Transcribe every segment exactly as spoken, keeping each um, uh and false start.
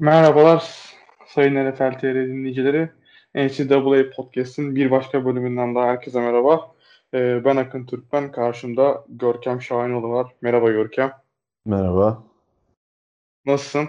Merhabalar sayın N F L T R dinleyicileri. N C A A Podcast'in bir başka bölümünden daha herkese merhaba. Ee, ben Akın Türkmen, karşımda Görkem Şahinoğlu var. Merhaba Görkem. Merhaba. Nasılsın?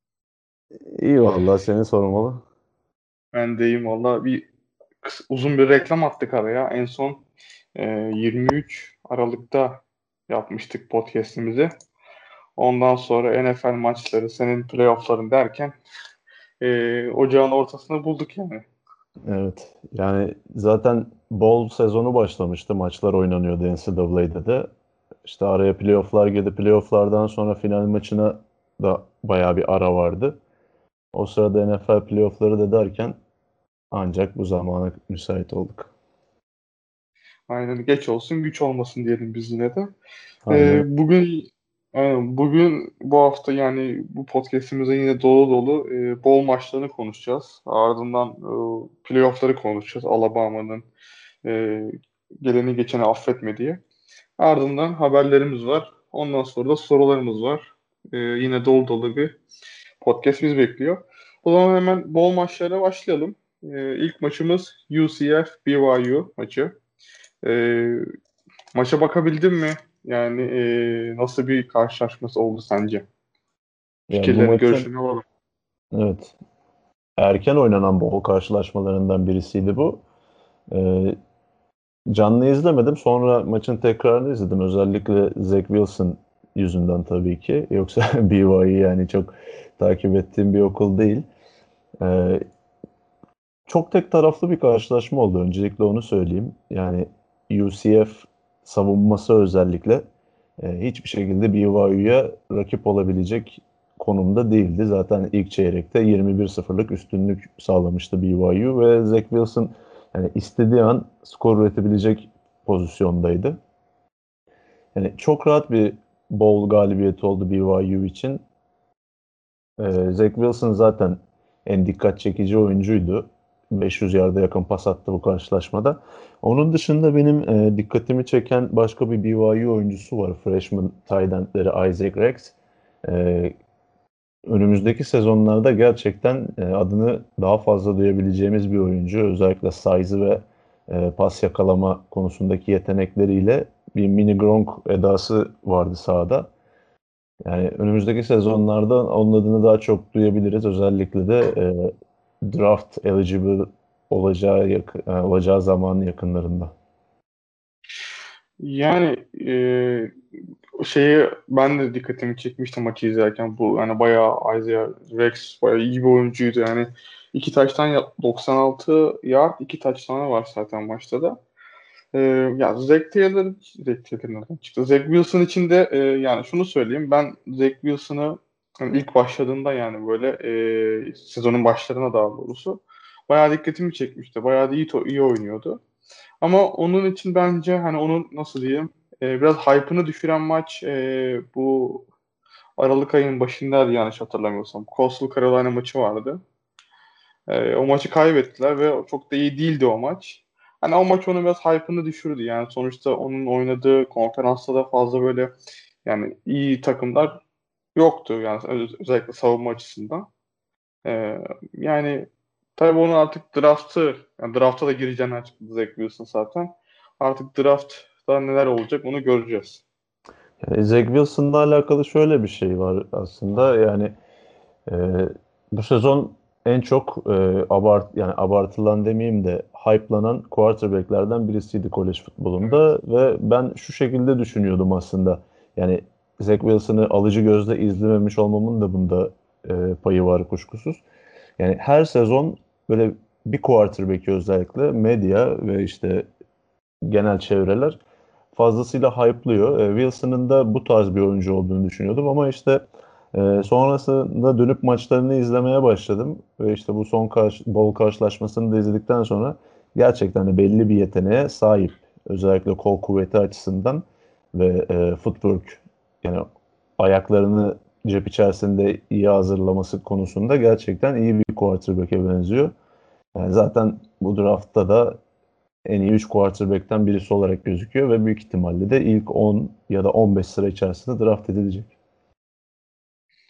İyi vallahi seni sormalı. Ben de iyiyim valla. Bir kıs- uzun bir reklam attık araya. En son e, yirmi üç Aralık'ta yapmıştık podcast'imizi. Ondan sonra N F L maçları, senin playoff'ların derken e, ocağın ortasını bulduk yani. Evet. Yani zaten bowl sezonu başlamıştı. Maçlar oynanıyordu N C A A'de de. İşte araya playofflar girdi. Playofflardan sonra final maçına da bayağı bir ara vardı. O sırada N F L playoffları da derken ancak bu zamana müsait olduk. Aynen, geç olsun güç olmasın diyelim biz yine de. Aynen. Ee, bugün aynen, bugün bu hafta yani bu podcast'imizde yine dolu dolu e, bol maçlarını konuşacağız. Ardından e, playoff'ları konuşacağız. Alabama'nın e, geleni geçeni affetmediği. Ardından haberlerimiz var. Ondan sonra da sorularımız var. E, yine dolu dolu bir podcast bizi bekliyor. O zaman hemen bol maçlara başlayalım. E, ilk maçımız U C F B Y U maçı. E, Maça bakabildin mi? Yani e, nasıl bir karşılaşması oldu sence? Yani bu Fikirlerini, maçın görüşlerini alalım. evet erken oynanan bowl karşılaşmalarından birisiydi bu. Ee, Canlı izlemedim. Sonra maçın tekrarını izledim. Özellikle Zach Wilson yüzünden tabii ki. Yoksa B Y U yani çok takip ettiğim bir okul değil. Ee, Çok tek taraflı bir karşılaşma oldu. Öncelikle onu söyleyeyim. Yani U C F savunması özellikle e, hiçbir şekilde B Y U'ya rakip olabilecek konumda değildi. Zaten ilk çeyrekte yirmi bir sıfırlık üstünlük sağlamıştı B Y U ve Zach Wilson yani istediği an skor üretebilecek pozisyondaydı. Yani çok rahat bir bowl galibiyeti oldu B Y U için. Ee, Zach Wilson zaten en dikkat çekici oyuncuydu. beş yüz yarda yakın pas attı bu karşılaşmada. Onun dışında benim e, dikkatimi çeken başka bir B Y U oyuncusu var. Freshman tight endleri Isaac Rex. Ee, Önümüzdeki sezonlarda gerçekten e, adını daha fazla duyabileceğimiz bir oyuncu. Özellikle size'ı ve e, pas yakalama konusundaki yetenekleriyle bir mini Gronk edası vardı sahada. Yani önümüzdeki sezonlarda onun adını daha çok duyabiliriz. Özellikle de e, draft eligible olacağı yak- e, olacağı zamanın yakınlarında. Yani e, şeyi ben de dikkatimi çekmiştim maçı izlerken. Bu yani bayağı Isaiah Rex bayağı iyi bir oyuncuydu. Yani iki taçtan ya- doksan altı yard, iki taçtanı var zaten maçta da. E, Ya Zach Taylor, Zach Taylor nereden çıktı? Zach Wilson için de e, yani şunu söyleyeyim. Ben Zach Wilson'ı hani ilk başladığında yani böyle e, sezonun başlarına daha doğrusu bayağı dikkatimi çekmişti. Bayağı da iyi, to- iyi oynuyordu. Ama onun için bence hani onun nasıl diyeyim e, biraz hype'ını düşüren maç e, bu Aralık ayının başındaydı yanlış hatırlamıyorsam. Coastal Carolina maçı vardı. E, o maçı kaybettiler ve çok da iyi değildi o maç. Hani o maç onun biraz hype'ını düşürdü. Yani sonuçta onun oynadığı konferansta da fazla böyle yani iyi takımlar yoktu. Yani öz- özellikle savunma açısından. E, Yani tabii onun artık draftı, yani drafta da gireceğini açıkladı Zach Wilson zaten. Artık draftta neler olacak onu göreceğiz. Yani Zach Wilson'la alakalı şöyle bir şey var aslında. Yani e, bu sezon en çok e, abart yani abartılan demeyeyim de hype'lanan quarterback'lerden birisiydi kolej Evet. futbolunda ve ben şu şekilde düşünüyordum aslında. Yani Zach Wilson'ı alıcı gözle izlememiş olmamın da bunda e, payı var kuşkusuz. Yani her sezon böyle bir quarterback'i özellikle medya ve işte genel çevreler fazlasıyla hype'lıyor. E, Wilson'ın da bu tarz bir oyuncu olduğunu düşünüyordum ama işte e, sonrasında dönüp maçlarını izlemeye başladım ve işte bu son karşı, bowl karşılaşmasını da izledikten sonra gerçekten de belli bir yeteneğe sahip. Özellikle kol kuvveti açısından ve e, footwork yani ayaklarını cep içerisinde iyi hazırlaması konusunda gerçekten iyi bir quarterback'e benziyor. Yani zaten bu draftta da en iyi üç quarterback'ten birisi olarak gözüküyor ve büyük ihtimalle de ilk on ya da on beş sıra içerisinde draft edilecek.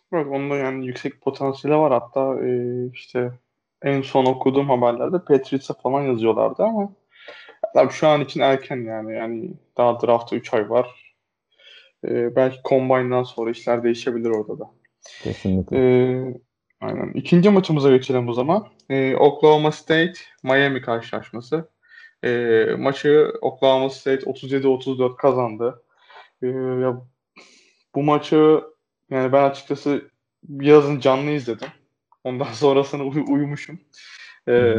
Evet, onda yani yüksek potansiyeli var. Hatta e, işte en son okuduğum haberlerde Patriots'a falan yazıyorlardı ama tabii şu an için erken yani. Yani daha draftta üç ay var. E, belki Combine'dan sonra işler değişebilir orada da. Kesinlikle. E, aynen. İkinci maçımıza geçelim o zaman. E, Oklahoma State Miami karşılaşması. E, maçı Oklahoma State otuz yedi otuz dört kazandı. E, ya bu maçı yani ben açıkçası yazın canlı izledim. Ondan sonrasını uy- uyumuşum. Hı Ee, hı.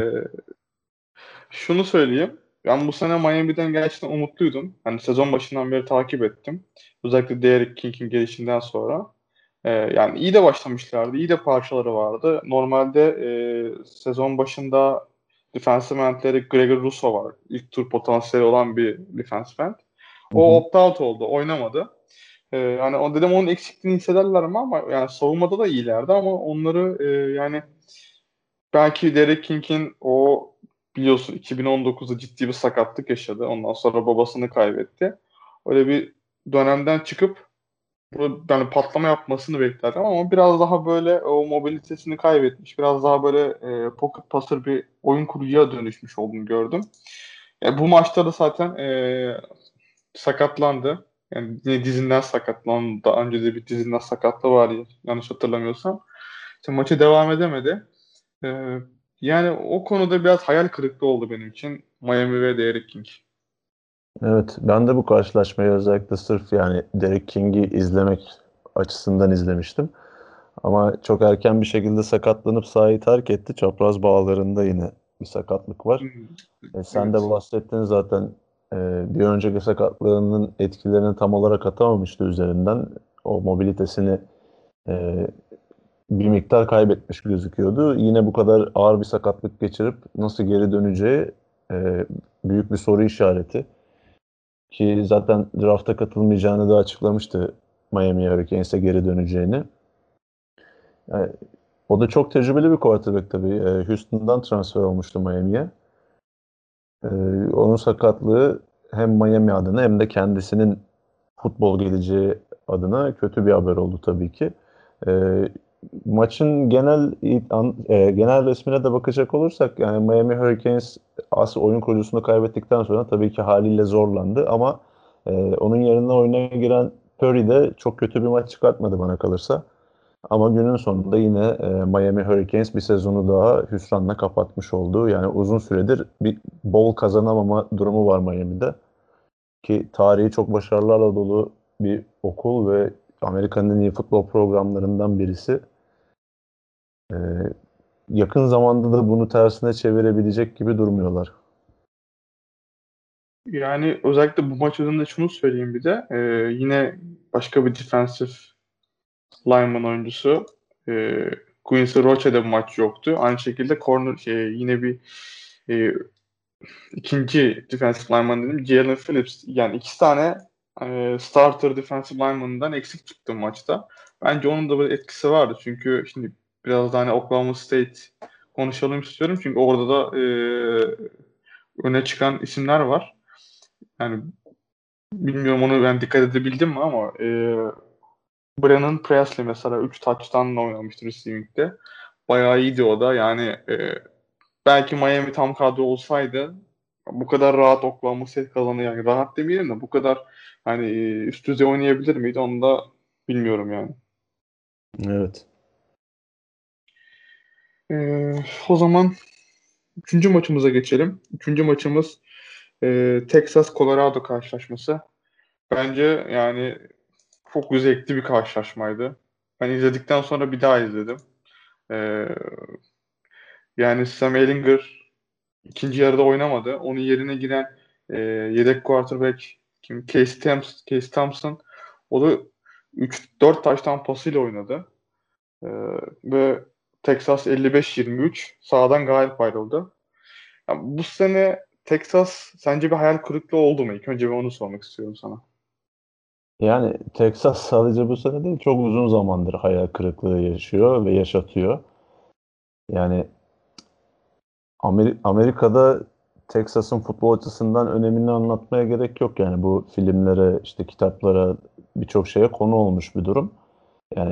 şunu söyleyeyim. Ben bu sene Miami'den gerçekten umutluydum. Hani sezon başından beri takip ettim. Özellikle Derek King'in gelişinden sonra. Ee, yani iyi de başlamışlardı. İyi de parçaları vardı. Normalde e, sezon başında defensive endleri Gregor Rousseau var. İlk tur potansiyeli olan bir defensive end. Hı O hı. opt-out oldu. Oynamadı. Ee, yani o dedim onun eksikliğini hissederler mi ama yani savunmada da iyilerdi ama onları e, yani belki Derek King'in o biliyorsun iki bin on dokuzda ciddi bir sakatlık yaşadı. Ondan sonra babasını kaybetti. Öyle bir dönemden çıkıp bu yani patlama yapmasını beklerdim ama biraz daha böyle o mobilitesini kaybetmiş. Biraz daha böyle e, pocket passer bir oyun kurucuya dönüşmüş olduğunu gördüm. Yani bu maçta da zaten e, sakatlandı. Yani yine dizinden sakatlandı. Daha önce de bir dizinden sakatlığı var ya, yanlış hatırlamıyorsam. İşte maçı devam edemedi. Ee, yani o konuda biraz hayal kırıklığı oldu benim için. Miami ve Derek King. Evet, ben de bu karşılaşmayı özellikle sırf yani Derek King'i izlemek açısından izlemiştim. Ama çok erken bir şekilde sakatlanıp sahayı terk etti. Çapraz bağlarında yine bir sakatlık var. Hmm, E, sen de evet. bahsettin zaten, e, bir önceki sakatlığının etkilerini tam olarak atamamıştı üzerinden. O mobilitesini e, bir miktar kaybetmiş gözüküyordu. Yine bu kadar ağır bir sakatlık geçirip nasıl geri döneceği e, büyük bir soru işareti. Ki zaten drafta katılmayacağını da açıklamıştı, Miami Hurricanes'e geri döneceğini. Yani, o da çok tecrübeli bir quarterback tabii. E, Houston'dan transfer olmuştu Miami'ye. E, onun sakatlığı hem Miami adına hem de kendisinin futbol geleceği adına kötü bir haber oldu tabii ki. E, maçın genel an- e, genel resmine de bakacak olursak yani Miami Hurricanes asıl oyun kurucusunu kaybettikten sonra tabii ki haliyle zorlandı ama e, onun yerine oyuna giren Curry de çok kötü bir maç çıkartmadı bana kalırsa. Ama günün sonunda yine e, Miami Hurricanes bir sezonu daha hüsranla kapatmış oldu. Yani uzun süredir bir bowl kazanamama durumu var Miami'de. Ki tarihi çok başarılarla dolu bir okul ve Amerika'nın en iyi futbol programlarından birisi. E, yakın zamanda da bunu tersine çevirebilecek gibi durmuyorlar. Yani özellikle bu maç üzerinde şunu söyleyeyim bir de. Ee, yine başka bir defensive lineman oyuncusu e, Quincy Roche'de bu maç yoktu. Aynı şekilde corner şey, yine bir e, ikinci defensive lineman dedim. Jalen Phillips. Yani iki tane e, starter defensive lineman'dan eksik çıktı maçta. Bence onun da bir etkisi vardı. Çünkü şimdi biraz daha hani Oklahoma State konuşalım istiyorum. Çünkü orada da e, öne çıkan isimler var. Yani bilmiyorum onu ben dikkat edebildim mi ama e, Brennan Presley mesela üç touchdown'la oynamıştı receiving'de. Bayağı iyiydi o da. Yani e, belki Miami tam kadro olsaydı bu kadar rahat Oklahoma State kazanır yani rahat demeyelim de bu kadar hani e, üst düzey oynayabilir miydi onu da bilmiyorum yani. Evet. Ee, o zaman üçüncü maçımıza geçelim. Üçüncü maçımız e, Texas-Colorado karşılaşması. Bence yani çok zevkli bir karşılaşmaydı. Ben izledikten sonra bir daha izledim. Ee, yani Sam Ehlinger ikinci yarıda oynamadı. Onun yerine giren e, yedek quarterback kim? Casey Thompson, Casey Thompson. O da üç dört taştan pasıyla oynadı. E, ve Texas elli beş yirmi üç sağdan galip ayrıldı. Ya bu sene Texas sence bir hayal kırıklığı oldu mu? İlk önce bir onu sormak istiyorum sana. Yani Texas sadece bu sene değil, çok uzun zamandır hayal kırıklığı yaşıyor ve yaşatıyor. Yani Ameri- Amerika'da Texas'ın futbol açısından önemini anlatmaya gerek yok. Yani bu filmlere, işte kitaplara, birçok şeye konu olmuş bir durum. Yani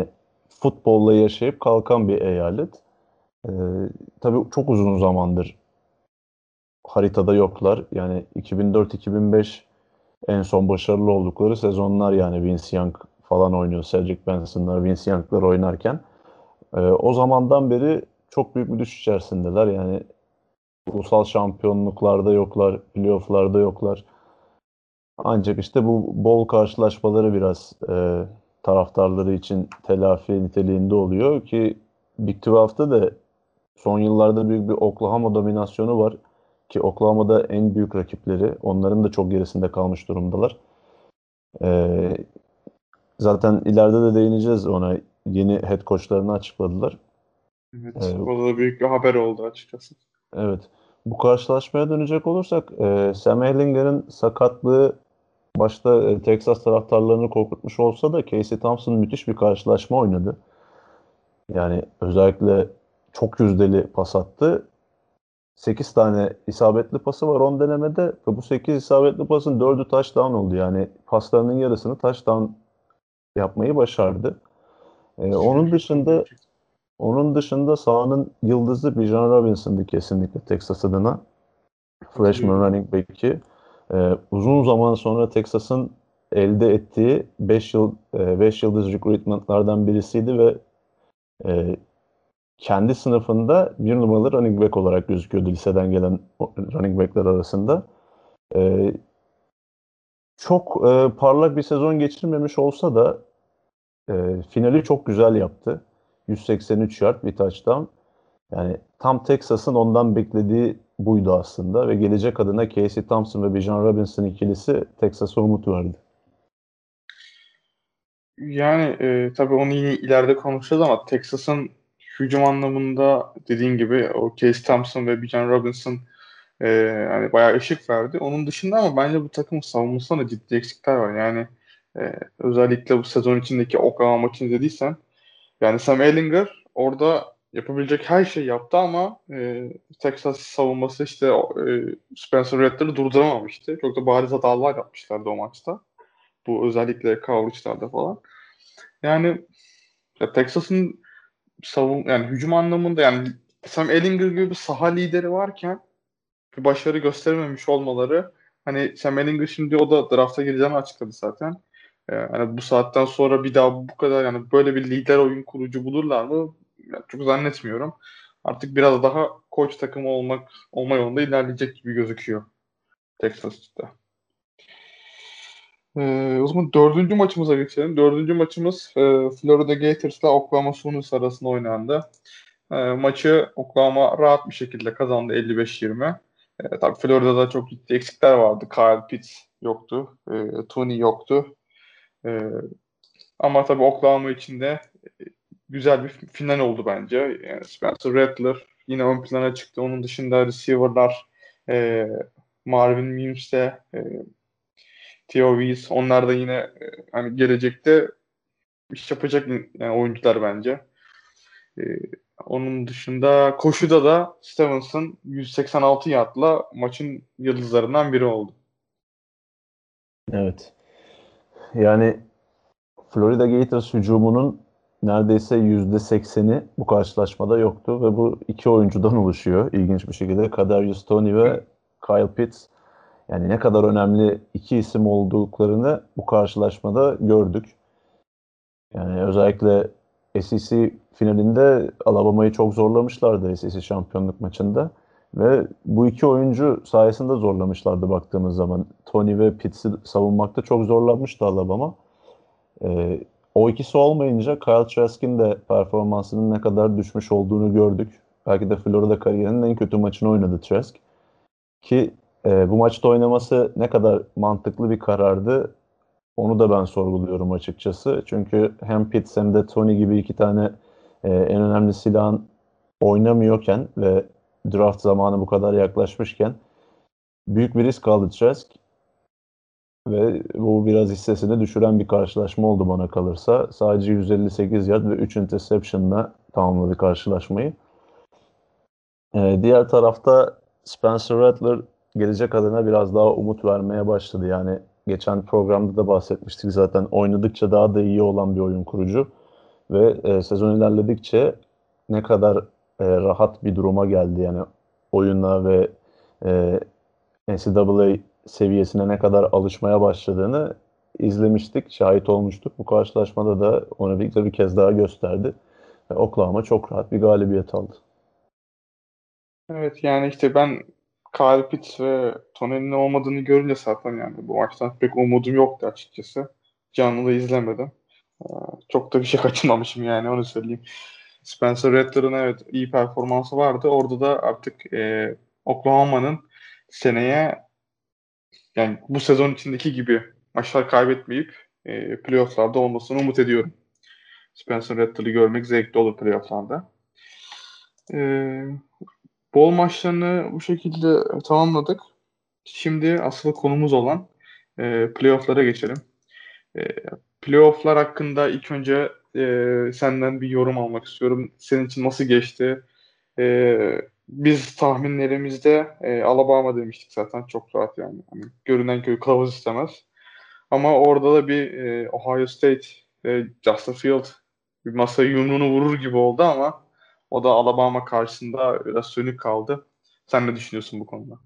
futbolla yaşayıp kalkan bir eyalet. Ee, tabii çok uzun zamandır haritada yoklar. Yani iki bin dört iki bin beş en son başarılı oldukları sezonlar, yani Vince Young falan oynuyor. Cedric Benson'lar, Vince Young'lar oynarken. Ee, o zamandan beri çok büyük bir düşüş içerisindeler. Yani ulusal şampiyonluklarda yoklar, playoff'larda yoklar. Ancak işte bu bol karşılaşmaları biraz e, taraftarları için telafi niteliğinde oluyor ki Big on ikide de son yıllarda büyük bir Oklahoma dominasyonu var ki Oklahoma'da en büyük rakipleri, onların da çok gerisinde kalmış durumdalar. E, zaten ileride de değineceğiz ona. Yeni head coachlarını açıkladılar. Evet. E, O da büyük bir haber oldu açıkçası. evet. Bu karşılaşmaya dönecek olursak e, Sam Ehlinger'in sakatlığı başta e, Texas taraftarlarını korkutmuş olsa da Casey Thompson müthiş bir karşılaşma oynadı. Yani özellikle çok yüzdeli pas attı. sekiz tane isabetli pası var on denemede ve bu sekiz isabetli pasın dördü touchdown oldu. Yani paslarının yarısını touchdown yapmayı başardı. Ee, onun Şaşırttı dışında gerçekten. onun dışında sahanın yıldızı Bijan Robinson'dı kesinlikle Texas adına. Freshman Katılıyorum. running back'i. Ee, uzun zaman sonra Texas'ın elde ettiği beş yıl beş yıldız recruitment'lardan birisiydi ve e, kendi sınıfında bir numaralı running back olarak gözüküyordu liseden gelen running back'ler arasında. Ee, çok e, parlak bir sezon geçirmemiş olsa da e, finali çok güzel yaptı. yüz seksen üç yard bir touchdown. Yani tam Texas'ın ondan beklediği buydu aslında ve gelecek adına Casey Thompson ve Bijan Robinson ikilisi Texas'a umut verdi. Yani e, tabii onu yine ileride konuşacağız ama Texas'ın hücum anlamında dediğin gibi o Case Thompson ve Bijan Robinson e, yani bayağı ışık verdi. Onun dışında ama bence bu takımın savunmasında da ciddi eksikler var. Yani e, özellikle bu sezon içindeki Oklahoma maçını izlediysen yani Sam Ehlinger orada yapabilecek her şeyi yaptı ama e, Texas savunması işte e, Spencer Rattler'ı durduramamıştı. Çok da bariz hatalar yapmışlardı o maçta. Bu özellikle coverage'larda falan. Yani ya Texas'ın savun yani hücum anlamında yani Sam Ehlinger gibi bir saha lideri varken bir başarı gösterememiş olmaları hani Sam Ehlinger şimdi o da drafta gireceğini açıkladı zaten. Ee, hani bu saatten sonra bir daha bu kadar yani böyle bir lider oyun kurucu bulurlar mı? Yani çok zannetmiyorum. Artık biraz daha koç takımı olmak olma yolunda ilerleyecek gibi gözüküyor Texas'ta. Ee, o zaman dördüncü maçımıza geçelim. Dördüncü maçımız e, Florida Gators'la Oklahoma Sooners arasında oynandı. E, maçı Oklahoma rahat bir şekilde kazandı elli beş yirmi. E, tabii Florida'da çok ciddi eksikler vardı. Kyle Pitts yoktu. E, Tony yoktu. E, ama tabii Oklahoma için de güzel bir final oldu bence. Yani Spencer Rattler yine ön plana çıktı. Onun dışında receiver'lar e, Marvin Mims de e, Theo Weiss onlar da yine e, hani gelecekte iş yapacak yani oyuncular bence. Ee, onun dışında koşuda da Stevenson yüz seksen altı yardla maçın yıldızlarından biri oldu. Evet. Yani Florida Gators hücumunun neredeyse yüzde sekseni bu karşılaşmada yoktu ve bu iki oyuncudan oluşuyor. İlginç bir şekilde Kadarius Toney ve Kyle Pitts. Yani ne kadar önemli iki isim olduklarını bu karşılaşmada gördük. Yani özellikle S E C finalinde Alabama'yı çok zorlamışlardı S E C şampiyonluk maçında. Ve bu iki oyuncu sayesinde zorlamışlardı baktığımız zaman. Tony ve Pitts'i savunmakta çok zorlanmıştı Alabama. Ee, o ikisi olmayınca Kyle Trask'in de performansının ne kadar düşmüş olduğunu gördük. Belki de Florida kariyerinin en kötü maçını oynadı Trask. Ki e, bu maçta oynaması ne kadar mantıklı bir karardı onu da ben sorguluyorum açıkçası. Çünkü hem Pitts hem de Tony gibi iki tane e, en önemli silahın oynamıyorken ve draft zamanı bu kadar yaklaşmışken büyük bir risk aldı Trask ve bu biraz hissesini düşüren bir karşılaşma oldu bana kalırsa. Sadece yüz elli sekiz yard ve üç interception'la tamamladı karşılaşmayı. E, diğer tarafta Spencer Rattler gelecek adına biraz daha umut vermeye başladı. Yani geçen programda da bahsetmiştik zaten oynadıkça daha da iyi olan bir oyun kurucu. Ve e, sezon ilerledikçe ne kadar e, rahat bir duruma geldi. Yani oyuna ve e, N C A A seviyesine ne kadar alışmaya başladığını izlemiştik, şahit olmuştuk. Bu karşılaşmada da onu bir, bir kez daha gösterdi. Ve Oklahoma çok rahat bir galibiyet aldı. Evet yani işte ben Kyle Pitts ve Toney'nin olmadığını görünce zaten yani bu maçtan pek umudum yoktu açıkçası. Canlı da izlemedim. Ee, Çok da bir şey kaçırmamışım yani onu söyleyeyim. Spencer Rattler'ın evet iyi performansı vardı. Orada da artık e, Oklahoma'nın seneye yani bu sezon içindeki gibi maçlar kaybetmeyip e, playofflarda olmasını umut ediyorum. Spencer Rattler'ı görmek zevkli olur playofflarda. E, Bol maçlarını bu şekilde tamamladık. Şimdi asıl konumuz olan e, playoff'lara geçelim. E, Playoff'lar hakkında ilk önce e, senden bir yorum almak istiyorum. Senin için nasıl geçti? E, Biz tahminlerimizde e, Alabama demiştik zaten çok rahat yani. Hani görünen köy kılavuz istemez. Ama orada da bir e, Ohio State, e, Justin Field bir masaya yumruğunu vurur gibi oldu ama o da Alabama karşısında biraz sönük kaldı. Sen ne düşünüyorsun bu konuda?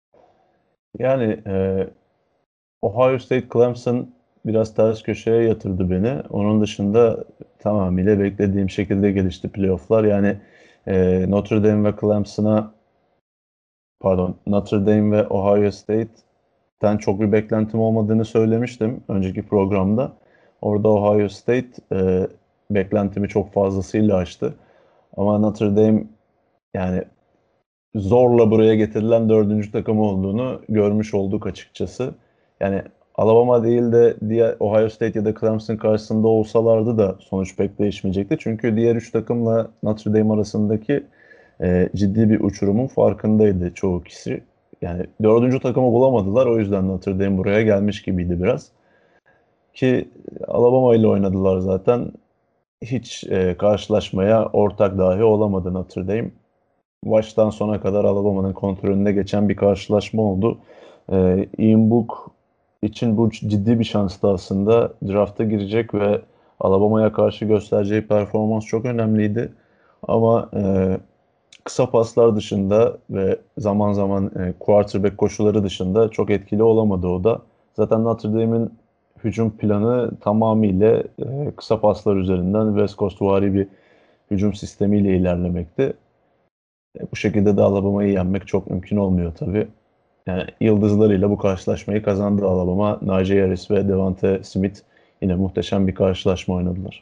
Yani e, Ohio State Clemson biraz ters köşeye yatırdı beni. Onun dışında tamamıyla beklediğim şekilde gelişti playofflar. Yani e, Notre Dame ve Clemson'a pardon Notre Dame ve Ohio State'ten çok bir beklentim olmadığını söylemiştim önceki programda. Orada Ohio State e, beklentimi çok fazlasıyla aştı. Ama Notre Dame yani zorla buraya getirilen dördüncü takım olduğunu görmüş olduk açıkçası. Yani Alabama değil de diğer Ohio State ya da Clemson karşısında olsalardı da sonuç pek değişmeyecekti. Çünkü diğer üç takımla Notre Dame arasındaki e, ciddi bir uçurumun farkındaydı çoğu kişi. Yani dördüncü takımı bulamadılar. O yüzden Notre Dame buraya gelmiş gibiydi biraz. Ki Alabama ile oynadılar zaten. Hiç e, karşılaşmaya ortak dahi olamadı Notre Dame. Baştan sona kadar Alabama'nın kontrolünde geçen bir karşılaşma oldu. Ee, Ian Book için bu ciddi bir şanstı aslında. Draft'a girecek ve Alabama'ya karşı göstereceği performans çok önemliydi. Ama e, kısa paslar dışında ve zaman zaman e, quarterback koşuları dışında çok etkili olamadı o da. Zaten Notre Dame'in hücum planı tamamıyla e, kısa paslar üzerinden West Coast'vari bir hücum sistemiyle ilerlemekte. E, bu şekilde de Alabama'yı yenmek çok mümkün olmuyor tabii. Yani yıldızlarıyla bu karşılaşmayı kazandı Alabama. Najee Harris ve Devonte Smith yine muhteşem bir karşılaşma oynadılar.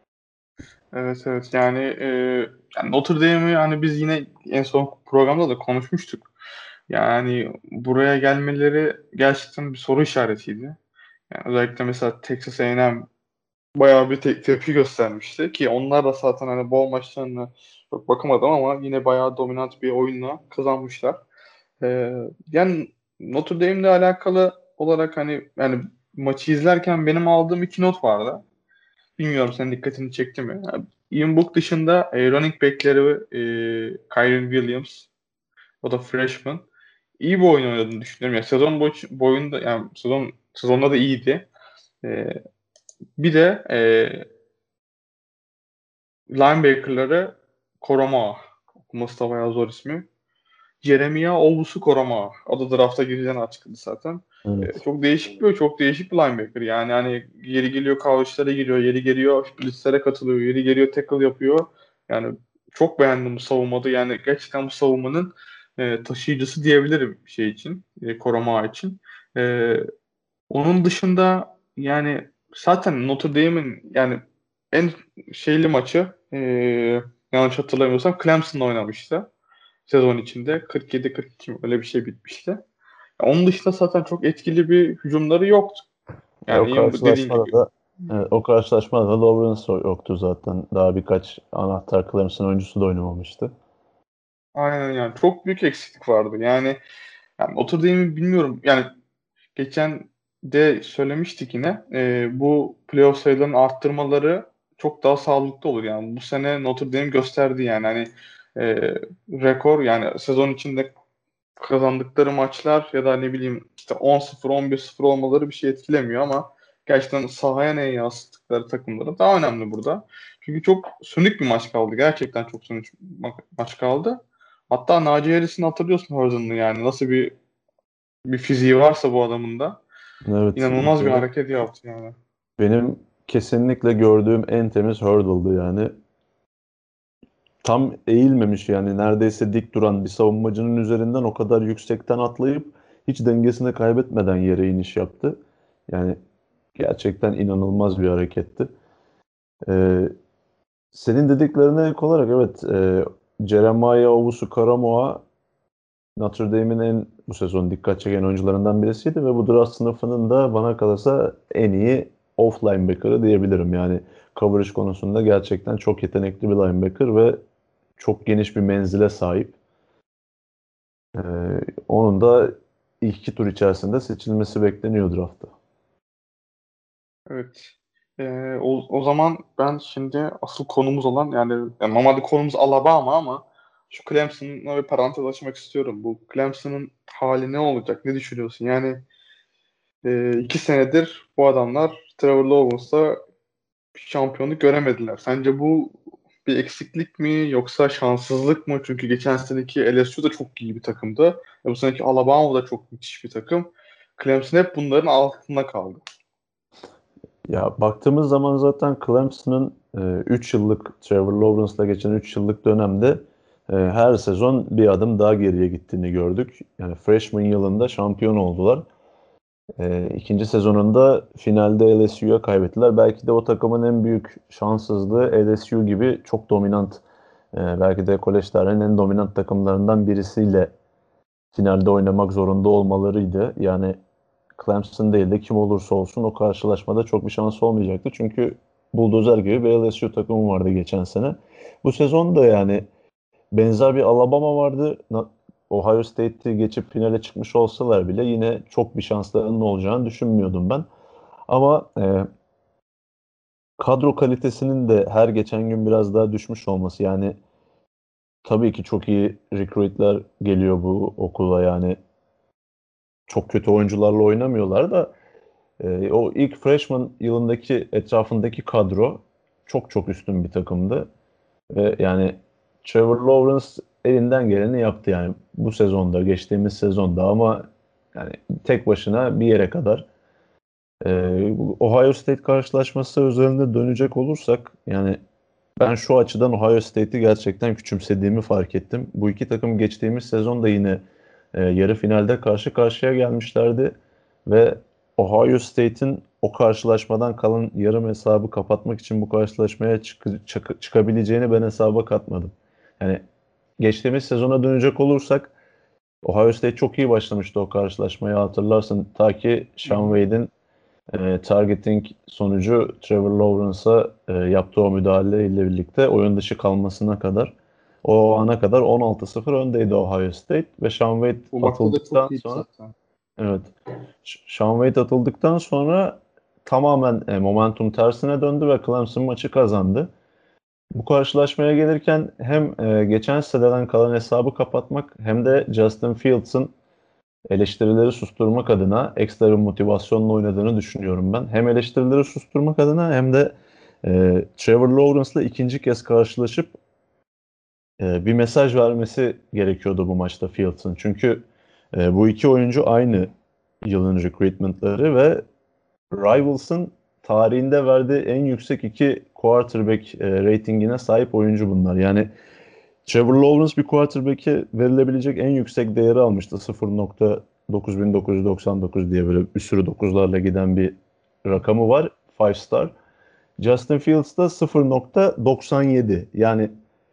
Evet evet yani, e, yani Notre Dame'i hani biz yine en son programda da konuşmuştuk. Yani buraya gelmeleri gerçekten bir soru işaretiydi. Yani özellikle mesela Texas A and M bayağı bir te- tepki göstermişti ki onlar da zaten hani bol maçlarına çok bakamadım ama yine bayağı dominant bir oyunla kazanmışlar. Ee, Yani Notre Dame'le alakalı olarak hani yani maçı izlerken benim aldığım iki not vardı. Bilmiyorum senin dikkatini çekti mi? Yani Ian Book dışında e, running back'leri e, Kyren Williams, o da freshman. İyi bir oyun oynadığını düşünüyorum. Yani sezon boy boyunda yani sezon sezonda da iyiydi. E, Bir de e, linebacker'ları Koroma. Okuması da bayağı zor ismi. Jeremiah Owusu-Koramoah. O da drafta gireceğini açıkladı zaten. Ee, Evet. çok değişik bir çok değişik bir linebacker. Yani hani yeri geliyor coverage'lara giriyor, yeri geliyor blitzlere katılıyor, yeri geliyor tackle yapıyor. Yani çok beğendim bu savunmada. Yani gerçekten bu savunmanın e, taşıyıcısı diyebilirim şey için, e, Koramoah için. E, Onun dışında yani zaten Notre Dame'in yani en şeyli maçı e, yanlış hatırlamıyorsam Clemson'la oynamıştı sezon içinde. kırk yedi kırk iki öyle bir şey bitmişti. Onun dışında zaten çok etkili bir hücumları yoktu. E, o Yani Ian bu- dediğin karşılaşmada gibi. da evet, o karşılaşmada da Lawrence yoktu zaten. Daha birkaç anahtar Clemson oyuncusu da oynamamıştı. Aynen yani çok büyük eksiklik vardı. Yani, yani Notre Dame'i bilmiyorum. Yani geçen de söylemiştik yine. E, bu playoff sayılarını arttırmaları çok daha sağlıklı olur. Yani bu sene Notre Dame gösterdi yani hani e, rekor yani sezon içinde kazandıkları maçlar ya da ne bileyim işte on sıfır on bir sıfır olmaları bir şey etkilemiyor ama gerçekten sahaya neye yansıttıkları takımları daha önemli burada. Çünkü çok sönük bir maç kaldı. Gerçekten çok sönük bir ma- maç kaldı. Hatta Naci Harris'ini hatırlıyorsun Harden'ı yani. Nasıl bir bir fiziği varsa bu adamın da. Evet, İnanılmaz bir benim hareket yaptı yani. benim kesinlikle gördüğüm en temiz hurdle'dı yani. Tam eğilmemiş yani neredeyse dik duran bir savunmacının üzerinden o kadar yüksekten atlayıp hiç dengesini kaybetmeden yere iniş yaptı. Yani gerçekten inanılmaz bir hareketti. Ee, Senin dediklerine ek olarak evet, e, Jeremiah Owusu-Koramoah Notre Dame'in en bu sezon dikkat çeken oyuncularından birisiydi ve bu draft sınıfının da bana kalırsa en iyi off linebacker'ı diyebilirim. Yani coverage konusunda gerçekten çok yetenekli bir linebacker ve çok geniş bir menzile sahip. Ee, Onun da ilk iki tur içerisinde seçilmesi bekleniyor draftta. Evet. Ee, o, o zaman ben şimdi asıl konumuz olan yani, yani normalde konumuz Alabama ama şu Clemson'a bir parantez açmak istiyorum. Bu Clemson'ın hali ne olacak? Ne düşünüyorsun? Yani e, iki senedir bu adamlar Trevor Lawrence'la şampiyonluk göremediler. Sence bu bir eksiklik mi yoksa şanssızlık mı? Çünkü geçen seneki L S U da çok iyi bir takımdı. Ve bu seneki Alabama da çok müthiş bir takım. Clemson hep bunların altında kaldı. Ya baktığımız zaman zaten Clemson'ın üç yıllık Trevor Lawrence'la geçen üç yıllık dönemde e, her sezon bir adım daha geriye gittiğini gördük. Yani freshman yılında şampiyon oldular. E, ikinci sezonunda finalde L S U'ya kaybettiler. Belki de o takımın en büyük şanssızlığı L S U gibi çok dominant, e, belki de kolej tarihinin en dominant takımlarından birisiyle finalde oynamak zorunda olmalarıydı. Yani Clemson değil de kim olursa olsun o karşılaşmada çok bir şans olmayacaktı. Çünkü buldozer gibi bir L S U takımı vardı geçen sene. Bu sezon da yani benzer bir Alabama vardı. Na- Ohio State'i geçip finale çıkmış olsalar bile yine çok bir şanslarının olacağını düşünmüyordum ben. Ama e, kadro kalitesinin de her geçen gün biraz daha düşmüş olması, yani tabii ki çok iyi recruitler geliyor bu okula, yani çok kötü oyuncularla oynamıyorlar da Ee, o ilk freshman yılındaki etrafındaki kadro çok çok üstün bir takımdı. Ve yani Trevor Lawrence elinden geleni yaptı yani bu sezonda, geçtiğimiz sezonda, ama yani tek başına bir yere kadar. Ee, bu Ohio State karşılaşması üzerinde dönecek olursak, yani ben şu açıdan Ohio State'i gerçekten küçümsediğimi fark ettim. Bu iki takım geçtiğimiz sezon da yine e, yarı finalde karşı karşıya gelmişlerdi ve Ohio State'in o karşılaşmadan kalan yarım hesabı kapatmak için bu karşılaşmaya çık- çık- çıkabileceğini ben hesaba katmadım. Yani geçtiğimiz sezona dönecek olursak Ohio State çok iyi başlamıştı o karşılaşmayı, hatırlarsın. Ta ki Hı Sean hı. Wade'in e, targeting sonucu Trevor Lawrence'a e, yaptığı o müdahaleyle birlikte oyun dışı kalmasına kadar, o ana kadar on altı sıfır öndeydi Ohio State ve Sean Wade Bu maçta da atıldıktan çok iyiydi sonra, zaten. evet, Ş- Sean Wade atıldıktan sonra tamamen e, momentum tersine döndü ve Clemson maçı kazandı. Bu karşılaşmaya gelirken hem e, geçen seneden kalan hesabı kapatmak hem de Justin Fields'ın eleştirileri susturmak adına ekstra bir motivasyonla oynadığını düşünüyorum ben. Hem eleştirileri susturmak adına hem de e, Trevor Lawrence'la ikinci kez karşılaşıp e, bir mesaj vermesi gerekiyordu bu maçta Fields'ın. Çünkü e, bu iki oyuncu aynı yılın recruitment'ları ve Rivals'ın tarihinde verdiği en yüksek iki quarterback e, ratingine sahip oyuncu bunlar. Yani Trevor Lawrence bir quarterback'e verilebilecek en yüksek değeri almıştı. sıfır nokta dokuz bin dokuz yüz doksan dokuz diye böyle bir sürü dokuzlarla giden bir rakamı var. Five star. Justin Fields da sıfır nokta doksan yedi. Yani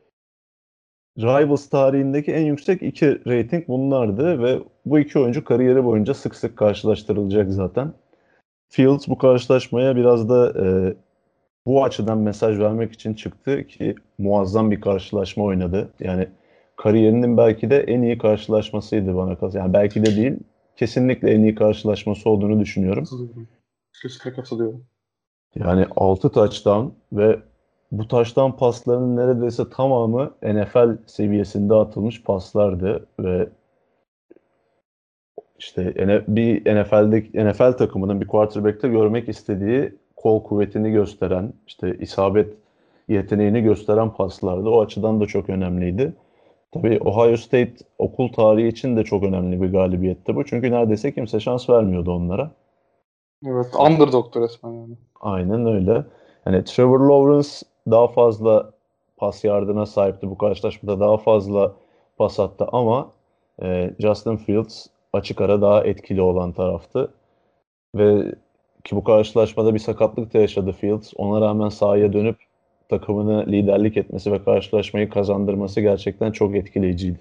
Rivals tarihindeki en yüksek iki rating bunlardı ve bu iki oyuncu kariyeri boyunca sık sık karşılaştırılacak zaten. Fields bu karşılaşmaya biraz da e, bu açıdan mesaj vermek için çıktı ki muazzam bir karşılaşma oynadı. Yani kariyerinin belki de en iyi karşılaşmasıydı bana kalırsa. Yani belki de değil, kesinlikle en iyi karşılaşması olduğunu düşünüyorum. Katılıyorum. Kesinlikle katılıyorum. Yani altı touchdown ve bu touchdown paslarının neredeyse tamamı N F L seviyesinde atılmış paslardı ve işte N- bir N F L'de N F L takımının bir quarterback'te görmek istediği kol kuvvetini gösteren, işte isabet yeteneğini gösteren paslardı. O açıdan da çok önemliydi. Tabii Ohio State okul tarihi için de çok önemli bir galibiyetti bu. Çünkü neredeyse kimse şans vermiyordu onlara. Evet, underdog'tu resmen yani. Aynen öyle. Yani Trevor Lawrence daha fazla pas yardına sahipti bu karşılaşmada. Daha fazla pas attı ama e, Justin Fields açık ara daha etkili olan taraftı. Ve ki bu karşılaşmada bir sakatlık da yaşadı Fields. Ona rağmen sahaya dönüp takımını liderlik etmesi ve karşılaşmayı kazandırması gerçekten çok etkileyiciydi.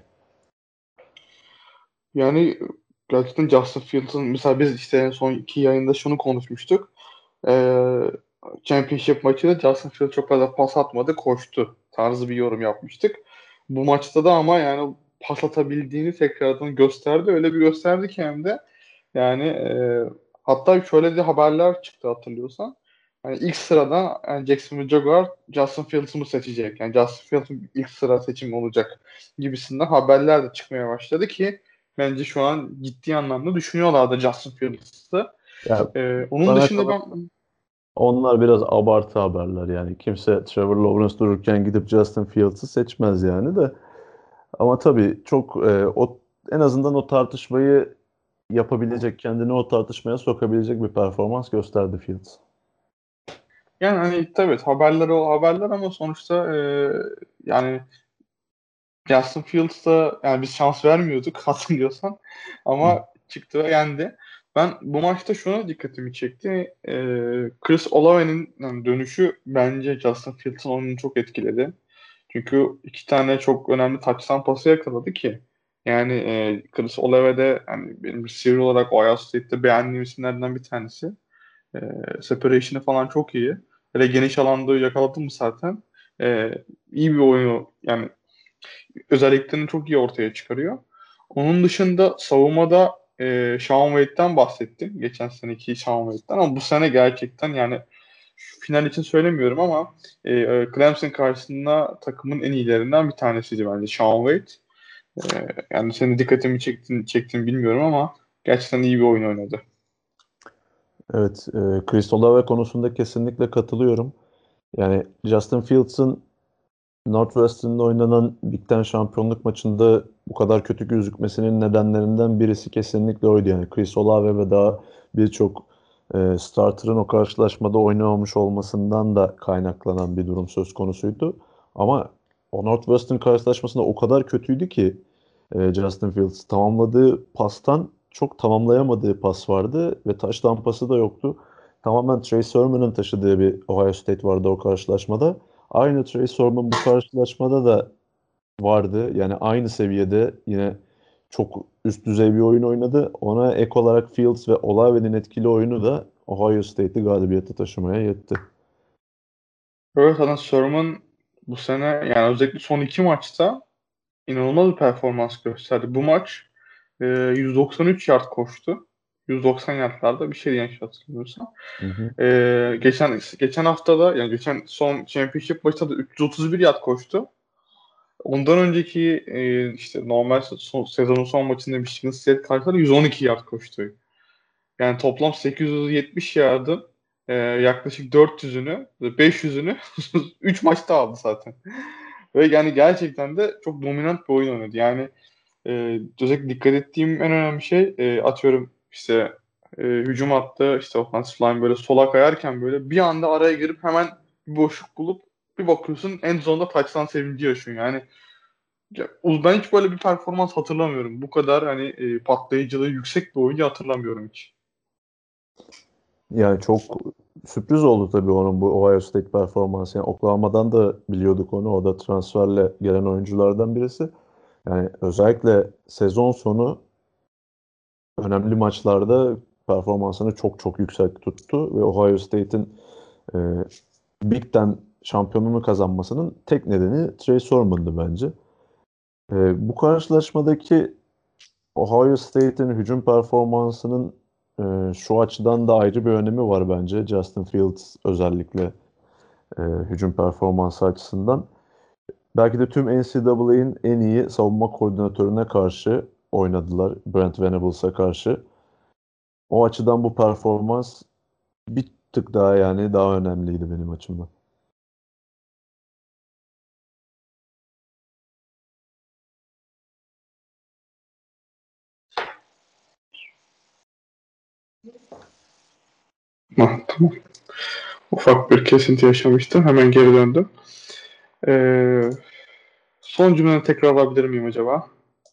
Yani gerçekten Justin Fields'ın mesela biz işte en son iki yayında şunu konuşmuştuk. Ee, Championship maçında Justin Fields çok fazla pas atmadı, koştu tarzı bir yorum yapmıştık. Bu maçta da ama yani pas atabildiğini tekrardan gösterdi. Öyle bir gösterdi ki hem de yani e, hatta şöyle de haberler çıktı hatırlıyorsan. Yani ilk sıradan yani Jacksonville Jaguar Justin Fields'ı mı seçecek? Yani Justin Fields'ın ilk sıra seçimi olacak gibisinden haberler de çıkmaya başladı ki bence şu an ciddi anlamda düşünüyorlar da Justin Fields'ı. Ya Ee, onun bana dışında kalır ben onlar biraz abartı haberler yani. Kimse Trevor Lawrence dururken gidip Justin Fields'ı seçmez yani de. Ama tabii çok e, o en azından o tartışmayı yapabilecek, kendini o tartışmaya sokabilecek bir performans gösterdi Fields. yani hani tabii haberler o haberler ama sonuçta e, yani Justin Fields'a yani biz şans vermiyorduk hatırlıyorsan Hı ama çıktı ve yendi. Ben bu maçta şuna dikkatimi çekti. E, Chris Olave'nin yani dönüşü bence Justin Fields'ın oyununu çok etkiledi. Çünkü iki tane çok önemli touchdown pası yakaladı ki. Yani e, Chris Olave de yani benim receiver olarak Ohio State'te beğendiğim isimlerden bir tanesi. E, Separation'ı falan çok iyi. Hele geniş alanda yakaladı mı zaten e, iyi bir oyunu yani özelliklerini çok iyi ortaya çıkarıyor. Onun dışında savunmada e, Sean Wade'den bahsettim. Geçen seneki Sean Wade'den ama bu sene gerçekten yani şu final için söylemiyorum ama e, e, Clemson karşısında takımın en iyilerinden bir tanesiydi bence Sean Wade. E, yani senin dikkatimi çektin, çektin bilmiyorum ama gerçekten iyi bir oyun oynadı. Evet, e, Chris Olave konusunda kesinlikle katılıyorum. Yani Justin Fields'ın Northwestern'da oynanan Big Ten şampiyonluk maçında bu kadar kötü gözükmesinin nedenlerinden birisi kesinlikle oydu. Yani Chris Olave ve daha birçok e, starter'ın o karşılaşmada oynamamış olmasından da kaynaklanan bir durum söz konusuydu. Ama o Northwestern karşılaşmasında o kadar kötüydü ki e, Justin Fields tamamladığı pastan çok tamamlayamadığı pas vardı ve touchdown pası da yoktu. Tamamen Trey Sermon'ın taşıdığı bir Ohio State vardı o karşılaşmada. Aynı Trey Sermon bu karşılaşmada da vardı. Yani aynı seviyede yine çok üst düzey bir oyun oynadı. Ona ek olarak Fields ve Olave'nin etkili oyunu da Ohio State'i galibiyete taşımaya yetti. Evet zaten Sermon bu sene yani özellikle son iki maçta inanılmaz bir performans gösterdi. Bu maç e, yüz doksan üç yard koştu. yüz doksan yardlarda bir şey yanlış hatırlamıyorsam. Hı hı. E, geçen geçen haftada yani geçen son championship maçta da üç yüz otuz bir yard koştu. Ondan önceki e, işte normal son, sezonun son maçında Michigan State karşısında yüz on iki yard koştu. Yani toplam sekiz yüz yetmiş yardın e, yaklaşık dört yüzünü ve beş yüzünü üç maçta aldı zaten. Ve yani gerçekten de çok dominant bir oyun oynadı. Yani e, özellikle dikkat ettiğim en önemli şey e, atıyorum işte e, hücum hattı işte offensive line böyle sola kayarken böyle bir anda araya girip hemen bir boşluk bulup bir bakıyorsun en sonunda touchdown sevinci yaşıyorsun. Yani ya, ben hiç böyle bir performans hatırlamıyorum. Bu kadar hani e, patlayıcılığı yüksek bir oyuncu hatırlamıyorum hiç. Yani çok sürpriz oldu tabii onun bu Ohio State performansı. Yani Oklahoma'dan da biliyorduk onu. O da transferle gelen oyunculardan birisi. Yani özellikle sezon sonu önemli maçlarda performansını çok çok yüksek tuttu ve Ohio State'in e, Big Ten şampiyonluğunu kazanmasının tek nedeni Trey Sermon'dı bence. E, bu karşılaşmadaki Ohio State'in hücum performansının e, şu açıdan da ayrı bir önemi var bence. Justin Fields özellikle e, hücum performansı açısından. Belki de tüm N C A A'nin en iyi savunma koordinatörüne karşı oynadılar Brent Venables'a karşı. O açıdan bu performans bir tık daha yani daha önemliydi benim açımdan. Ha, tamam. Ufak bir kesinti yaşamıştım. Hemen geri döndüm. Ee, son cümleni tekrar alabilir miyim acaba?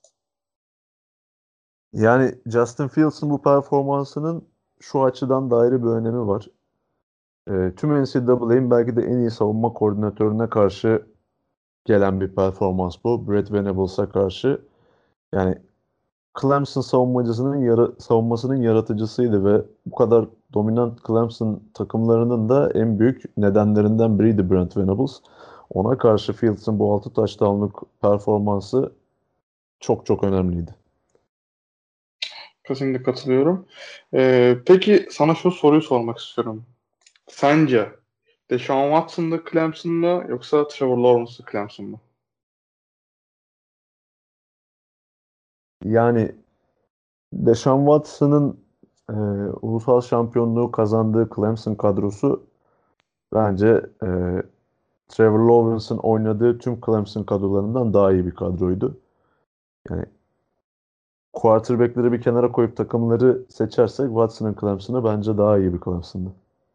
Yani Justin Fields'ın bu performansının şu açıdan da ayrı bir önemi var. E, tüm N C A A'in belki de en iyi savunma koordinatörüne karşı gelen bir performans bu. Brett Venables'a karşı. Yani Clemson savunmacısının yara- savunmasının yaratıcısıydı ve bu kadar dominant Clemson takımlarının da en büyük nedenlerinden biriydi Brent Venables. Ona karşı Fields'ın bu altı touchdown'luk performansı çok çok önemliydi. Kesinlikle katılıyorum. Ee, peki sana şu soruyu sormak istiyorum. Sence Deshaun Watson da Clemson mı yoksa Trevor Lawrence da Clemson mı? Yani Deshaun Watson'ın e, ulusal şampiyonluğu kazandığı Clemson kadrosu bence e, Trevor Lawrence'ın oynadığı tüm Clemson kadrolarından daha iyi bir kadroydu. Yani quarterback'leri bir kenara koyup takımları seçersek Watson'ın Clemson'ı bence daha iyi bir Clemson'dı.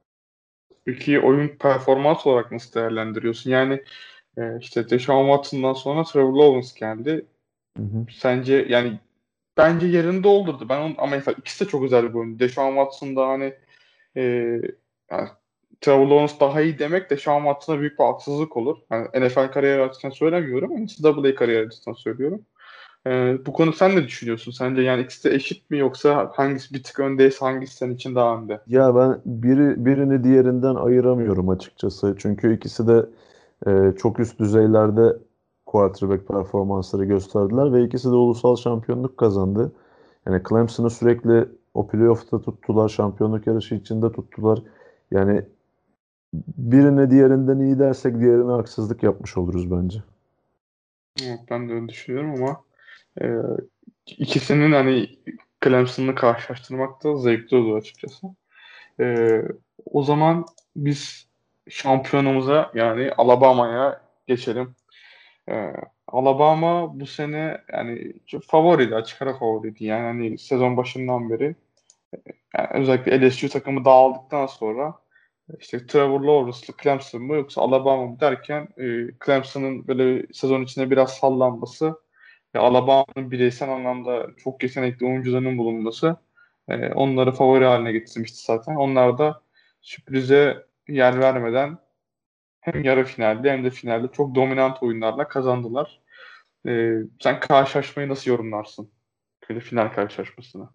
Peki oyun performans olarak nasıl değerlendiriyorsun? Yani e, işte Deshaun Watson'dan sonra Trevor Lawrence geldi. Hı hı. Sence yani bence yerini doldurdu. Ben onun, ama mesela ikisi de çok özel bir oyuncu. Deshaun Watson da hani e, yani Trevor Lawrence daha iyi demek de Deshaun Watson'a büyük bir haksızlık olur. Yani N F L kariyeri açısından söylemiyorum ama N C A A kariyeri açısından söylüyorum. E, bu konu sen ne düşünüyorsun? Sence yani ikisi de eşit mi yoksa hangisi bir tık öndeyse hangisi senin için daha önde? Ya ben biri birini diğerinden ayıramıyorum açıkçası. Çünkü ikisi de e, çok üst düzeylerde quarterback performansları gösterdiler ve ikisi de ulusal şampiyonluk kazandı. Yani Clemson'ı sürekli o playoff'ta tuttular, şampiyonluk yarışı içinde tuttular. Yani birine diğerinden iyi dersek diğerine haksızlık yapmış oluruz bence. Evet, ben de öyle düşünüyorum ama e, ikisinin hani Clemson'la karşılaştırmak da zevkli olur açıkçası. E, o zaman biz şampiyonumuza yani Alabama'ya geçelim. E, Alabama bu sene yani çok favoriydi, açık ara favoriydi. Yani hani sezon başından beri yani özellikle L S U takımı dağıldıktan sonra işte Trevor Lawrence'lı Clemson mı yoksa Alabama mı derken e, Clemson'ın böyle sezon içinde biraz sallanması ve Alabama'nın bireysel anlamda çok yetenekli oyuncularının bulunması e, onları favori haline getirmişti zaten. Onlar da sürprize yer vermeden hem yarı finalde hem de finalde çok dominant oyunlarla kazandılar. E, sen karşılaşmayı nasıl yorumlarsın? Böyle final karşılaşmasını.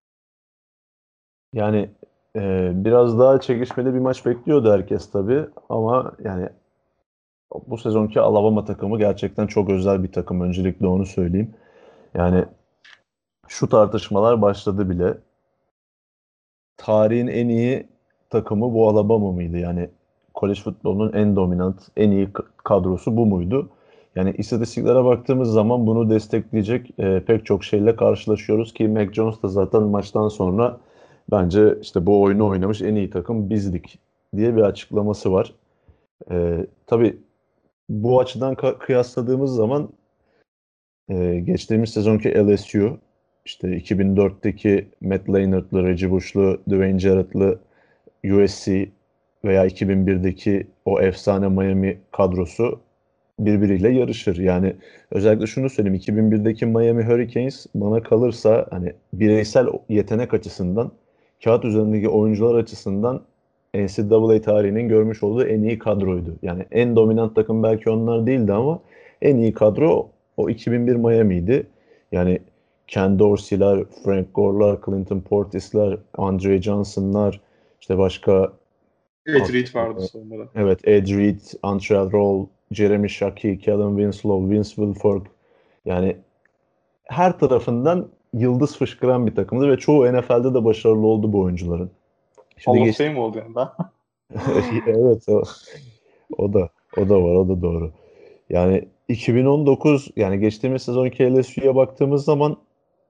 Yani e, biraz daha çekişmeli bir maç bekliyordu herkes tabii ama yani bu sezonki Alabama takımı gerçekten çok özel bir takım. Öncelikle onu söyleyeyim. Yani şu tartışmalar başladı bile. Tarihin en iyi takımı bu Alabama mıydı? Yani kolej futbolunun en dominant, en iyi k- kadrosu bu muydu? Yani istatistiklere baktığımız zaman bunu destekleyecek e, pek çok şeyle karşılaşıyoruz ki Mac Jones da zaten maçtan sonra bence işte bu oyunu oynamış en iyi takım bizdik diye bir açıklaması var. E, tabii bu açıdan ka- kıyasladığımız zaman e, geçtiğimiz sezonki L S U, işte iki bin dörtteki Matt Leinart'lı, Reggie Bush'lu, Dwayne Jarrett'lı U S C veya iki bin birdeki o efsane Miami kadrosu birbiriyle yarışır. Yani özellikle şunu söyleyeyim. iki bin birdeki Miami Hurricanes bana kalırsa hani bireysel yetenek açısından, kağıt üzerindeki oyuncular açısından N C A A tarihinin görmüş olduğu en iyi kadroydu. Yani en dominant takım belki onlar değildi ama en iyi kadro o iki bin bir Miami'ydi. Yani Ken Dorsey'ler, Frank Gore'lar, Clinton Portis'ler, Andre Johnson'lar, işte başka Evet, Reed vardı aklıma- savunmada. evet, Ed Reed, Antrell Roll, Jeremy Shockey, Kellen Winslow, Vince Wilfork. Yani her tarafından yıldız fışkıran bir takımdı ve çoğu N F L'de de başarılı oldu bu oyuncuların. Hall Şimdi of geçti. Fame oldu yani da. Evet, o, o da o da var, o da doğru. Yani iki bin on dokuz, yani geçtiğimiz sezonki L S U'ya baktığımız zaman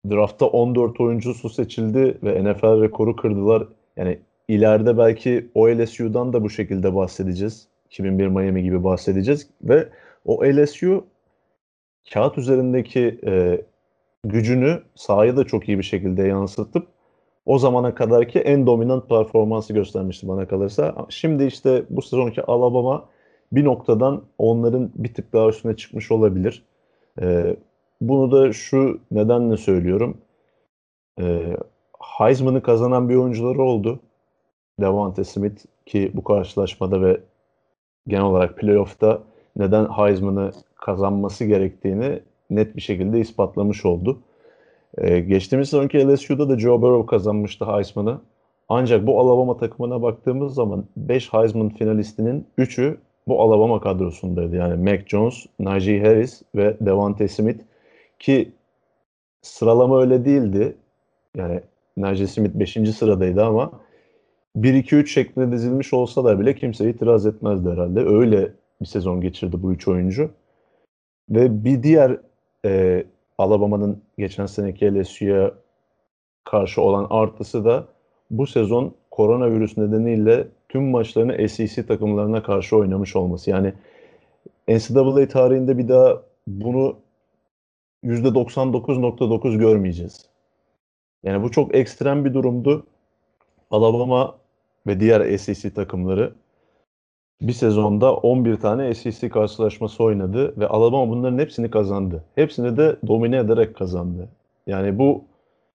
draftta on dört oyuncusu seçildi ve N F L rekoru kırdılar. Yani ileride belki o L S U'dan da bu şekilde bahsedeceğiz. iki bin bir Miami gibi bahsedeceğiz ve o L S U kağıt üzerindeki e, gücünü sahaya da çok iyi bir şekilde yansıtıp o zamana kadarki en dominant performansı göstermişti bana kalırsa. Şimdi işte bu sezonki Alabama bir noktadan onların bir tık daha üstüne çıkmış olabilir. Ee, bunu da şu nedenle söylüyorum. Ee, Heisman'ı kazanan bir oyuncuları oldu. Devonta Smith ki bu karşılaşmada ve genel olarak playoff'ta neden Heisman'ı kazanması gerektiğini net bir şekilde ispatlamış oldu. Ee, geçtiğimiz sezonki L S U'da da Joe Burrow kazanmıştı Heisman'ı. Ancak bu Alabama takımına baktığımız zaman beş Heisman finalistinin üçü bu Alabama kadrosundaydı. Yani Mac Jones, Najee Harris ve Devonta Smith ki sıralama öyle değildi. Yani Najee Smith beşinci sıradaydı ama bir iki üç şeklinde dizilmiş olsa da bile kimse itiraz etmezdi herhalde. Öyle bir sezon geçirdi bu üç oyuncu. Ve bir diğer e, Alabama'nın geçen seneki L S U'ya karşı olan artısı da bu sezon koronavirüs nedeniyle tüm maçlarını S E C takımlarına karşı oynamış olması. Yani N C A A tarihinde bir daha bunu yüzde doksan dokuz nokta dokuz görmeyeceğiz. Yani bu çok ekstrem bir durumdu. Alabama ve diğer S E C takımları bir sezonda on bir tane S E C karşılaşması oynadı ve Alabama bunların hepsini kazandı. Hepsini de domine ederek kazandı. Yani bu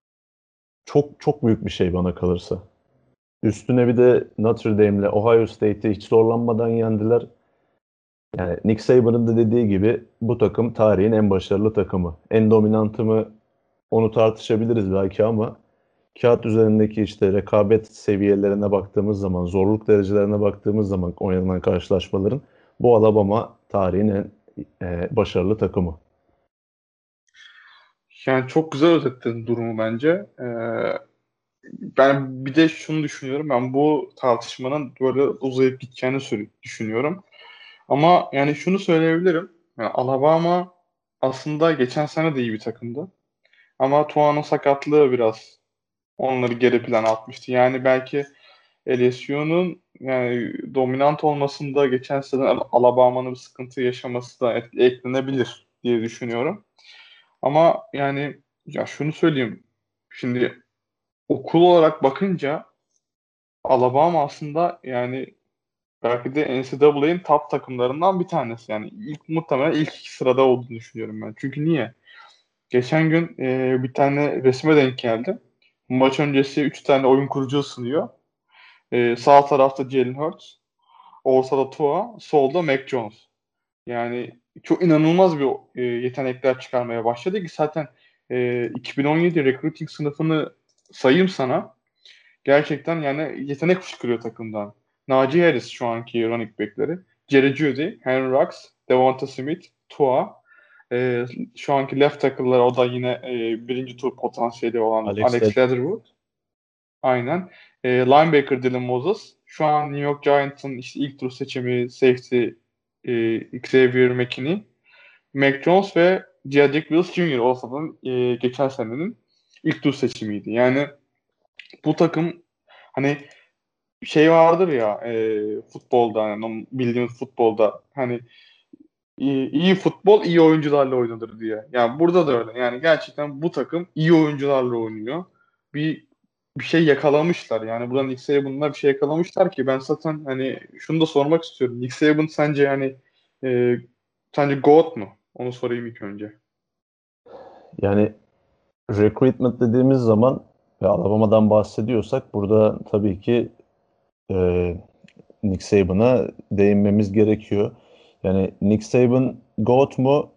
çok çok büyük bir şey bana kalırsa. Üstüne bir de Notre Dame'le Ohio State'i hiç zorlanmadan yendiler. Yani Nick Saban'ın da dediği gibi bu takım tarihin en başarılı takımı. En dominantı mı onu tartışabiliriz belki ama kağıt üzerindeki işte rekabet seviyelerine baktığımız zaman, zorluk derecelerine baktığımız zaman oynanan karşılaşmaların bu Alabama tarihin en e, başarılı takımı. Yani çok güzel özetledin durumu bence. Ee, ben bir de şunu düşünüyorum. Ben bu tartışmanın böyle uzayıp gideceğini sü- düşünüyorum. Ama yani şunu söyleyebilirim. Yani Alabama aslında geçen sene de iyi bir takımdı. Ama Tua'nın sakatlığı biraz onları geri plana atmıştı. Yani belki L S U'nun yani dominant olmasında geçen sene Alabama'nın bir sıkıntı yaşaması da et- eklenebilir diye düşünüyorum. Ama yani ya şunu söyleyeyim. Şimdi okul olarak bakınca Alabama aslında yani belki de N C A A'nin top takımlarından bir tanesi. Yani ilk muhtemelen ilk iki sırada olduğunu düşünüyorum ben. Çünkü niye? Geçen gün e, bir tane resme denk geldi. Maç öncesi üç tane oyun kurucu ısınıyor. E, sağ tarafta Jalen Hurts, ortada Tua, solda Mac Jones. Yani çok inanılmaz bir e, yetenekler çıkarmaya başladı ki zaten e, iki bin on yedi recruiting sınıfını sayayım sana. Gerçekten yani yetenek fışkırıyor takımdan. Najee Harris şu anki running back'leri. Jerry Jeudy, Henry Ruggs, Devonta Smith, Tua. E, şu anki left tackle'lar o da yine e, birinci tur potansiyeli olan Alex Alex Leatherwood. Aynen. E, linebacker Dylan Moses. Şu an New York Giants'ın işte ilk tur seçimi safety e, Xavier McKinney. Mac Jones ve Jedrick Wills Junior olsa da e, geçen senenin ilk tur seçimiydi. Yani bu takım hani şey vardır ya e, futbolda hani bildiğimiz futbolda hani iyi, iyi futbol iyi oyuncularla oynanır diye. Yani burada da öyle. Yani gerçekten bu takım iyi oyuncularla oynuyor. Bir bir şey yakalamışlar. Yani buradan Nick Saban'la bir şey yakalamışlar ki ben zaten hani şunu da sormak istiyorum. Nick Saban sence yani e, sence GOAT mu? Onu sorayım ilk önce. Yani recruitment dediğimiz zaman ve Alabama'dan bahsediyorsak burada tabii ki e, Nick Saban'a değinmemiz gerekiyor. Yani Nick Saban GOAT mu?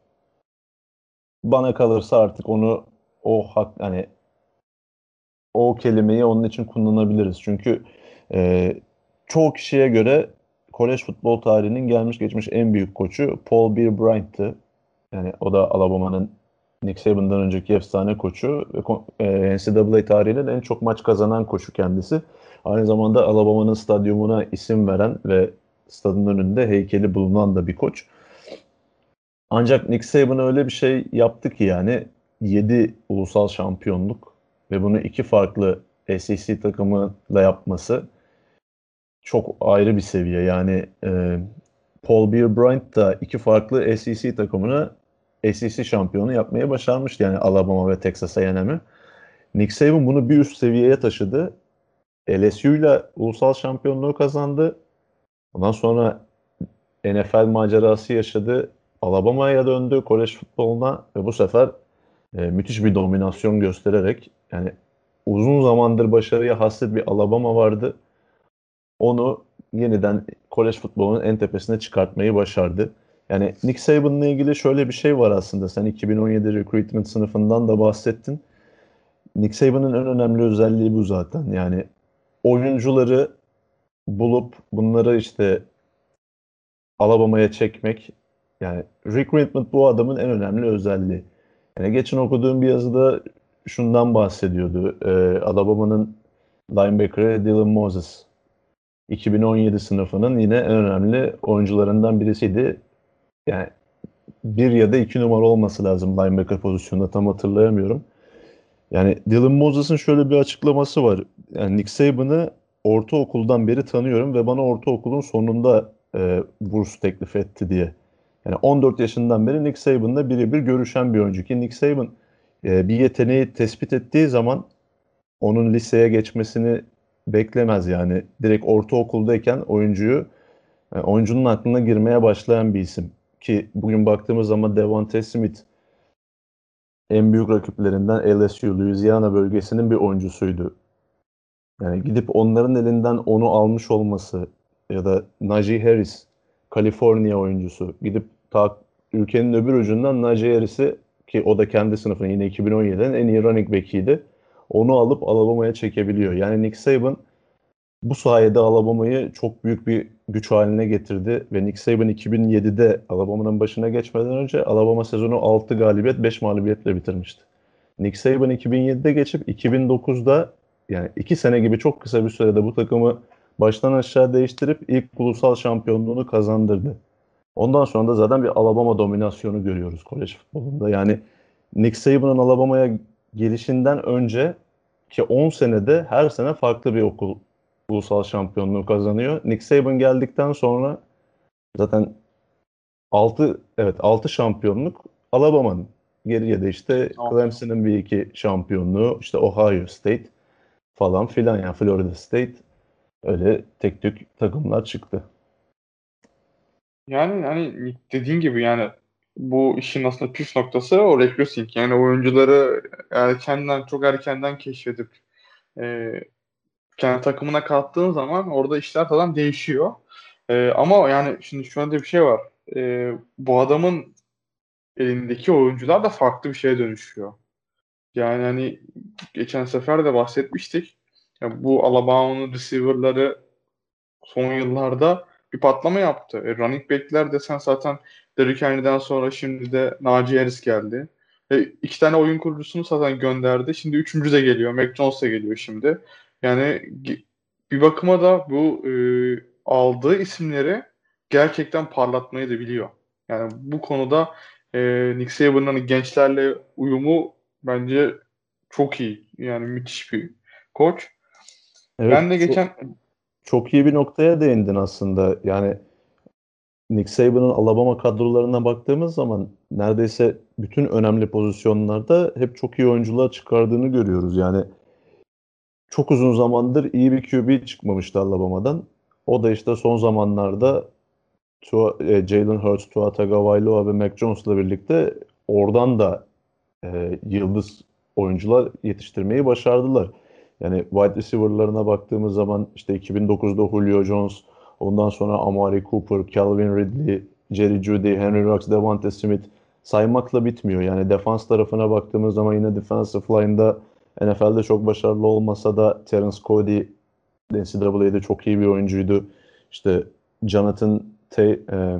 Bana kalırsa artık onu o hak hani o kelimeyi onun için kullanabiliriz. Çünkü e, çoğu kişiye göre kolej futbol tarihinin gelmiş geçmiş en büyük koçu Paul B. Bryant'tı. Yani o da Alabama'nın Nick Saban'dan önceki efsane koçu ve ko- e, N C A A tarihinin en çok maç kazanan koçu kendisi. Aynı zamanda Alabama'nın stadyumuna isim veren ve stadın önünde heykeli bulunan da bir koç. Ancak Nick Saban öyle bir şey yaptı ki yani yedi ulusal şampiyonluk ve bunu iki farklı S E C takımıyla yapması çok ayrı bir seviye. Yani e, Paul Bear Bryant da iki farklı S E C takımını S E C şampiyonu yapmaya başarmıştı. Yani Alabama ve Texas A and M'i. Nick Saban bunu bir üst seviyeye taşıdı. L S U'yla ulusal şampiyonluğu kazandı. Ondan sonra N F L macerası yaşadı. Alabama'ya döndü kolej futboluna ve bu sefer e, müthiş bir dominasyon göstererek, yani uzun zamandır başarıya hasret bir Alabama vardı. Onu yeniden kolej futbolunun en tepesine çıkartmayı başardı. Yani Nick Saban'la ilgili şöyle bir şey var aslında. Sen iki bin on yedi recruitment sınıfından da bahsettin. Nick Saban'ın en önemli özelliği bu zaten. Yani oyuncuları bulup bunları işte Alabama'ya çekmek. Yani recruitment bu adamın en önemli özelliği. Yani geçen okuduğum bir yazıda şundan bahsediyordu. Ee, Alabama'nın linebacker'ı Dylan Moses. iki bin on yedi sınıfının yine en önemli oyuncularından birisiydi. Yani bir ya da iki numara olması lazım linebacker pozisyonunda, tam hatırlayamıyorum. Yani Dylan Moses'ın şöyle bir açıklaması var. Yani Nick Saban'ı ortaokuldan beri tanıyorum ve bana ortaokulun sonunda e, burs teklif etti diye. Yani on dört yaşından beri Nick Saban'la birebir görüşen bir oyuncu ki Nick Saban e, bir yeteneği tespit ettiği zaman onun liseye geçmesini beklemez yani. Direkt ortaokuldayken oyuncuyu, yani oyuncunun aklına girmeye başlayan bir isim. Ki bugün baktığımız zaman Devontae Smith en büyük rakiplerinden L S U, Louisiana bölgesinin bir oyuncusuydu. Yani gidip onların elinden onu almış olması ya da Najee Harris, Kaliforniya oyuncusu, gidip ta ülkenin öbür ucundan Najee Harris'i, ki o da kendi sınıfının yine iki bin on yedinin en iyi running back'iydi. Onu alıp Alabama'ya çekebiliyor. Yani Nick Saban bu sayede Alabama'yı çok büyük bir güç haline getirdi ve Nick Saban iki bin yedide Alabama'nın başına geçmeden önce Alabama sezonu altı galibiyet beş mağlubiyetle bitirmişti. Nick Saban iki bin yedide geçip iki bin dokuzda, yani iki sene gibi çok kısa bir sürede bu takımı baştan aşağı değiştirip ilk ulusal şampiyonluğunu kazandırdı. Ondan sonra da zaten bir Alabama dominasyonu görüyoruz kolej futbolunda. Yani Nick Saban'ın Alabama'ya gelişinden önce ki on senede her sene farklı bir okul ulusal şampiyonluğu kazanıyor. Nick Saban geldikten sonra zaten altı, evet, altı şampiyonluk Alabama'nın. Geriye de işte Altı. Clemson'ın bir iki şampiyonluğu, işte Ohio State falan filan, yani Florida State, öyle tek tük takımlar çıktı. Yani hani dediğin gibi yani bu işin aslında püf noktası o recruiting. Yani oyuncuları erkenden çok erkenden keşfedip e, kendi takımına kattığın zaman orada işler falan değişiyor. E, ama yani şimdi şöyle bir şey var. E, bu adamın elindeki oyuncular da farklı bir şeye dönüşüyor. Yani hani geçen sefer de bahsetmiştik. Ya bu Alabama'nın receiver'ları son yıllarda bir patlama yaptı. E, running back'ler desen zaten Derrick Henry'den sonra şimdi de Najee Harris geldi. E, iki tane oyun kurucusunu zaten gönderdi. Şimdi üçüncü de geliyor. Mac Jones da geliyor şimdi. Yani ge- bir bakıma da bu e, aldığı isimleri gerçekten parlatmayı da biliyor. Yani bu konuda e, Nick Saban'ın hani gençlerle uyumu bence çok iyi. Yani müthiş bir koç. Evet, Ben de çok, geçen çok iyi bir noktaya değindin aslında. Yani Nick Saban'ın Alabama kadrolarına baktığımız zaman neredeyse bütün önemli pozisyonlarda hep çok iyi oyuncular çıkardığını görüyoruz. Yani çok uzun zamandır iyi bir Q B çıkmamıştı Alabama'dan. O da işte son zamanlarda Tua, e, Jalen Hurts, Tua Tagovailoa ve Mac Jones'la birlikte oradan da e, yıldız oyuncular yetiştirmeyi başardılar. Yani wide receiver'larına baktığımız zaman işte iki bin dokuzda Julio Jones, ondan sonra Amari Cooper, Calvin Ridley, Jerry Jeudy, Henry Ruggs, Devonta Smith saymakla bitmiyor. Yani defans tarafına baktığımız zaman yine defensive line'da N F L'de çok başarılı olmasa da Terence Cody N C A A'de çok iyi bir oyuncuydu. İşte Jonathan Tay, e,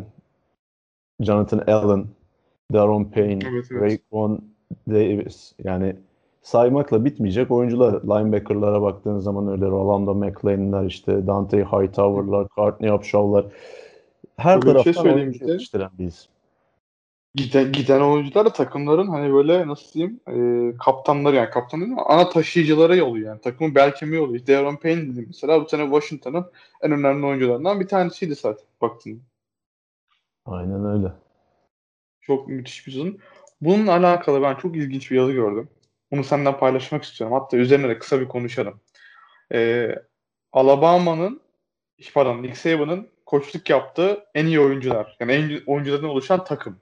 Jonathan Allen, Daron Payne, evet, evet. Raekwon Davis, yani saymakla bitmeyecek oyuncular. Linebacker'lara baktığın zaman öyle Rolando McClain'ler, işte Dante Hightower'lar, Courtney Upshaw'lar, her Şöyle bir şey taraftan söyleyeyim bir oyuncu de. yetiştiren bir isim. Giden, giden oyuncular da takımların hani böyle nasıl diyeyim e, kaptanları yani kaptan değil mi? Ana taşıyıcıları oluyor yani. Takımın bel kemiği oluyor. De'Aaron Payne dedi mesela bu sene Washington'ın en önemli oyuncularından bir tanesiydi zaten baktığında. Aynen öyle. Çok müthiş bir sezon. Bununla alakalı ben çok ilginç bir yazı gördüm. Bunu senden paylaşmak istiyorum. Hatta üzerine de kısa bir konuşalım. E, Alabama'nın pardon Nick Saban'ın koçluk yaptığı en iyi oyuncular. Yani en iyi oyunculardan oluşan takım.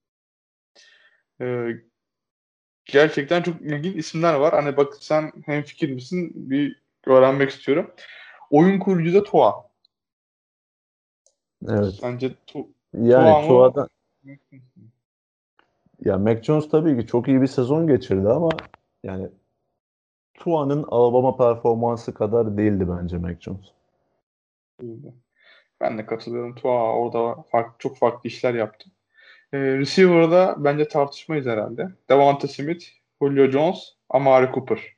E, Gerçekten çok ilginç isimler var. Hani bak sen hemfikir misin? Bir öğrenmek istiyorum. Oyun kurucu da Tua. Evet. Sence tu, Yani Tua mı? Tua'da ya Mac Jones tabii ki çok iyi bir sezon geçirdi ama yani Tua'nın Alabama performansı kadar değildi bence Mac Jones. Ben de katılıyorum. Tua orada farklı, çok farklı işler yaptı. Ee, receiver'da bence tartışmayız herhalde. Devonta Smith, Julio Jones, Amari Cooper.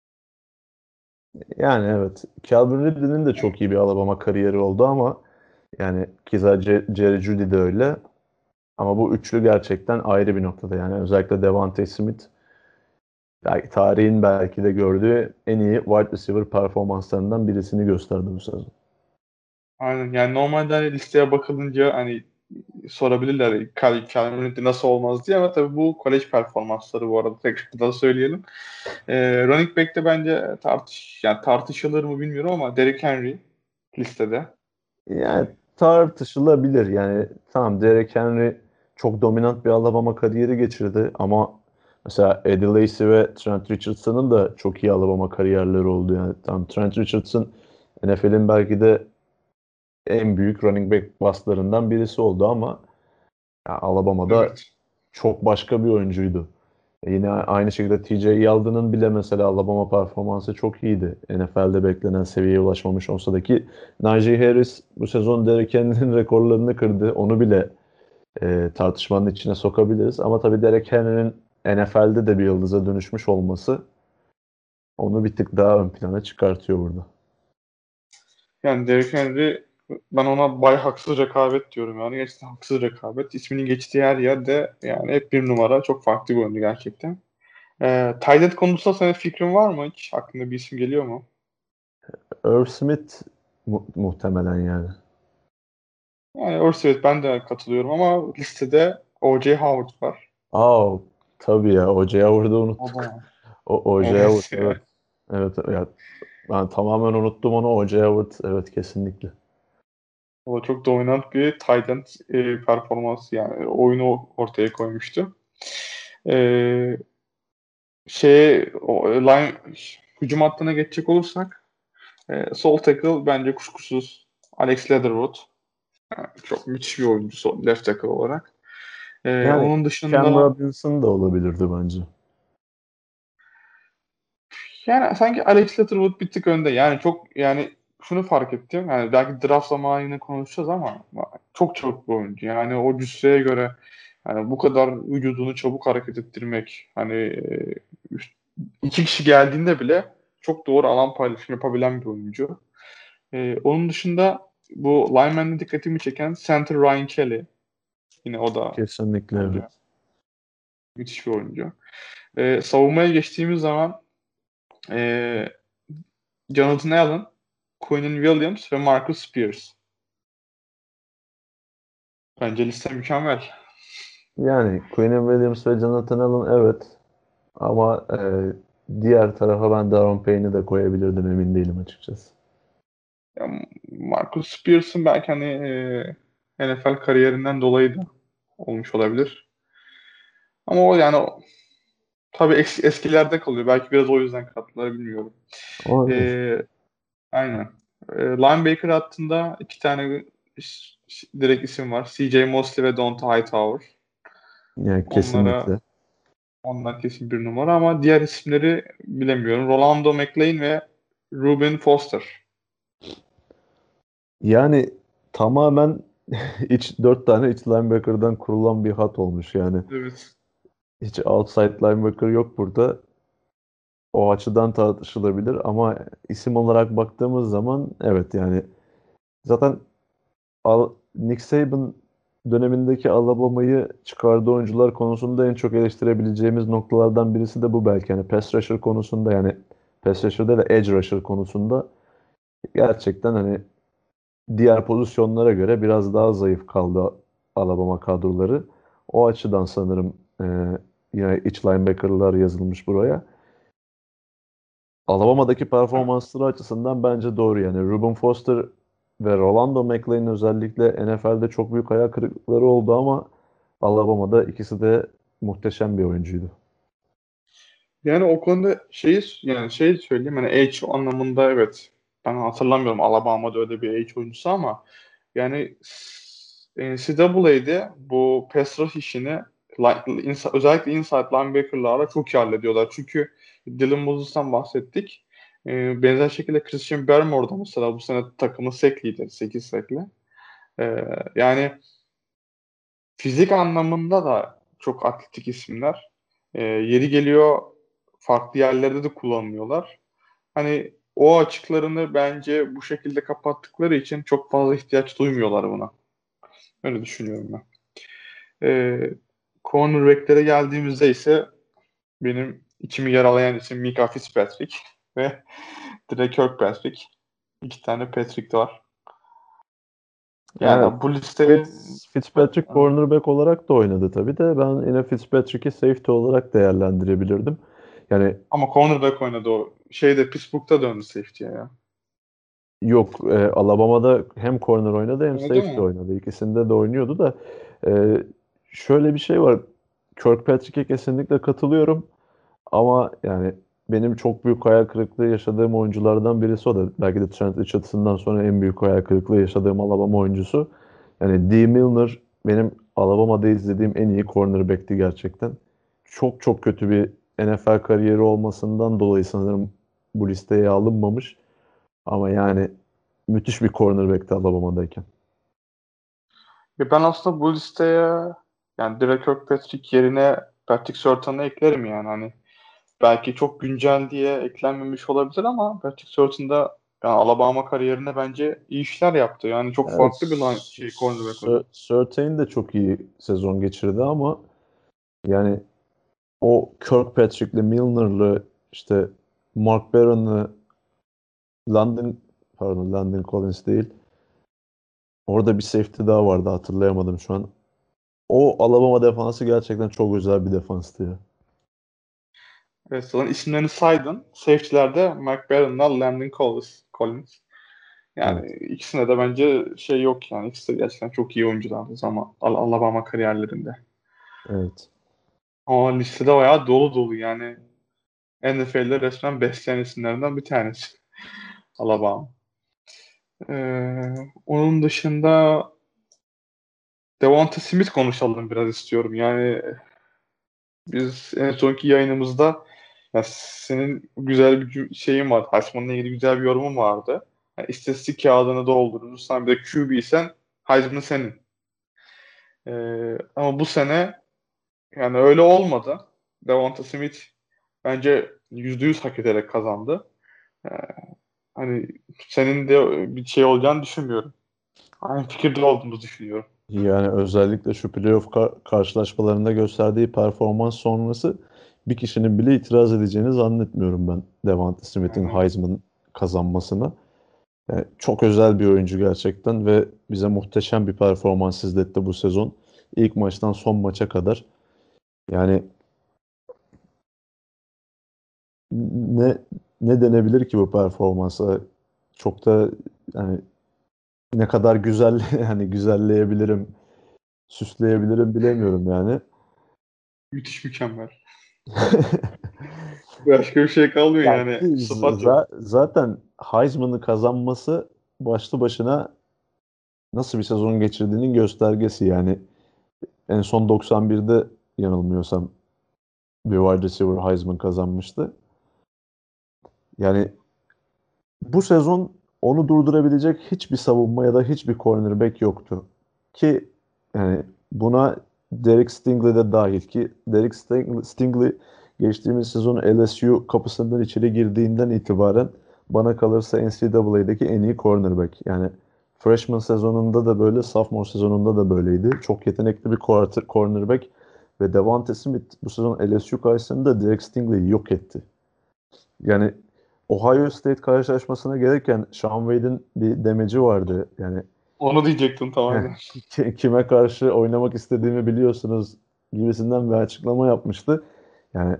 Yani evet. Calvin Ridley'nin de çok iyi bir Alabama kariyeri oldu ama yani keza C- Jerry Jeudy de öyle. Ama bu üçlü gerçekten ayrı bir noktada. Yani özellikle Devontae Smith belki tarihin belki de gördüğü en iyi wide receiver performanslarından birisini gösterdi bu sezon. Aynen yani normalde hani listeye bakılınca hani sorabilirler Cal Calvin Ridley nasıl olmaz diye ama tabii bu kolej performansları bu arada tek da söyleyelim. Ee, running back'te bence tartış yani tartışılır mı bilmiyorum ama Derrick Henry listede. Yani tartışılabilir. Yani tamam Derek Henry çok dominant bir Alabama kariyeri geçirdi ama mesela Eddie Lacy ve Trent Richardson'ın da çok iyi Alabama kariyerleri oldu. Yani tamam Trent Richardson N F L'in belki de en büyük running back baslarından birisi oldu ama ya Alabama'da Evet. çok başka bir oyuncuydu. E Yine aynı şekilde T J Yeldon'un bile mesela Alabama performansı çok iyiydi. N F L'de beklenen seviyeye ulaşmamış olsa da ki Najee Harris bu sezon Derrick Henry'nin rekorlarını kırdı. Onu bile e, tartışmanın içine sokabiliriz. Ama tabii Derrick Henry'nin N F L'de de bir yıldıza dönüşmüş olması onu bir tık daha ön plana çıkartıyor burada. Yani Derrick Henry ben ona bay haksız rekabet diyorum yani. Gerçekten haksız rekabet. İsminin geçtiği her yerde yani hep bir numara. Çok farklı bir oyuncu gerçekten. Ee, tight end konusunda senin fikrin var mı hiç? Aklında bir isim geliyor mu? Irv Smith mu- muhtemelen yani. Yani Örsevet ben de katılıyorum ama listede O J Howard var. Aa tabii ya O J Howard'ı O unuttuk. da. O O J Howard Evet. evet. Evet ya ben tamamen unuttum onu. O J Howard evet kesinlikle. O da çok dominant bir tight end e, performansı yani oyunu ortaya koymuştu. Ee, şeye o, line hücum hattına geçecek olursak e, sol tackle bence kuşkusuz Alex Leatherwood. Yani çok müthiş bir oyuncu sol, left tackle olarak. Ee, Yani onun Cam dışında Robinson da olabilirdi bence. yani sanki Alex Leatherwood bir tık önde. Yani çok yani şunu fark ettim. Yani belki draft zamanı yine konuşacağız ama çok çabuk bir oyuncu. Yani o cüsseye göre yani bu kadar vücudunu çabuk hareket ettirmek hani e, üst- iki kişi geldiğinde bile çok doğru alan paylaşımı yapabilen bir oyuncu. E, onun dışında bu lineman'de dikkatimi çeken center Ryan Kelly. Yine o da Kesinlikle bence evet. müthiş bir oyuncu. E, savunmaya geçtiğimiz zaman e, Jonathan Allen, Quinnen Williams ve Marcus Spears. Bence liste mükemmel. Yani Quinn Williams ve Jonathan Allen evet. Ama e, diğer tarafa ben Daron Payne'i de koyabilirdim emin değilim açıkçası. Ya, Marcus Spears'ın belki hani e, N F L kariyerinden dolayı da olmuş olabilir. Ama o yani o, tabii es- eskilerde kalıyor. Belki biraz o yüzden kattılar bilmiyorum. Olabilir. E, aynen. E, linebacker hattında iki tane iş- direkt isim var. C J Mosley ve Donta Hightower. Yani Onlara kesinlikle. onlar kesin bir numara ama diğer isimleri bilemiyorum. Rolando McClain ve Ruben Foster. Yani tamamen iç dört tane iç linebacker'dan kurulan bir hat olmuş yani. Evet. Hiç outside linebacker yok burada. O açıdan tartışılabilir ama isim olarak baktığımız zaman evet yani zaten Al- Nick Saban dönemindeki Alabama'yı çıkardığı oyuncular konusunda en çok eleştirebileceğimiz noktalardan birisi de bu belki. Yani pass rusher konusunda, yani pass rusher'da ve edge rusher konusunda gerçekten hani diğer pozisyonlara göre biraz daha zayıf kaldı Alabama kadroları. O açıdan sanırım e, yine iç linebacker'lar yazılmış buraya. Alabama'daki performansları açısından bence doğru yani. Reuben Foster ve Rolando McClain özellikle N F L'de çok büyük hayal kırıklıkları oldu ama Alabama'da ikisi de muhteşem bir oyuncuydu. Yani o konuda şeyi yani şey söyleyeyim hani Edge anlamında evet ben hatırlamıyorum Alabama'da öyle bir Edge oyuncusu ama yani N C A A'de bu pass rush işini li- insa- özellikle inside linebacker'larla çok iyi hallediyorlar. Çünkü Dylan Moses'tan bahsettik. Ee, benzer şekilde Christian Barmore da mesela bu sene takımın sack lideri sekiz sack'le. Ee, yani fizik anlamında da çok atletik isimler. Ee, yeri geliyor farklı yerlerde de kullanılıyorlar. Hani o açıklarını bence bu şekilde kapattıkları için çok fazla ihtiyaç duymuyorlar buna. Öyle düşünüyorum ben. Ee, cornerback'lere geldiğimizde ise benim içimi yaralayan isim Micah Fitzpatrick ve Dre Kirkpatrick. İki tane Patrick de var. Yani Yani bu listeye Fitz, Fitzpatrick cornerback olarak da oynadı tabii de ben yine Fitzpatrick'i safety olarak değerlendirebilirdim. Yani ama cornerback oynadı o. Şeyde Pittsburgh'ta döndü safety'ye ya. yok, e, Alabama'da hem corner oynadı hem Oynadı safety mı? oynadı. İkisinde de oynuyordu da e, şöyle bir şey var. Kirkpatrick'e kesinlikle katılıyorum ama yani benim çok büyük hayal kırıklığı yaşadığım oyunculardan birisi o da. Belki de Trent Richardson'dan sonra en büyük hayal kırıklığı yaşadığım Alabama oyuncusu. Yani Dee Milner benim Alabama'da izlediğim en iyi cornerback'ti gerçekten. Çok çok kötü bir N F L kariyeri olmasından dolayı sanırım bu listeye alınmamış. Ama yani müthiş bir cornerback'ti Alabama'dayken. Ya ben aslında bu listeye yani Dre Kirkpatrick yerine Patrick Surtain'ı eklerim yani hani belki çok güncel diye eklenmemiş olabilir ama Patrick Surtain da yani Alabama kariyerine bence iyi işler yaptı. Yani çok Evet, farklı bir line, şey, cornerback o Sur- da. Surtain de çok iyi sezon geçirdi ama yani o Kirkpatrick'li, Milner'lı, işte Mark Barron'lı, London pardon London Collins değil. Orada bir safety daha vardı, hatırlayamadım şu an. O Alabama defansı gerçekten çok özel bir defanstı ya. Evet, sana isimlerini saydın. Safety'lerde Mark Barron'la Landon Collins. Collins. Yani Evet. ikisine de bence şey yok yani. İkisi de gerçekten çok iyi oyunculardı ama Al- Alabama kariyerlerinde. Evet. Ama listede bayağı dolu dolu yani. N F L'de resmen besleyen isimlerinden bir tanesi. Alabama. Ee, onun dışında Devonta Smith konuşalım biraz istiyorum. Yani biz en sonki yayınımızda ya senin güzel bir cü- şeyin var. Heisman'la ilgili güzel bir yorumun vardı. Yani istatistik kağıdını doldurursan bir de Q B'sen Heisman senin. Ee, ama bu sene yani öyle olmadı. Devonta Smith bence yüzde yüz hak ederek kazandı. Ee, hani senin de bir şey olacağını düşünmüyorum. Aynı fikirde olduğumuzu düşünüyorum. Yani özellikle şu playoff ka- karşılaşmalarında gösterdiği performans sonrası bir kişinin bile itiraz edeceğini zannetmiyorum ben Devonta Smith'in Aynen. Heisman kazanmasına. Yani çok özel bir oyuncu gerçekten ve bize muhteşem bir performans izletti bu sezon. İlk maçtan son maça kadar. Yani ne ne denebilir ki bu performansa? Çok da yani ne kadar güzel yani güzelleyebilirim, süsleyebilirim bilemiyorum yani. Müthiş mükemmel. Başka bir şey kalmıyor Yani yani. ki Sıfat yok. za- zaten Heisman'ı kazanması başlı başına nasıl bir sezon geçirdiğinin göstergesi. Yani en son doksan birde yanılmıyorsam bir wide receiver Heisman kazanmıştı. Yani bu sezon onu durdurabilecek hiçbir savunma ya da hiçbir cornerback yoktu. Ki yani buna Derek Stingley de dahil ki Derek Sting- Stingley geçtiğimiz sezon L S U kapısından içeri girdiğinden itibaren bana kalırsa N C A A'deki en iyi cornerback. Yani freshman sezonunda da böyle, sophomore sezonunda da böyleydi. Çok yetenekli bir quarter, cornerback ve Devonta Smith bu sezon L S U karşısında Derek Stingley'i yok etti. Yani Ohio State karşılaşmasına gelirken Sean Wade'in bir demeci vardı. Yani Onu diyecektim tamamen. kime karşı oynamak istediğimi biliyorsunuz gibisinden bir açıklama yapmıştı. Yani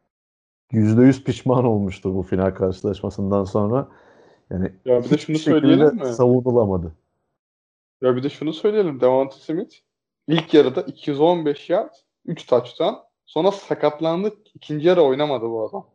yüzde yüz pişman olmuştur bu final karşılaşmasından sonra. Yani Ya bir de hiçbir şunu şekilde söyleyelim mi? savunulamadı. Ya bir de şunu söyleyelim. Devonta Smith ilk yarıda iki yüz on beş yard, üç touchdown. Sonra sakatlandı. İkinci yarı oynamadı bu adam.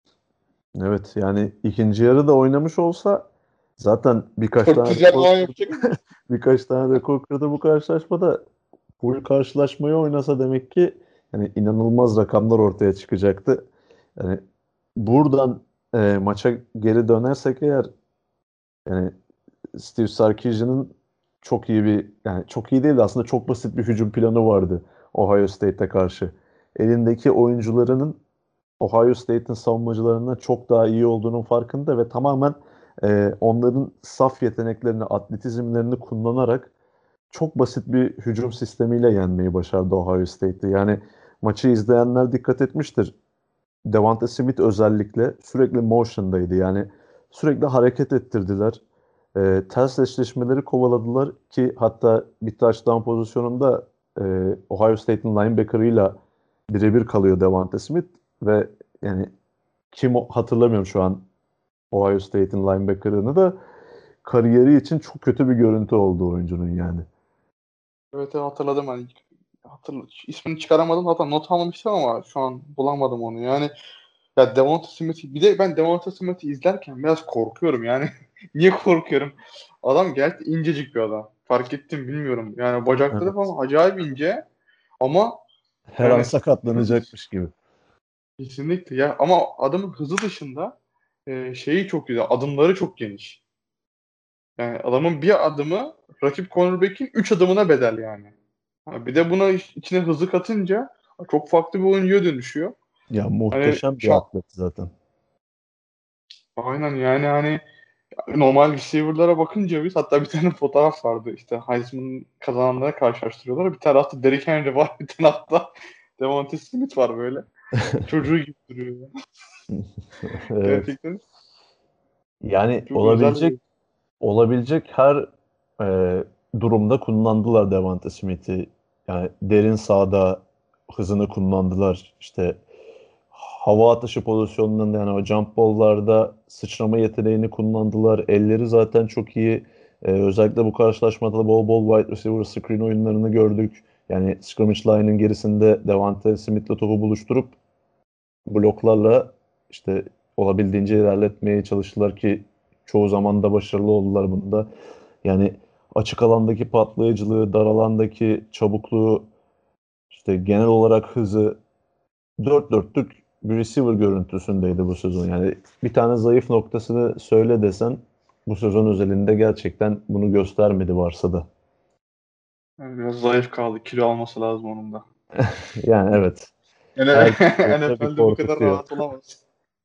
Evet, yani ikinci yarı da oynamış olsa zaten birkaç tane dört yüz yard rekor falan kırdı. yapacak mı? Birkaç tane rekor kırdı bu karşılaşmada. Full karşılaşmayı oynasa demek ki yani inanılmaz rakamlar ortaya çıkacaktı. Yani buradan e, maça geri dönersek eğer, yani Steve Sarkisian'ın çok iyi bir, yani çok iyi değil de aslında çok basit bir hücum planı vardı Ohio State'e karşı. Elindeki oyuncularının Ohio State'in savunmacılarından çok daha iyi olduğunun farkında ve tamamen e, onların saf yeteneklerini, atletizmlerini kullanarak çok basit bir hücum sistemiyle yenmeyi başardı Ohio State'ti. Yani maçı izleyenler dikkat etmiştir. Devonta Smith özellikle sürekli motion'daydı. Yani sürekli hareket ettirdiler. E, ters eşleşmeleri kovaladılar ki hatta bir touchdown pozisyonunda e, Ohio State'in linebacker'ıyla birebir kalıyor Devonta Smith ve yani kim o- hatırlamıyorum şu an Ohio State'in linebacker'ını da, kariyeri için çok kötü bir görüntü oldu oyuncunun yani. Evet, evet, hatırladım hani. Hatırla, ismini çıkaramadım. Hatta not almamıştım ama şu an bulamadım onu. Yani ya Devonta Smith'i bir de ben Devonta Smith'i izlerken biraz korkuyorum yani. Niye korkuyorum? Adam gerçekten incecik bir adam. Fark ettim bilmiyorum. Yani bacakları Evet. falan acayip ince ama Her an yani sakatlanacakmış gibi. kesinlikle ya, ama adamın hızı dışında e, şeyi çok güzel. Adımları çok geniş. Yani adamın bir adımı rakip cornerback'in üç adımına bedel yani. Ha, bir de buna iç- içine hızı katınca çok farklı bir oyuncuya dönüşüyor. Ya Hani muhteşem bir şa atlet zaten. aynen yani hani normal receiver'lara bakınca biz, hatta bir tane fotoğraf vardı işte Heisman kazananlara karşılaştırıyorlar. Bir tarafta Derrick Henry var, bir tarafta Devonta Smith var böyle. Çocuğu gibi duruyor ya. Evet. Gerçekten Yani çok özel olabilecek bir. olabilecek her e, durumda kullandılar Devonta Smith'i. Yani derin sahada hızını kullandılar. İşte hava atışı pozisyonlarında, yani o jump ball'larda sıçrama yeteneğini kullandılar. Elleri zaten çok iyi. E, özellikle bu karşılaşmada da bol bol wide receiver screen oyunlarını gördük. Yani scrimmage line'ın gerisinde Devonta Smith'le topu buluşturup bloklarla işte olabildiğince ilerletmeye çalıştılar ki çoğu zaman da başarılı oldular bunda. Yani açık alandaki patlayıcılığı, dar alandaki çabukluğu, işte genel olarak hızı, dört dörtlük bir receiver görüntüsündeydi bu sezon. Yani bir tane zayıf noktasını söyle desen bu sezon özelinde gerçekten bunu göstermedi varsa da. Yani biraz zayıf kaldı. Kilo alması lazım onun da. Yani evet. Yani Her kiloysa bir N F L'de bu kadar korkutuyor. rahat olamaz.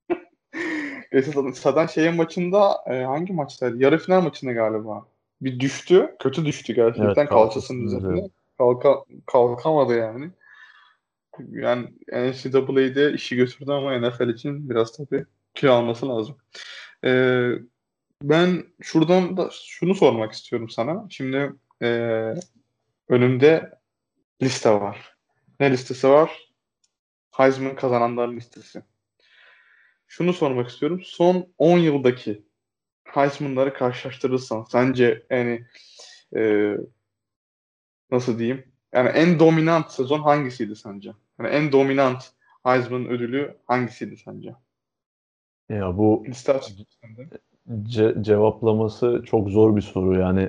Esas zaten şeyin maçında e, hangi maçtaydı? Yarı final maçında galiba. Bir düştü. Kötü düştü Evet, gerçekten kalçasının kalçasının üzerine. üzerine. Kalka, kalkamadı yani. Yani N C A A'de işi götürdü ama N F L için biraz tabii kilo alması lazım. Ee, Ben şuradan da şunu sormak istiyorum sana. Şimdi e, önümde liste var. Ne listesi var? Heisman kazananlar listesi. Şunu sormak istiyorum. Son on yıldaki Heisman'ları karşılaştırırsan sence yani e, nasıl diyeyim? Yani en dominant sezon hangisiydi sence? Yani en dominant Heisman ödülü hangisiydi sence? Ya bu Liste açık sende. ce- cevaplaması çok zor bir soru. Yani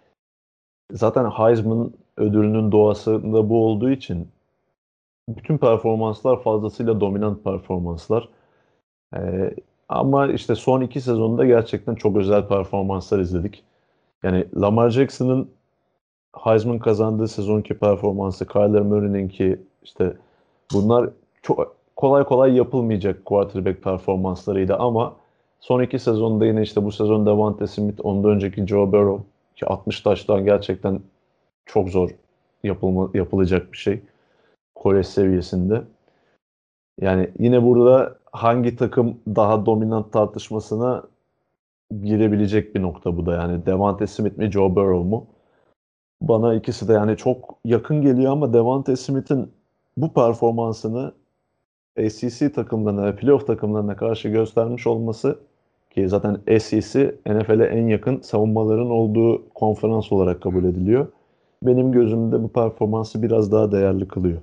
zaten Heisman ödülünün doğasında bu olduğu için bütün performanslar fazlasıyla dominant performanslar. Ee, Ama işte son iki sezonda gerçekten çok özel performanslar izledik. Yani Lamar Jackson'ın Heisman kazandığı sezonki performansı, Kyler Murray'ninki, işte bunlar çok kolay kolay yapılmayacak quarterback performanslarıydı ama son iki sezonda yine işte bu sezon Devonta Smith, ondan önceki Joe Burrow. Ki altmış taştan gerçekten çok zor yapılma, yapılacak bir şey. Kolej seviyesinde. Yani yine burada hangi takım daha dominant tartışmasına girebilecek bir nokta bu da. Yani Devonta Smith mi Joe Burrow mu? Bana ikisi de yani çok yakın geliyor ama Devonta Smith'in bu performansını A C C takımlarına ve playoff takımlarına karşı göstermiş olması ki zaten S E C N F L'e en yakın savunmaların olduğu konferans olarak kabul ediliyor. Benim gözümde bu performansı biraz daha değerli kılıyor.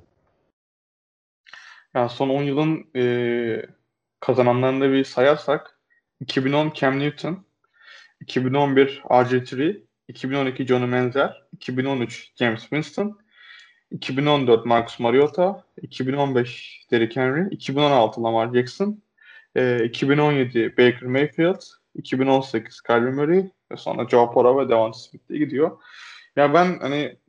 Yani son on yılın e, kazananlarını bir sayarsak iki bin on Cam Newton, iki bin on bir R G üç, iki bin on iki Johnny Manziel, iki bin on üç James Winston, iki bin on dört Marcus Mariota, iki bin on beş Derrick Henry, iki bin on altı Lamar Jackson, e, iki bin on yedi Baker Mayfield, iki bin on sekiz Kyler Murray ve sonra Joe Burrow ve Devonta Smith diye gidiyor. Ya ben hani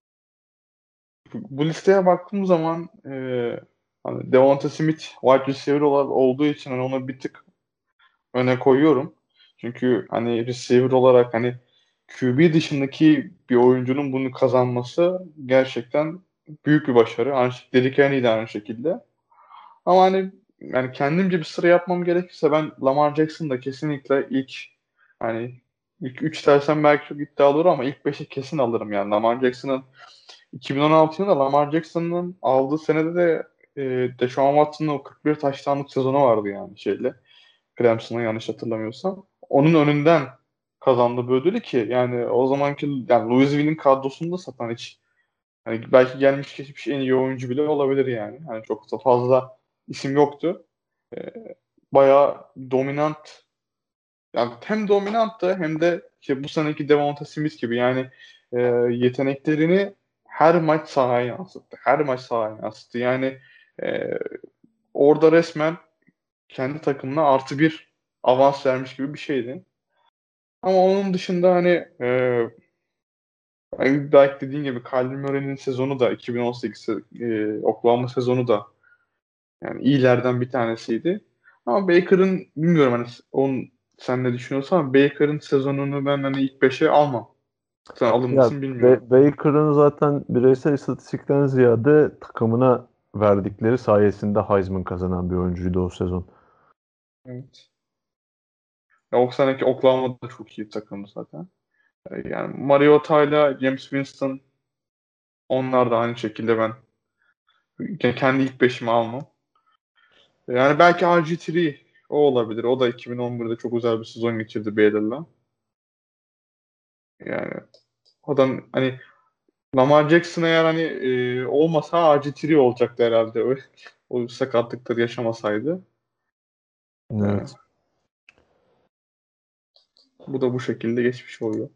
bu listeye baktığım zaman e, hani Devonta Smith wide receiver olarak olduğu için hani onu bir tık öne koyuyorum. Çünkü hani receiver olarak hani Q B dışındaki bir oyuncunun bunu kazanması gerçekten büyük bir başarı. Aynı şekilde Derrick Henry de aynı şekilde. Ama hani yani kendimce bir sıra yapmam gerekirse ben Lamar Jackson'da kesinlikle ilk hani ilk üç dersem belki çok iddialı olur ama ilk beşe kesin alırım yani. Lamar Jackson'ın iki bin on altı yılında Lamar Jackson'ın aldığı senede de e, Deshaun Watson'ın o kırk bir taştanlık sezonu vardı yani şeyle. Clemson'a yanlış hatırlamıyorsam. Onun önünden kazandı bu ödülü ki yani o zamanki yani Louisville'in kadrosunda satan hiç hani belki gelmiş geçmiş en iyi oyuncu bile olabilir yani. Yani çok da fazla isim yoktu. Ee, Bayağı dominant yani hem dominanttı hem de işte bu seneki Devonta Smith gibi yani e, yeteneklerini her maç sahaya yansıttı. Her maç sahaya yansıttı. Yani e, orada resmen kendi takımına artı bir avans vermiş gibi bir şeydi. Ama onun dışında hani e, hani belki dediğin gibi Kyler Murray'nin sezonu da iki bin on sekiz e, Oklahoma sezonu da yani iyilerden bir tanesiydi. Ama Baker'ın bilmiyorum hani onun sen ne düşünüyorsan ama Baker'ın sezonunu ben hani ilk beşe almam. Sen alır Ya mısın bilmiyorum. Ba- Baker'ın zaten bireysel istatistikten ziyade takımına verdikleri sayesinde Heisman kazanan bir oyuncuydu o sezon. Evet. Ya, o seneki Oklahoma da çok iyi bir takımdı zaten. E, Yani Mariota ile James Winston onlar da aynı şekilde ben kendi ilk beşime almam. Yani belki R G üç o olabilir. O da iki bin on birde çok güzel bir sezon geçirdi Baylor'la. Yani o da hani Lamar Jackson eğer hani e, olmasa R G üç olacaktı herhalde. O, o sakatlıkları yaşamasaydı. Yani Evet. bu da bu şekilde geçmiş oluyor.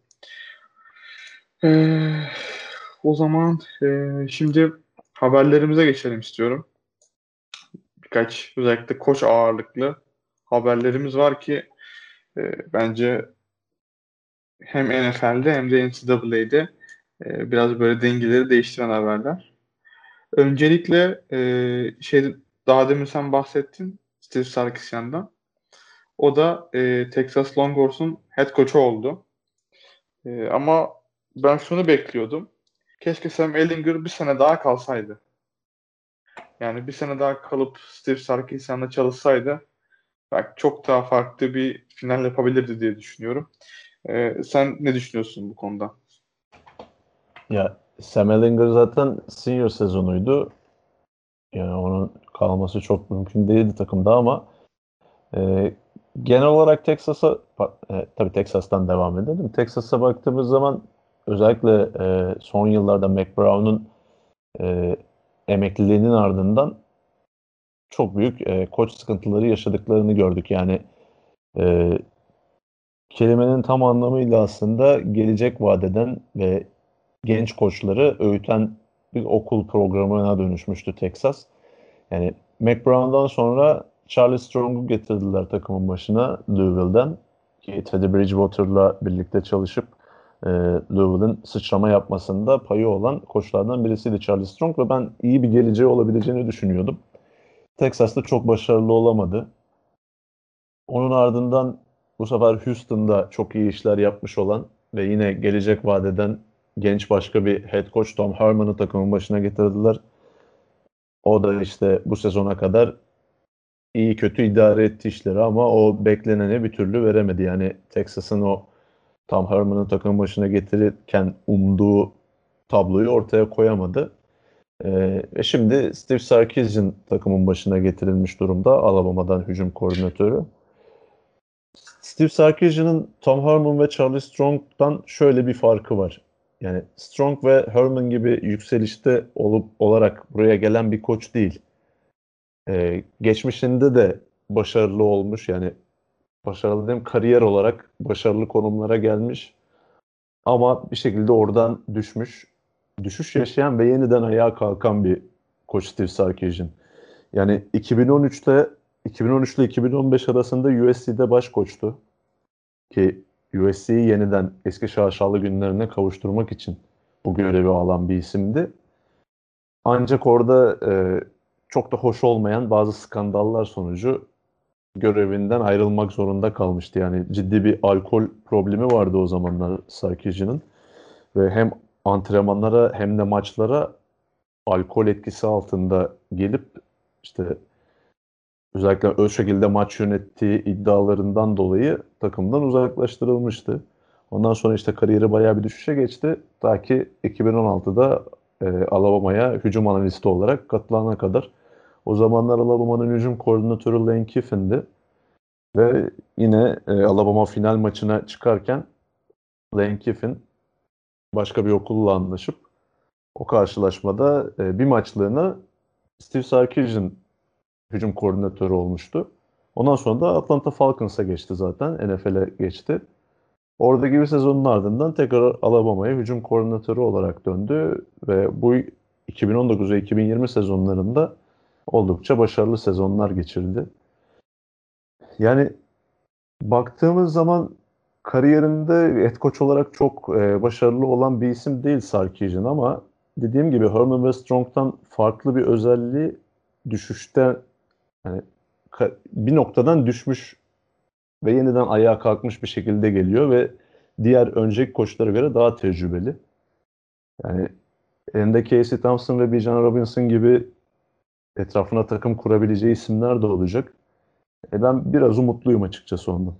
Ee, O zaman e, şimdi haberlerimize geçelim istiyorum. Birkaç özellikle koç ağırlıklı haberlerimiz var ki e, bence hem N F L'de hem de N C A A'de e, biraz böyle dengeleri değiştiren haberler. Öncelikle e, şey daha demin sen bahsettin Steve Sarkisian'dan. O da e, Texas Longhorns'un head coach'u oldu. E, ama ben şunu bekliyordum. Keşke Sam Ehlinger bir sene daha kalsaydı. Yani bir sene daha kalıp Steve Sarkisian'la çalışsaydı belki çok daha farklı bir final yapabilirdi diye düşünüyorum. E, sen ne düşünüyorsun bu konuda? Ya Sam Ehlinger zaten senior sezonuydu. Yani onun kalması çok mümkün değildi takımda ama e, genel olarak Texas'a pa- e, tabii Texas'tan devam edelim. Texas'a baktığımız zaman özellikle e, son yıllarda Mac Brown'un e, emekliliğinin ardından çok büyük e, koç sıkıntıları yaşadıklarını gördük. Yani e, kelimenin tam anlamıyla aslında gelecek vadeden ve genç koçları öğüten bir okul programına dönüşmüştü Texas. Yani Mac Brown'dan sonra Charlie Strong'u getirdiler takımın başına Louisville'den. Ki Teddy Bridgewater'la birlikte çalışıp e, Louisville'ın sıçrama yapmasında payı olan koçlardan birisiydi Charlie Strong ve ben iyi bir geleceği olabileceğini düşünüyordum. Texas'ta çok başarılı olamadı. Onun ardından bu sefer Houston'da çok iyi işler yapmış olan ve yine gelecek vadeden genç başka bir head coach Tom Herman'ı takımın başına getirdiler. O da işte bu sezona kadar iyi kötü idare etti işleri ama o bekleneni bir türlü veremedi. Yani Texas'ın o Tom Herman'ı takımın başına getirirken umduğu tabloyu ortaya koyamadı. Ee, ve şimdi Steve Sarkisian takımın başına getirilmiş durumda. Alabama'dan hücum koordinatörü. Steve Sarkisian'ın Tom Herman ve Charlie Strong'dan şöyle bir farkı var. Yani Strong ve Herman gibi yükselişte olup olarak buraya gelen bir koç değil. Ee, geçmişinde de başarılı olmuş, yani başarılı diyeyim, kariyer olarak başarılı konumlara gelmiş ama bir şekilde oradan düşmüş. Düşüş yaşayan ve yeniden ayağa kalkan bir koç Steve Sarkisian. Yani iki bin on üçte iki bin on üç ile iki bin on beş arasında U S C'de baş koçtu ki U S C'yi yeniden eski şaşalı günlerine kavuşturmak için bu görevi alan bir isimdi. Ancak orada e, çok da hoş olmayan bazı skandallar sonucu görevinden ayrılmak zorunda kalmıştı. Yani ciddi bir alkol problemi vardı o zamanlar Sarkisian'ın ve hem antrenmanlara hem de maçlara alkol etkisi altında gelip işte özellikle o şekilde maç yönettiği iddialarından dolayı takımdan uzaklaştırılmıştı. Ondan sonra işte kariyeri bayağı bir düşüşe geçti. Ta ki iki bin on altıda e, Alabama'ya hücum analisti olarak katılana kadar. O zamanlar Alabama'nın hücum koordinatörü Lane Kiffin'di. Ve yine e, Alabama final maçına çıkarken Lane Kiffin başka bir okulla anlaşıp o karşılaşmada e, bir maçlığına Steve Sarkisian hücum koordinatörü olmuştu. Ondan sonra da Atlanta Falcons'a geçti zaten. N F L'e geçti. Oradaki bir sezonun ardından tekrar Alabama'ya hücum koordinatörü olarak döndü ve bu iki bin on dokuz ve iki bin yirmi sezonlarında oldukça başarılı sezonlar geçirdi. Yani baktığımız zaman kariyerinde head coach olarak çok e, başarılı olan bir isim değil Sarkisian ama dediğim gibi Herman ve Strong'dan farklı bir özelliği düşüşte, yani ka- bir noktadan düşmüş ve yeniden ayağa kalkmış bir şekilde geliyor ve diğer önceki koçlara göre daha tecrübeli. Yani elinde Casey Thompson ve Bijan Robinson gibi etrafına takım kurabileceği isimler de olacak. E ben biraz umutluyum açıkçası ondan.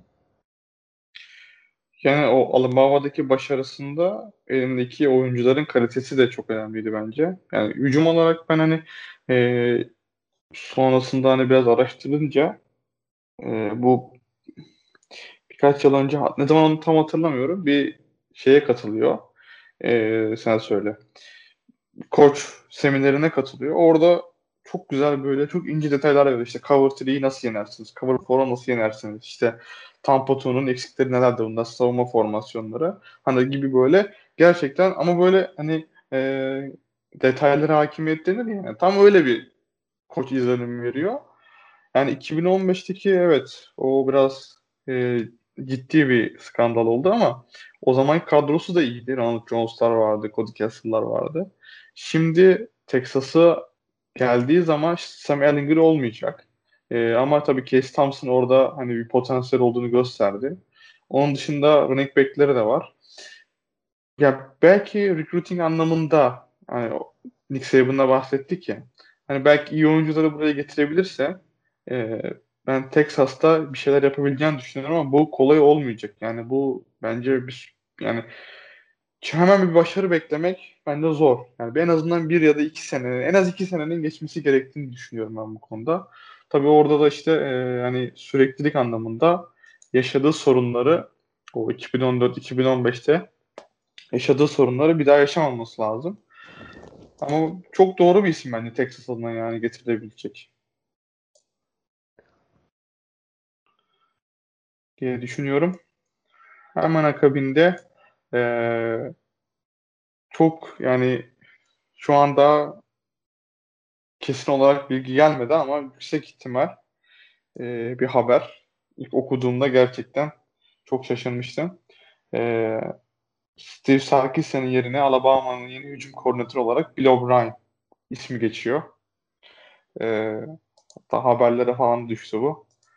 Yani o Alabama'daki başarısında elindeki oyuncuların kalitesi de çok önemliydi bence. Yani hücum olarak ben hani e, sonrasında hani biraz araştırınca e, bu birkaç yıl önce ne zaman onu tam hatırlamıyorum, bir şeye katılıyor. E, sen söyle. Koç seminerine katılıyor. Orada çok güzel böyle çok ince detaylar veriyor. İşte cover üç'yi nasıl yenersiniz? Cover four'u nasıl yenersiniz? İşte Tampa iki'nin eksikleri nelerdir? Bunlar savunma formasyonları. Hani gibi böyle gerçekten ama böyle hani e, detaylara hakimiyet denir ya. Yani tam öyle bir koç izlenimi veriyor. Yani iki bin on beşteki evet o biraz e, ciddi bir skandal oldu ama o zaman kadrosu da iyiydi. Ronald Jones'lar vardı, Cody Kessler'lar vardı. Şimdi Texas'a geldiği zaman Sam Ehlinger olmayacak. E, ama tabii Case Thompson orada hani bir potansiyel olduğunu gösterdi. Onun dışında running back'leri de var. Ya belki recruiting anlamında hani o Nick Saban'da bahsettik ya. Hani belki iyi oyuncuları buraya getirebilirse e, ben Texas'ta bir şeyler yapabileceğini düşünüyorum ama bu kolay olmayacak. Yani bu bence bir yani hemen bir başarı beklemek bence zor. Yani en azından bir ya da iki sene, en az iki senenin geçmesi gerektiğini düşünüyorum ben bu konuda. Tabii orada da işte e, hani süreklilik anlamında yaşadığı sorunları o iki bin on dört-iki bin on beşte yaşadığı sorunları bir daha yaşamaması lazım. Ama çok doğru bir isim bence Texas adına yani getirilebilecek diye düşünüyorum. Hemen akabinde eee, çok yani şu anda kesin olarak bilgi gelmedi ama yüksek ihtimal eee, bir haber. İlk okuduğumda gerçekten çok şaşırmıştım. Eee, Steve Sarkisian'ın yerine Alabama'nın yeni hücum koordinatörü olarak Bill O'Brien ismi geçiyor. Eee hatta haberlere falan düştü bu.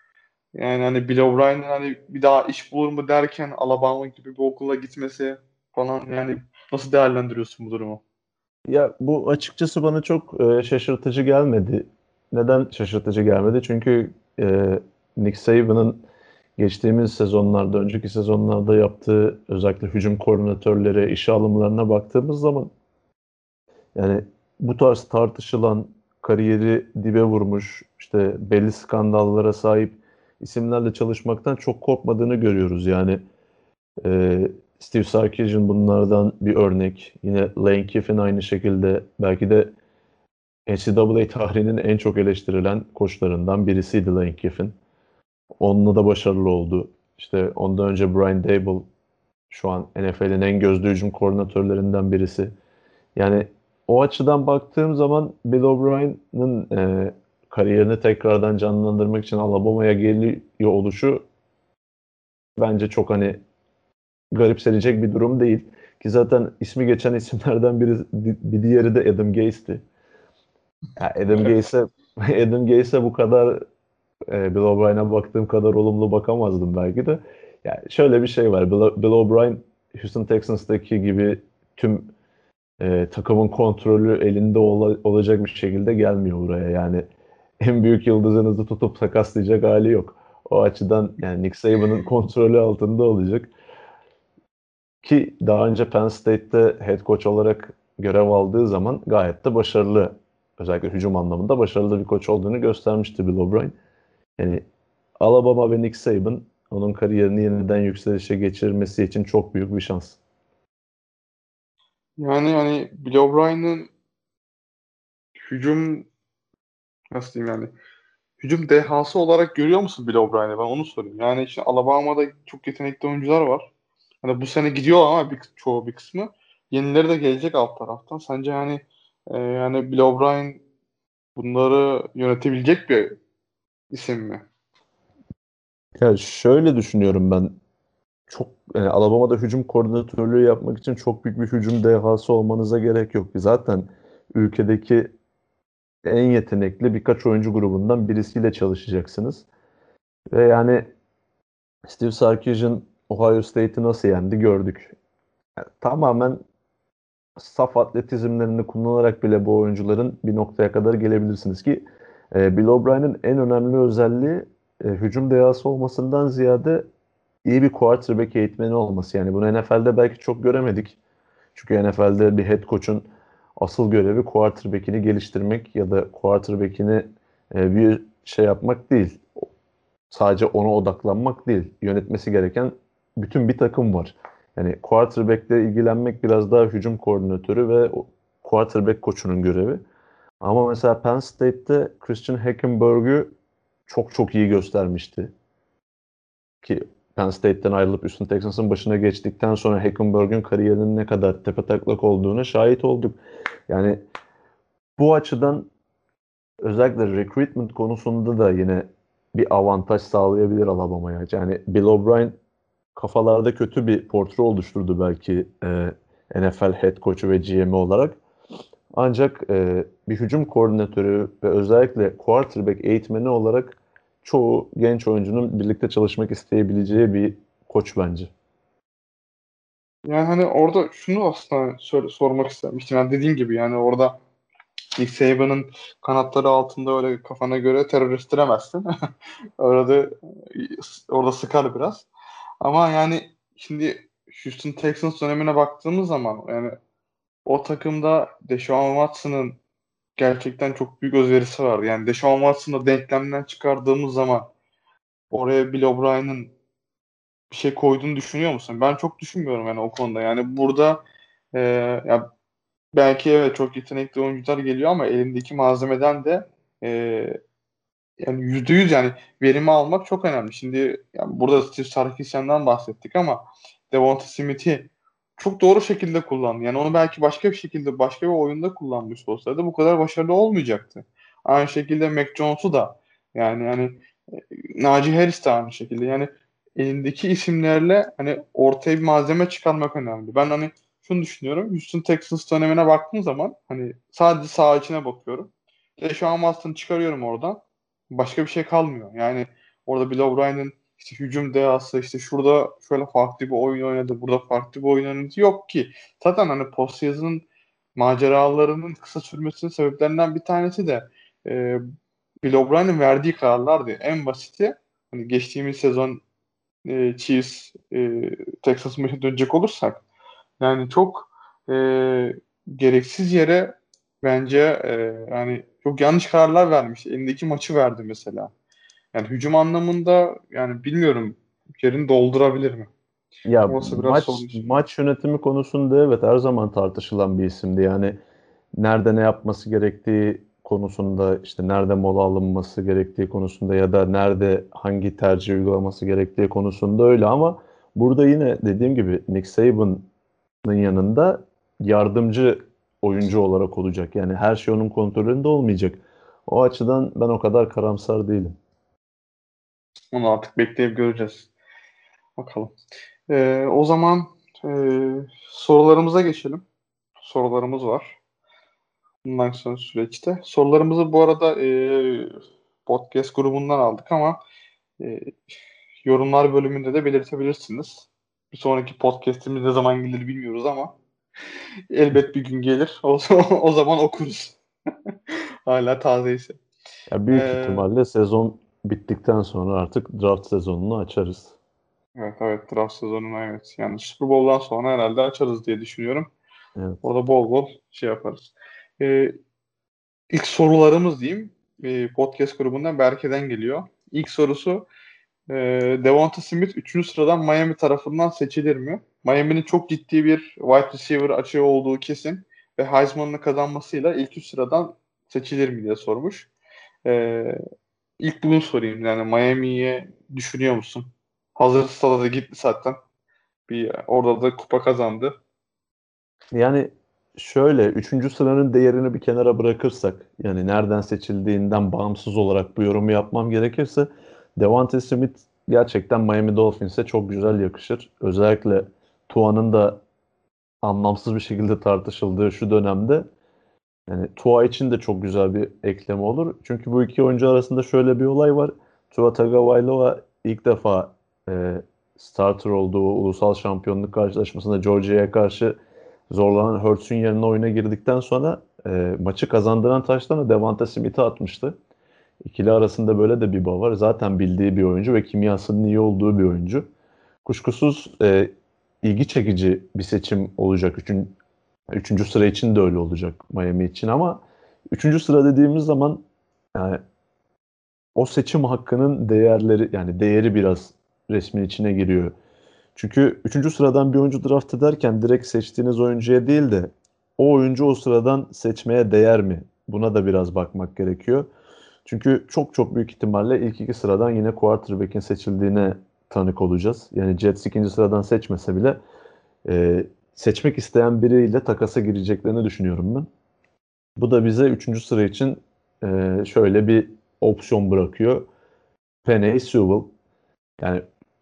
Yani hani Bill O'Brien'in hani bir daha iş bulur mu derken Alabama gibi bir okula gitmesi falan, yani nasıl değerlendiriyorsun bu durumu? Ya bu açıkçası bana çok e, şaşırtıcı gelmedi. Neden şaşırtıcı gelmedi? Çünkü e, Nick Saban'ın geçtiğimiz sezonlarda, önceki sezonlarda yaptığı özellikle hücum koordinatörleri, işe alımlarına baktığımız zaman yani bu tarz tartışılan, kariyeri dibe vurmuş, işte belli skandallara sahip isimlerle çalışmaktan çok korkmadığını görüyoruz. Yani e, Steve Sarkisian bunlardan bir örnek. Yine Lane Kiffin aynı şekilde belki de N C A A tarihinin en çok eleştirilen koçlarından birisiydi Lane Kiffin. Onunla da başarılı oldu. İşte ondan önce Brian Daboll şu an N F L'in en gözde hücum koordinatörlerinden birisi. Yani o açıdan baktığım zaman Bill O'Brien'in e, kariyerini tekrardan canlandırmak için Alabama'ya geliyor oluşu bence çok hani garipsenecek bir durum değil. Ki zaten ismi geçen isimlerden biri bir diğeri de Adam Gase'ti. Ya Adam Evet. Gase'e Adam Gase'e bu kadar e, Bill O'Brien'e baktığım kadar olumlu bakamazdım belki de. Yani şöyle bir şey var. Bill, Bill O'Brien Houston Texans'taki gibi tüm e, takımın kontrolü elinde ola- olacak bir şekilde gelmiyor buraya. Yani en büyük yıldızınızı tutup takaslayacak hali yok. O açıdan yani Nick Saban'ın kontrolü altında olacak. Ki daha önce Penn State'te head coach olarak görev aldığı zaman gayet de başarılı, özellikle hücum anlamında başarılı bir koç olduğunu göstermişti Bill O'Brien. Yani Alabama ve Nick Saban onun kariyerini yeniden yükselişe geçirmesi için çok büyük bir şans. Yani hani Bill O'Brien'in hücum, nasıl diyeyim yani, hücum dehası olarak görüyor musun Bill O'Brien'i? Ben onu sorayım. Yani işte Alabama'da çok yetenekli oyuncular var. Hani bu sene gidiyor ama bir, çoğu bir kısmı. Yenileri de gelecek alt taraftan. Sence yani e, yani Bill O'Brien bunları yönetebilecek bir isim mi? Ya şöyle düşünüyorum ben. Çok yani Alabama'da hücum koordinatörlüğü yapmak için çok büyük bir hücum dehası olmanıza gerek yok. Zaten ülkedeki en yetenekli birkaç oyuncu grubundan birisiyle çalışacaksınız. Ve yani Steve Sarkisian Ohio State'i nasıl yendi gördük. Yani tamamen saf atletizmlerini kullanarak bile bu oyuncuların bir noktaya kadar gelebilirsiniz ki e, Bill O'Brien'in en önemli özelliği e, hücum dehası olmasından ziyade iyi bir quarterback eğitmeni olması. Yani bunu N F L'de belki çok göremedik. Çünkü N F L'de bir head coach'un asıl görevi quarterback'ini geliştirmek ya da quarterback'ini e, bir şey yapmak değil. Sadece ona odaklanmak değil. Yönetmesi gereken bütün bir takım var. Yani quarterback'le ilgilenmek biraz daha hücum koordinatörü ve o quarterback koçunun görevi. Ama mesela Penn State'te Christian Hackenberg'ü çok çok iyi göstermişti. Ki Penn State'ten ayrılıp Houston Texans'ın başına geçtikten sonra Hackenberg'ün kariyerinin ne kadar tepetaklak olduğuna şahit olduk. Yani bu açıdan özellikle recruitment konusunda da yine bir avantaj sağlayabilir Alabama'ya. Yani Bill O'Brien kafalarda kötü bir portre oluşturdu belki e, N F L head coach'u ve G M'i olarak. Ancak e, bir hücum koordinatörü ve özellikle quarterback eğitmeni olarak çoğu genç oyuncunun birlikte çalışmak isteyebileceği bir koç bence. Yani hani orada şunu aslında sor- sormak istemiştim. Yani dediğin gibi yani orada Nick Saban'ın kanatları altında öyle kafana göre teröristtiremezsin. Orada orada sıkar biraz. Ama yani şimdi Houston Texans dönemine baktığımız zaman yani o takımda Deshaun Watson'ın gerçekten çok büyük özverisi vardı. Yani Deshaun Watson'ı denklemden çıkardığımız zaman oraya Bill O'Brien'in bir şey koyduğunu düşünüyor musun? Ben çok düşünmüyorum yani o konuda. Yani burada e, ya belki evet çok yetenekli oyuncular geliyor ama elindeki malzemeden de e, yani yüzde yüz yani verimi almak çok önemli. Şimdi yani burada Steve Sarkisian'dan bahsettik ama Devonta Smith'i çok doğru şekilde kullandı. Yani onu belki başka bir şekilde başka bir oyunda kullanmış olsaydı bu kadar başarılı olmayacaktı. Aynı şekilde Mac Jones'u da yani yani e, Najee Harris de aynı şekilde. Yani elindeki isimlerle hani ortaya bir malzeme çıkarmak önemli. Ben hani şunu düşünüyorum. Houston Texans dönemine baktığım zaman hani sadece saha içine bakıyorum. Deshaun Watson'ı çıkarıyorum oradan. Başka bir şey kalmıyor. Yani Orada Bill O'Brien'in işte hücum dehası, işte şurada şöyle farklı bir oyun oynadı, burada farklı bir oyun oynadı yok ki. Zaten hani postseason maceralarının kısa sürmesinin sebeplerinden bir tanesi de e, Bill O'Brien'in verdiği kararlardı. En basiti hani geçtiğimiz sezon e, Chiefs e, Texas maçına dönecek olursak yani çok e, gereksiz yere bence e, yani çok yanlış kararlar vermiş. Elindeki maçı verdi mesela. Yani hücum anlamında yani bilmiyorum yerini doldurabilir mi? Ya Orası biraz soru maç işi. maç yönetimi konusunda evet her zaman tartışılan bir isimdi. Yani nerede ne yapması gerektiği konusunda, işte nerede mola alınması gerektiği konusunda ya da nerede hangi tercih uygulaması gerektiği konusunda öyle, ama burada yine dediğim gibi Nick Saban'ın yanında yardımcı oyuncu olarak olacak. Yani her şey onun kontrolünde olmayacak. O açıdan ben o kadar karamsar değilim. Onu artık bekleyip göreceğiz. Bakalım. E, o zaman e, sorularımıza geçelim. Sorularımız var. Bundan sonra süreçte. Sorularımızı bu arada e, podcast grubundan aldık ama e, yorumlar bölümünde de belirtebilirsiniz. Bir sonraki podcast'imiz ne zaman gelir bilmiyoruz ama elbet bir gün gelir. O zaman, o zaman okuruz. Hala tazeyse. Ya büyük Ee, ihtimalle sezon bittikten sonra artık draft sezonunu açarız. evet evet draft sezonuna evet. Yani Super Bowl'dan sonra herhalde açarız diye düşünüyorum. Evet. Orada bol bol şey yaparız. Ee, ilk sorularımız diyeyim. Ee, podcast grubundan Berke'den geliyor. İlk sorusu e, Devonta Smith üçüncü sıradan Miami tarafından seçilir mi? Miami'nin çok ciddi bir wide receiver açığı olduğu kesin ve Heisman'ını kazanmasıyla ilk üç sıradan seçilir mi diye sormuş. Ee, ilk bunu sorayım. Yani Miami'ye düşünüyor musun? Hazır stada da gitti zaten. Bir orada da kupa kazandı. Yani şöyle üçüncü sıranın değerini bir kenara bırakırsak, yani nereden seçildiğinden bağımsız olarak bu yorumu yapmam gerekirse, Devonta Smith gerçekten Miami Dolphins'e çok güzel yakışır. Özellikle Tua'nın da anlamsız bir şekilde tartışıldığı şu dönemde yani Tua için de çok güzel bir ekleme olur. Çünkü bu iki oyuncu arasında şöyle bir olay var. Tua Tagovailoa ilk defa e, starter olduğu ulusal şampiyonluk karşılaşmasında Georgia'ya karşı zorlanan Hurts'un yerine oyuna girdikten sonra e, maçı kazandıran taştan Devonta Smith'e atmıştı. İkili arasında böyle de bir bağ var. Zaten bildiği bir oyuncu ve kimyasının iyi olduğu bir oyuncu. Kuşkusuz e, ilgi çekici bir seçim olacak. Üçün, üçüncü sıra için de öyle olacak Miami için, ama üçüncü sıra dediğimiz zaman yani o seçim hakkının değerleri, yani değeri biraz resmin içine giriyor. Çünkü üçüncü sıradan bir oyuncu draft ederken direkt seçtiğiniz oyuncuya değil de o oyuncu o sıradan seçmeye değer mi? Buna da biraz bakmak gerekiyor. Çünkü çok çok büyük ihtimalle ilk iki sıradan yine quarterback'in seçildiğine tanık olacağız. Yani Jets ikinci sıradan seçmese bile e, seçmek isteyen biriyle takasa gireceklerini düşünüyorum ben. Bu da bize üçüncü sıra için e, şöyle bir opsiyon bırakıyor. Penei Sewell. Yani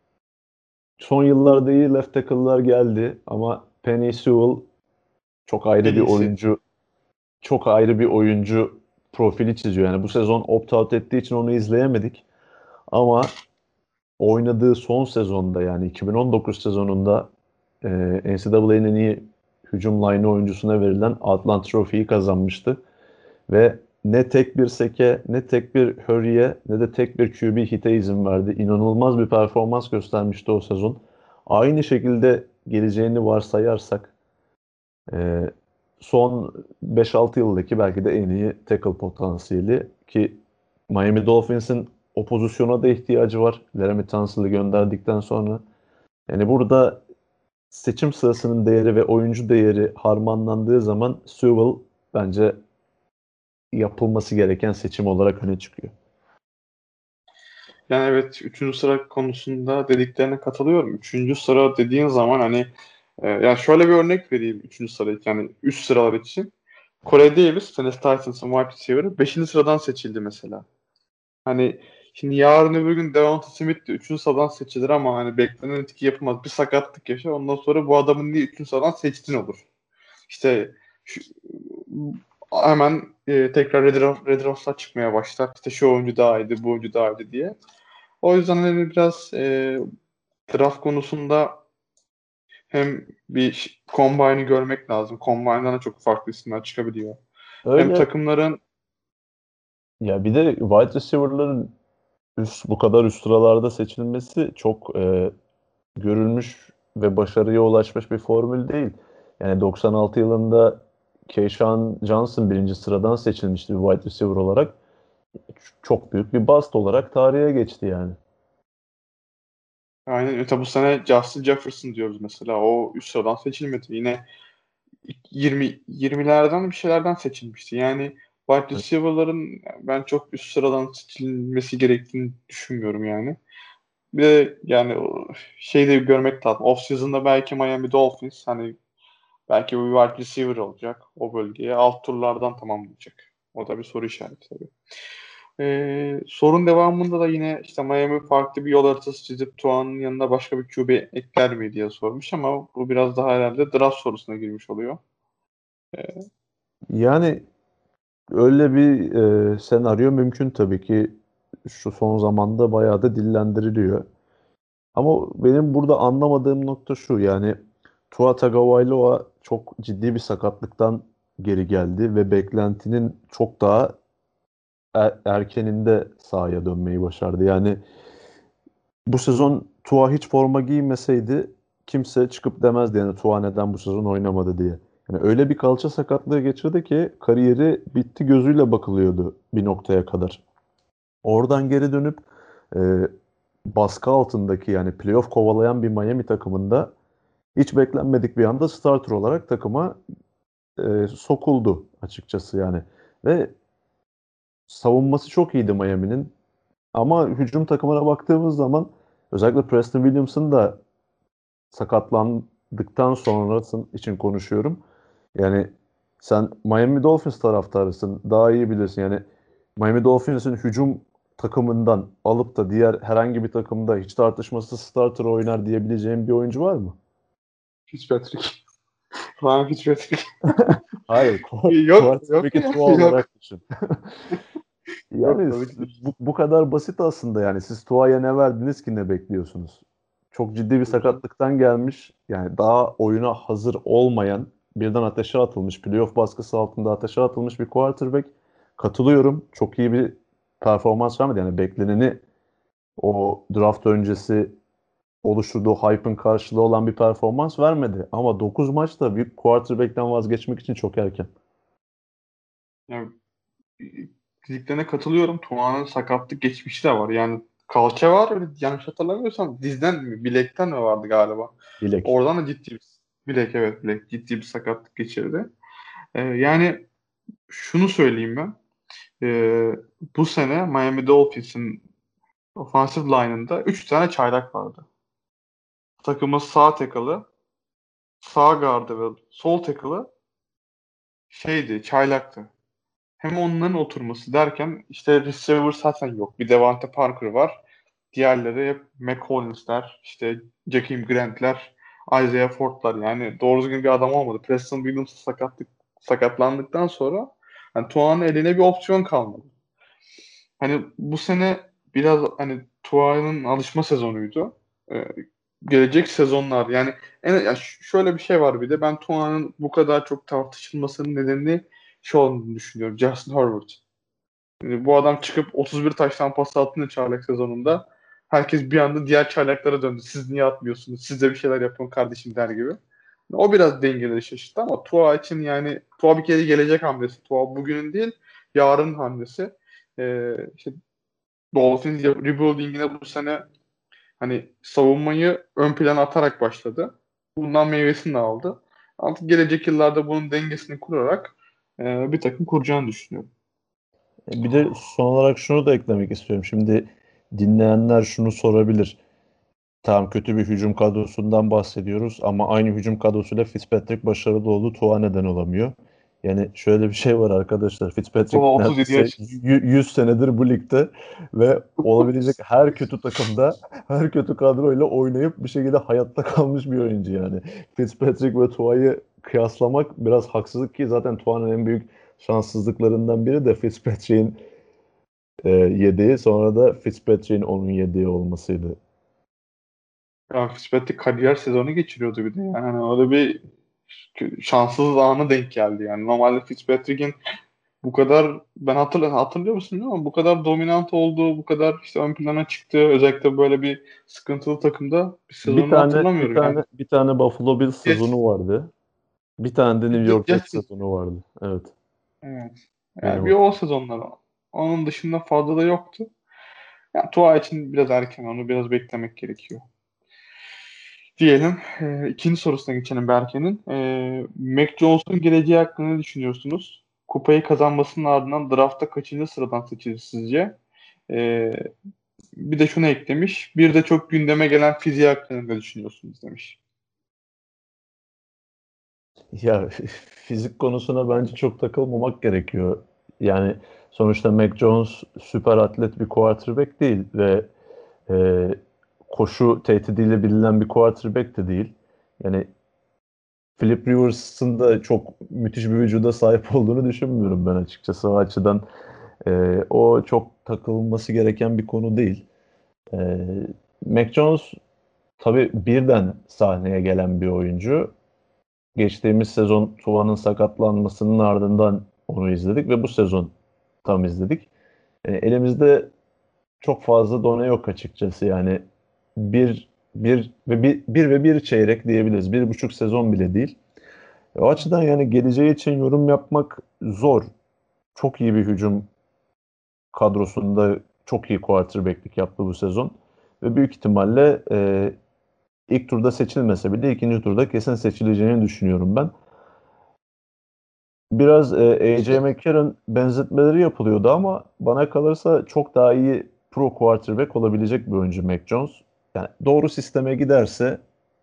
son yıllarda iyi left tackle'lar geldi ama Penei Sewell çok En ayrı bir iyisi. oyuncu, çok ayrı bir oyuncu profili çiziyor. Yani bu sezon opt-out ettiği için onu izleyemedik. Ama oynadığı son sezonda, yani iki bin on dokuz sezonunda e, N C A A'nin en iyi hücum line oyuncusuna verilen Outland Trophy'yi kazanmıştı. Ve ne tek bir seke, ne tek bir hurry'e, ne de tek bir Q B hit'e izin verdi. İnanılmaz bir performans göstermişti o sezon. Aynı şekilde geleceğini varsayarsak e, son beş altı yıldaki belki de en iyi tackle potansiyeli, ki Miami Dolphins'in o pozisyona da ihtiyacı var. Laramie Tunsil'i gönderdikten sonra. Yani burada seçim sırasının değeri ve oyuncu değeri harmanlandığı zaman Sewell bence yapılması gereken seçim olarak öne çıkıyor. Yani evet üçüncü sıra konusunda dediklerine katılıyorum. Üçüncü sıra dediğin zaman hani e, yani şöyle bir örnek vereyim üçüncü sıra yani üst sıralar için. Corey Davis, Tennessee Titans'ın wide receiver'ı beşinci sıradan seçildi mesela. Hani şimdi yarın öbür gün Devonta Smith de üçüncü sıradan seçilir ama hani beklenen etki yapılmaz. Bir sakatlık yaşar. Ondan sonra bu adamın niye üçüncü sıradan seçtin olur. İşte şu, hemen e, tekrar Red, Rock- Red Rockstar çıkmaya başlar. İşte şu oyuncu daha iyiydi, bu oyuncu daha iyiydi diye. O yüzden hani biraz e, draft konusunda hem bir combine'ı görmek lazım. Combine'dan da çok farklı isimler çıkabiliyor. Hem Öyle takımların ya, bir de wide receiver'ların üst, bu kadar üst sıralarda seçilmesi çok e, görülmüş ve başarıya ulaşmış bir formül değil. Yani doksan altı yılında Keyshawn Johnson birinci sıradan seçilmişti bir wide receiver olarak. Çok büyük bir bust olarak tarihe geçti yani. yani mesela bu sene Justin Jefferson diyoruz mesela. O üst sıradan seçilmedi. Yine yirmi yirmilerden bir şeylerden seçilmişti. Yani wide receiver'ların ben çok üst sıradan seçilmesi gerektiğini düşünmüyorum yani. Bir de yani o şey de görmek lazım. Off-season'da belki Miami Dolphins hani belki bir wide receiver olacak o bölgeye. Alt turlardan tamamlayacak. O da bir soru işareti tabii. Ee, sorun devamında da yine işte Miami farklı bir yol haritası çizip Tuan'ın yanına başka bir Q B ekler mi diye sormuş ama bu biraz daha herhalde draft sorusuna girmiş oluyor. Yani öyle bir e, senaryo mümkün tabii ki, şu son zamanda bayağı da dillendiriliyor. Ama benim burada anlamadığım nokta şu, yani Tua Tagovailoa çok ciddi bir sakatlıktan geri geldi ve beklentinin çok daha er- erkeninde sahaya dönmeyi başardı. Yani bu sezon Tua hiç forma giymeseydi kimse çıkıp demezdi yani Tua neden bu sezon oynamadı diye. Yani öyle bir kalça sakatlığı geçirdi ki kariyeri bitti gözüyle bakılıyordu bir noktaya kadar. Oradan geri dönüp e, baskı altındaki, yani playoff kovalayan bir Miami takımında hiç beklenmedik bir anda starter olarak takıma e, sokuldu açıkçası yani. Ve savunması çok iyiydi Miami'nin. Ama hücum takımına baktığımız zaman özellikle Preston Williams'ın da sakatlandıktan sonrası için konuşuyorum. Yani sen Miami Dolphins taraftarısın. Daha iyi bilirsin. Yani Miami Dolphins'in hücum takımından alıp da diğer herhangi bir takımda hiç tartışmasız starter oynar diyebileceğim bir oyuncu var mı? Fitzpatrick. Ryan Fitzpatrick. Hayır. Yok yok Quarterback'i ya Tua yok. olarak düşün. Yok Yani tabii s- ki de. bu, bu kadar basit aslında yani. Siz Tua'ya ne verdiniz ki, ne bekliyorsunuz? Çok ciddi bir Tabii canım. sakatlıktan gelmiş. Yani daha oyuna hazır olmayan, birden ateşe atılmış, playoff baskısı altında ateşe atılmış bir quarterback. Katılıyorum. Çok iyi bir performans vermedi. Yani bekleneni, o draft öncesi oluşturduğu hype'ın karşılığı olan bir performans vermedi. Ama dokuz maçta bir quarterback'ten vazgeçmek için çok erken. Yani dediklerine katılıyorum. Tuan'ın sakatlık geçmişi de var. Yani kalça var. Bir de yanlış hatırlamıyorsam dizden mi, bilekten mi vardı galiba. Bilek. Oradan da ciddi bir bilek evet bilek ciddi bir sakatlık geçirdi. Ee, yani şunu söyleyeyim ben. Ee, bu sene Miami Dolphins'in offensive line'ında üç tane çaylak vardı. Takımın sağ tackle'ı, sağ gardı ve sol tackle'ı şeydi, çaylaktı. Hem onların oturması derken işte receiver zaten yok. Bir Devante Parker var. Diğerleri hep McCollins'ler, işte Jakeem Grant'ler, Isaiah Ford'lar. Yani doğru düzgün bir adam olmadı. Preston Williams sakatlık, sakatlandıktan sonra hani Tua'nın eline bir opsiyon kalmadı. Hani bu sene biraz hani Tua'nın alışma sezonuydu. Ee, gelecek sezonlar yani en, ya ş- şöyle bir şey var bir de ben Tua'nın bu kadar çok tartışılmasının nedeni şu olduğunu düşünüyorum. Justin Herbert. Yani bu adam çıkıp otuz bir taştan pas attığında çaylak sezonunda herkes bir anda diğer çaylaklara döndü. Siz niye atmıyorsunuz? Siz de bir şeyler yapın kardeşim der gibi. O biraz dengeleri şaşırttı ama Tua için yani Tua bir kere gelecek hamlesi. Tua bugünün değil yarın hamlesi. Ee, işte Dolphins rebuilding'ine bu sene hani savunmayı ön plana atarak başladı. Bundan meyvesini de aldı. Artık gelecek yıllarda bunun dengesini kurarak e, bir takım kuracağını düşünüyorum. E, Bir de son olarak şunu da eklemek istiyorum. Şimdi dinleyenler şunu sorabilir. Tamam, kötü bir hücum kadrosundan bahsediyoruz ama aynı hücum kadrosuyla Fitzpatrick başarılı oldu. Tua neden olamıyor? Yani şöyle bir şey var arkadaşlar. Fitzpatrick Tua otuz yedi neredeyse yaş. y- yüz senedir bu ligde ve olabilecek her kötü takımda, her kötü kadroyla oynayıp bir şekilde hayatta kalmış bir oyuncu yani. Fitzpatrick ve Tua'yı kıyaslamak biraz haksızlık ki zaten Tua'nın en büyük şanssızlıklarından biri de Fitzpatrick'in e, yedeği, sonra da Fitzpatrick'in onun yedeği olmasıydı. Ya Fitzpatrick kariyer sezonu geçiriyordu bir de. Yani hani öyle bir şanssız anı denk geldi yani. Normalde Fitzpatrick'in bu kadar ben hatırla hatırlıyor musun bilmiyorum ama bu kadar dominant olduğu, bu kadar işte ön plana çıktığı özellikle böyle bir sıkıntılı takımda bir Bir sezonunu tane bir hatırlamıyorum yani. tane bir tane Buffalo Bills Jet, sezonu vardı. Bir tane de New bir York Jet, Jets sezonu vardı. Evet. evet. Yani Benim bir o hatırladığım. sezonlar. Onun dışında fazla da yoktu. Yani Tua için biraz erken, onu biraz beklemek gerekiyor. Diyelim. E, ikinci sorusuna geçelim Berke'nin. E, Mac Jones'un geleceği hakkında ne düşünüyorsunuz? Kupayı kazanmasının ardından draftta kaçıncı sıradan seçilir sizce? E, Bir de şunu eklemiş. Bir de çok gündeme gelen fiziği hakkında ne düşünüyorsunuz demiş. Ya fizik konusuna bence çok takılmamak gerekiyor. Yani sonuçta Mac Jones süper atlet bir quarterback değil ve e, koşu tehdidiyle bilinen bir quarterback de değil. Yani Philip Rivers'ın da çok müthiş bir vücuda sahip olduğunu düşünmüyorum ben açıkçası. O açıdan e, o çok takılması gereken bir konu değil. E, Mac Jones tabii birden sahneye gelen bir oyuncu. Geçtiğimiz sezon Tua'nın sakatlanmasının ardından onu izledik ve bu sezon tam izledik. E, elimizde çok fazla done yok açıkçası. Yani bir bir ve bir, bir ve bir çeyrek diyebiliriz. Bir buçuk sezon bile değil. E, o açıdan yani geleceği için yorum yapmak zor. Çok iyi bir hücum kadrosunda çok iyi quarterback'lik yaptı bu sezon. Ve büyük ihtimalle e, ilk turda seçilmese bile ikinci turda kesin seçileceğini düşünüyorum ben. Biraz e, A J İşte McCarron benzetmeleri yapılıyordu ama bana kalırsa çok daha iyi pro quarterback olabilecek bir oyuncu Mac Jones. Yani doğru sisteme giderse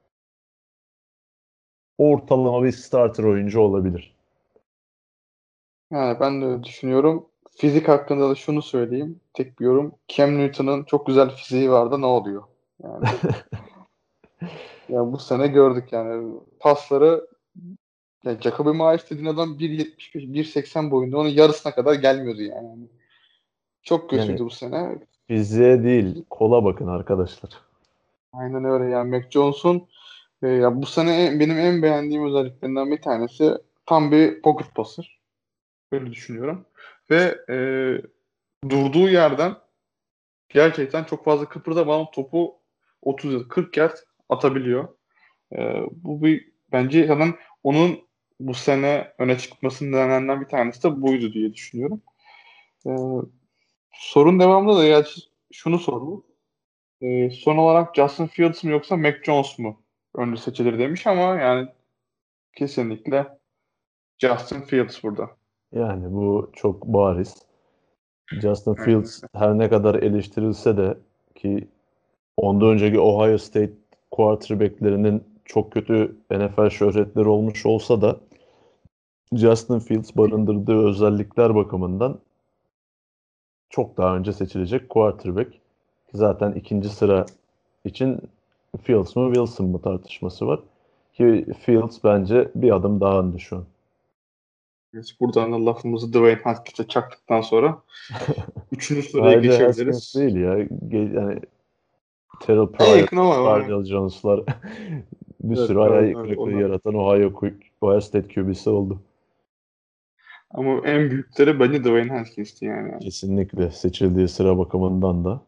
ortalama bir starter oyuncu olabilir. yani ben de öyle düşünüyorum. Fizik hakkında da şunu söyleyeyim. Tek bir yorum. Cam Newton'ın çok güzel fiziği vardı. Ne oluyor? Yani, yani bu sene gördük yani. Pasları ya Jacoby Myers dediğin adam bir yetmiş beş, bir seksen boyunda. Onun yarısına kadar gelmiyordu yani. Çok Yani kötüydü bu sene. fiziğe değil kola bakın arkadaşlar. Aynen öyle yani. Mac Jones'un e, ya bu sene en- benim en beğendiğim özelliklerinden bir tanesi tam bir pocket passer. Böyle düşünüyorum. Ve e, durduğu yerden gerçekten çok fazla kıpırdamadan topu otuz ya da kırk yard atabiliyor. E, bu bir bence zaten onun bu sene öne çıkmasının nedenlerinden bir tanesi de buydu diye düşünüyorum. E, Sorun devamında da ya şunu sordu. E, son olarak Justin Fields mı yoksa Mac Jones mu önce seçilir demiş ama yani kesinlikle Justin Fields burada. Yani bu çok bariz. Justin Aynen Fields öyle. her ne kadar eleştirilse de ki ondan önceki Ohio State quarterback'lerinin çok kötü N F L şöhretleri olmuş olsa da Justin Fields barındırdığı özellikler bakımından çok daha önce seçilecek quarterback. Zaten ikinci sıra için Fields mı Wilson mı tartışması var. Ki Fields bence bir adım daha önde şu an. Evet, buradan da lafımızı Dwayne Haskins'e çaktıktan sonra üçüncü soruya Sadece Haskins geçebiliriz. değil ya. Ge- Yani Terrell En Pryor, yakın ama ama- Cardinal Jones'lar bir evet, sürü evet, hayal evet, kırıklığı onlar. yaratan Ohio, Q- Ohio State Q B'si oldu. Ama en büyükleri bence Dwayne Haskins'ti yani. Kesinlikle seçildiği sıra bakımından da.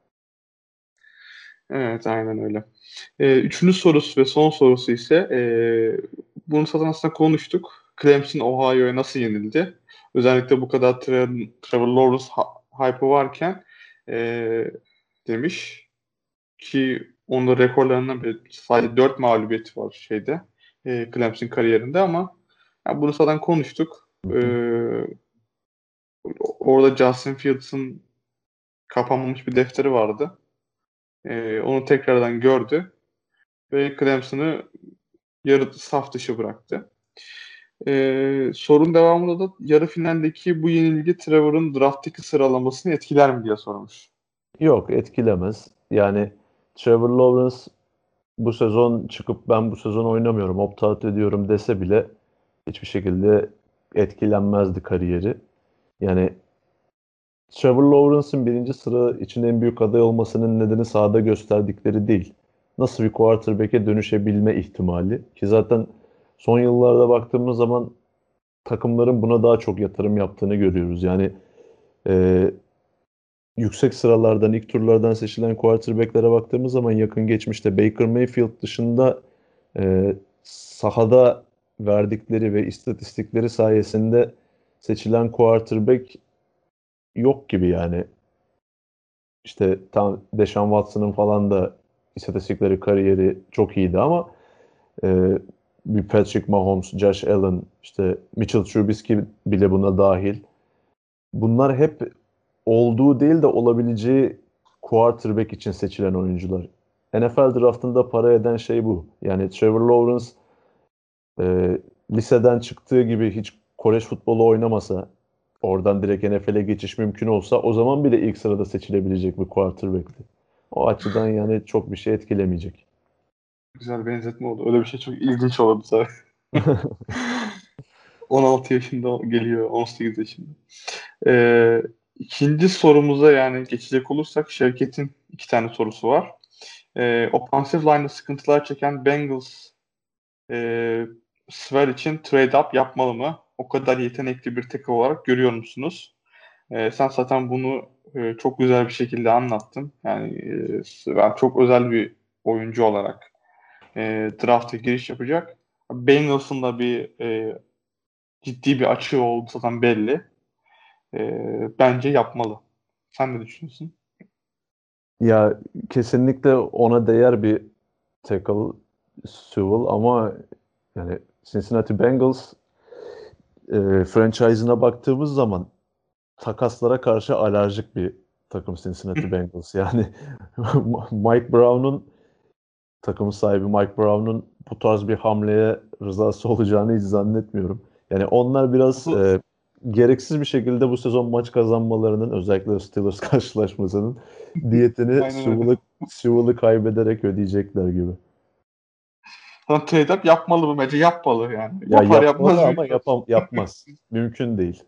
Evet, aynen öyle. Ee, üçüncü sorusu ve son sorusu ise ee, bunu zaten aslında konuştuk. Clemson Ohio'ya nasıl yenildi? Özellikle bu kadar Tra- Trevor Lawrence ha- hype'ı varken ee, demiş ki onda rekorlarından biri sadece dört mağlubiyeti var şeyde ee, Clemson kariyerinde ama yani bunu zaten konuştuk. Hı hı. Ee, Orada Justin Fields'ın kapanmamış bir defteri vardı. Ee, onu tekrardan gördü ve Clemson'ı yarı saf dışı bıraktı. Ee, sorun devamında da yarı finaldeki bu yenilgi Trevor'ın drafttaki sıralamasını etkiler mi diye sormuş. Yok etkilemez. Yani Trevor Lawrence bu sezon çıkıp ben bu sezon oynamıyorum, opt-out ediyorum dese bile hiçbir şekilde etkilenmezdi kariyeri. Yani Trevor Lawrence'ın birinci sıra için en büyük aday olmasının nedeni sahada gösterdikleri değil. Nasıl bir quarterback'e dönüşebilme ihtimali. Ki zaten son yıllarda baktığımız zaman takımların buna daha çok yatırım yaptığını görüyoruz. Yani e, yüksek sıralardan, ilk turlardan seçilen quarterback'lere baktığımız zaman yakın geçmişte Baker Mayfield dışında e, sahada verdikleri ve istatistikleri sayesinde seçilen quarterback yok gibi yani. İşte tam Deshaun Watson'ın falan da istatistikleri, kariyeri çok iyiydi ama e, bir Patrick Mahomes, Josh Allen, işte Mitchell Trubisky bile buna dahil. Bunlar hep olduğu değil de olabileceği quarterback için seçilen oyuncular. N F L draftında para eden şey bu. Yani Trevor Lawrence e, liseden çıktığı gibi hiç kolej futbolu oynamasa, oradan direkt N F L'e geçiş mümkün olsa o zaman bile ilk sırada seçilebilecek bir quarterback'ti. O açıdan yani çok bir şey etkilemeyecek. Güzel benzetme oldu. Öyle bir şey çok ilginç oldu zaten. on altı yaşında geliyor, on sekiz yaşında. Ee, ikinci sorumuza yani geçecek olursak Şevket'in iki tane sorusu var. Ee, offensive line'da sıkıntılar çeken Bengals e, Svel için trade-up yapmalı mı? O kadar yetenekli bir takım olarak görüyor musunuz? Ee, sen zaten bunu e, çok güzel bir şekilde anlattın. Yani e, ben çok özel bir oyuncu olarak e, draft'a giriş yapacak. Bengals'ın da bir e, ciddi bir açığı olduğu zaten belli. E, bence yapmalı. Sen ne düşünüyorsun? Ya kesinlikle ona değer bir tackle Sewell ama yani Cincinnati Bengals e, franchise'ına baktığımız zaman takaslara karşı alerjik bir takım Cincinnati Bengals. Yani Mike Brown'un takım sahibi Mike Brown'un bu tarz bir hamleye rızası olacağını hiç zannetmiyorum. Yani onlar biraz Bu, e, gereksiz bir şekilde bu sezon maç kazanmalarının özellikle Steelers karşılaşmasının diyetini aynen öyle. Sewell'ı Sewell'ı kaybederek ödeyecekler gibi. Sana trade-up yapmalı mı? Bence yapmalı yani. Ya Yapar yapmaz yapmalı ama bilmiyorum. yapam yapmaz. Mümkün değil.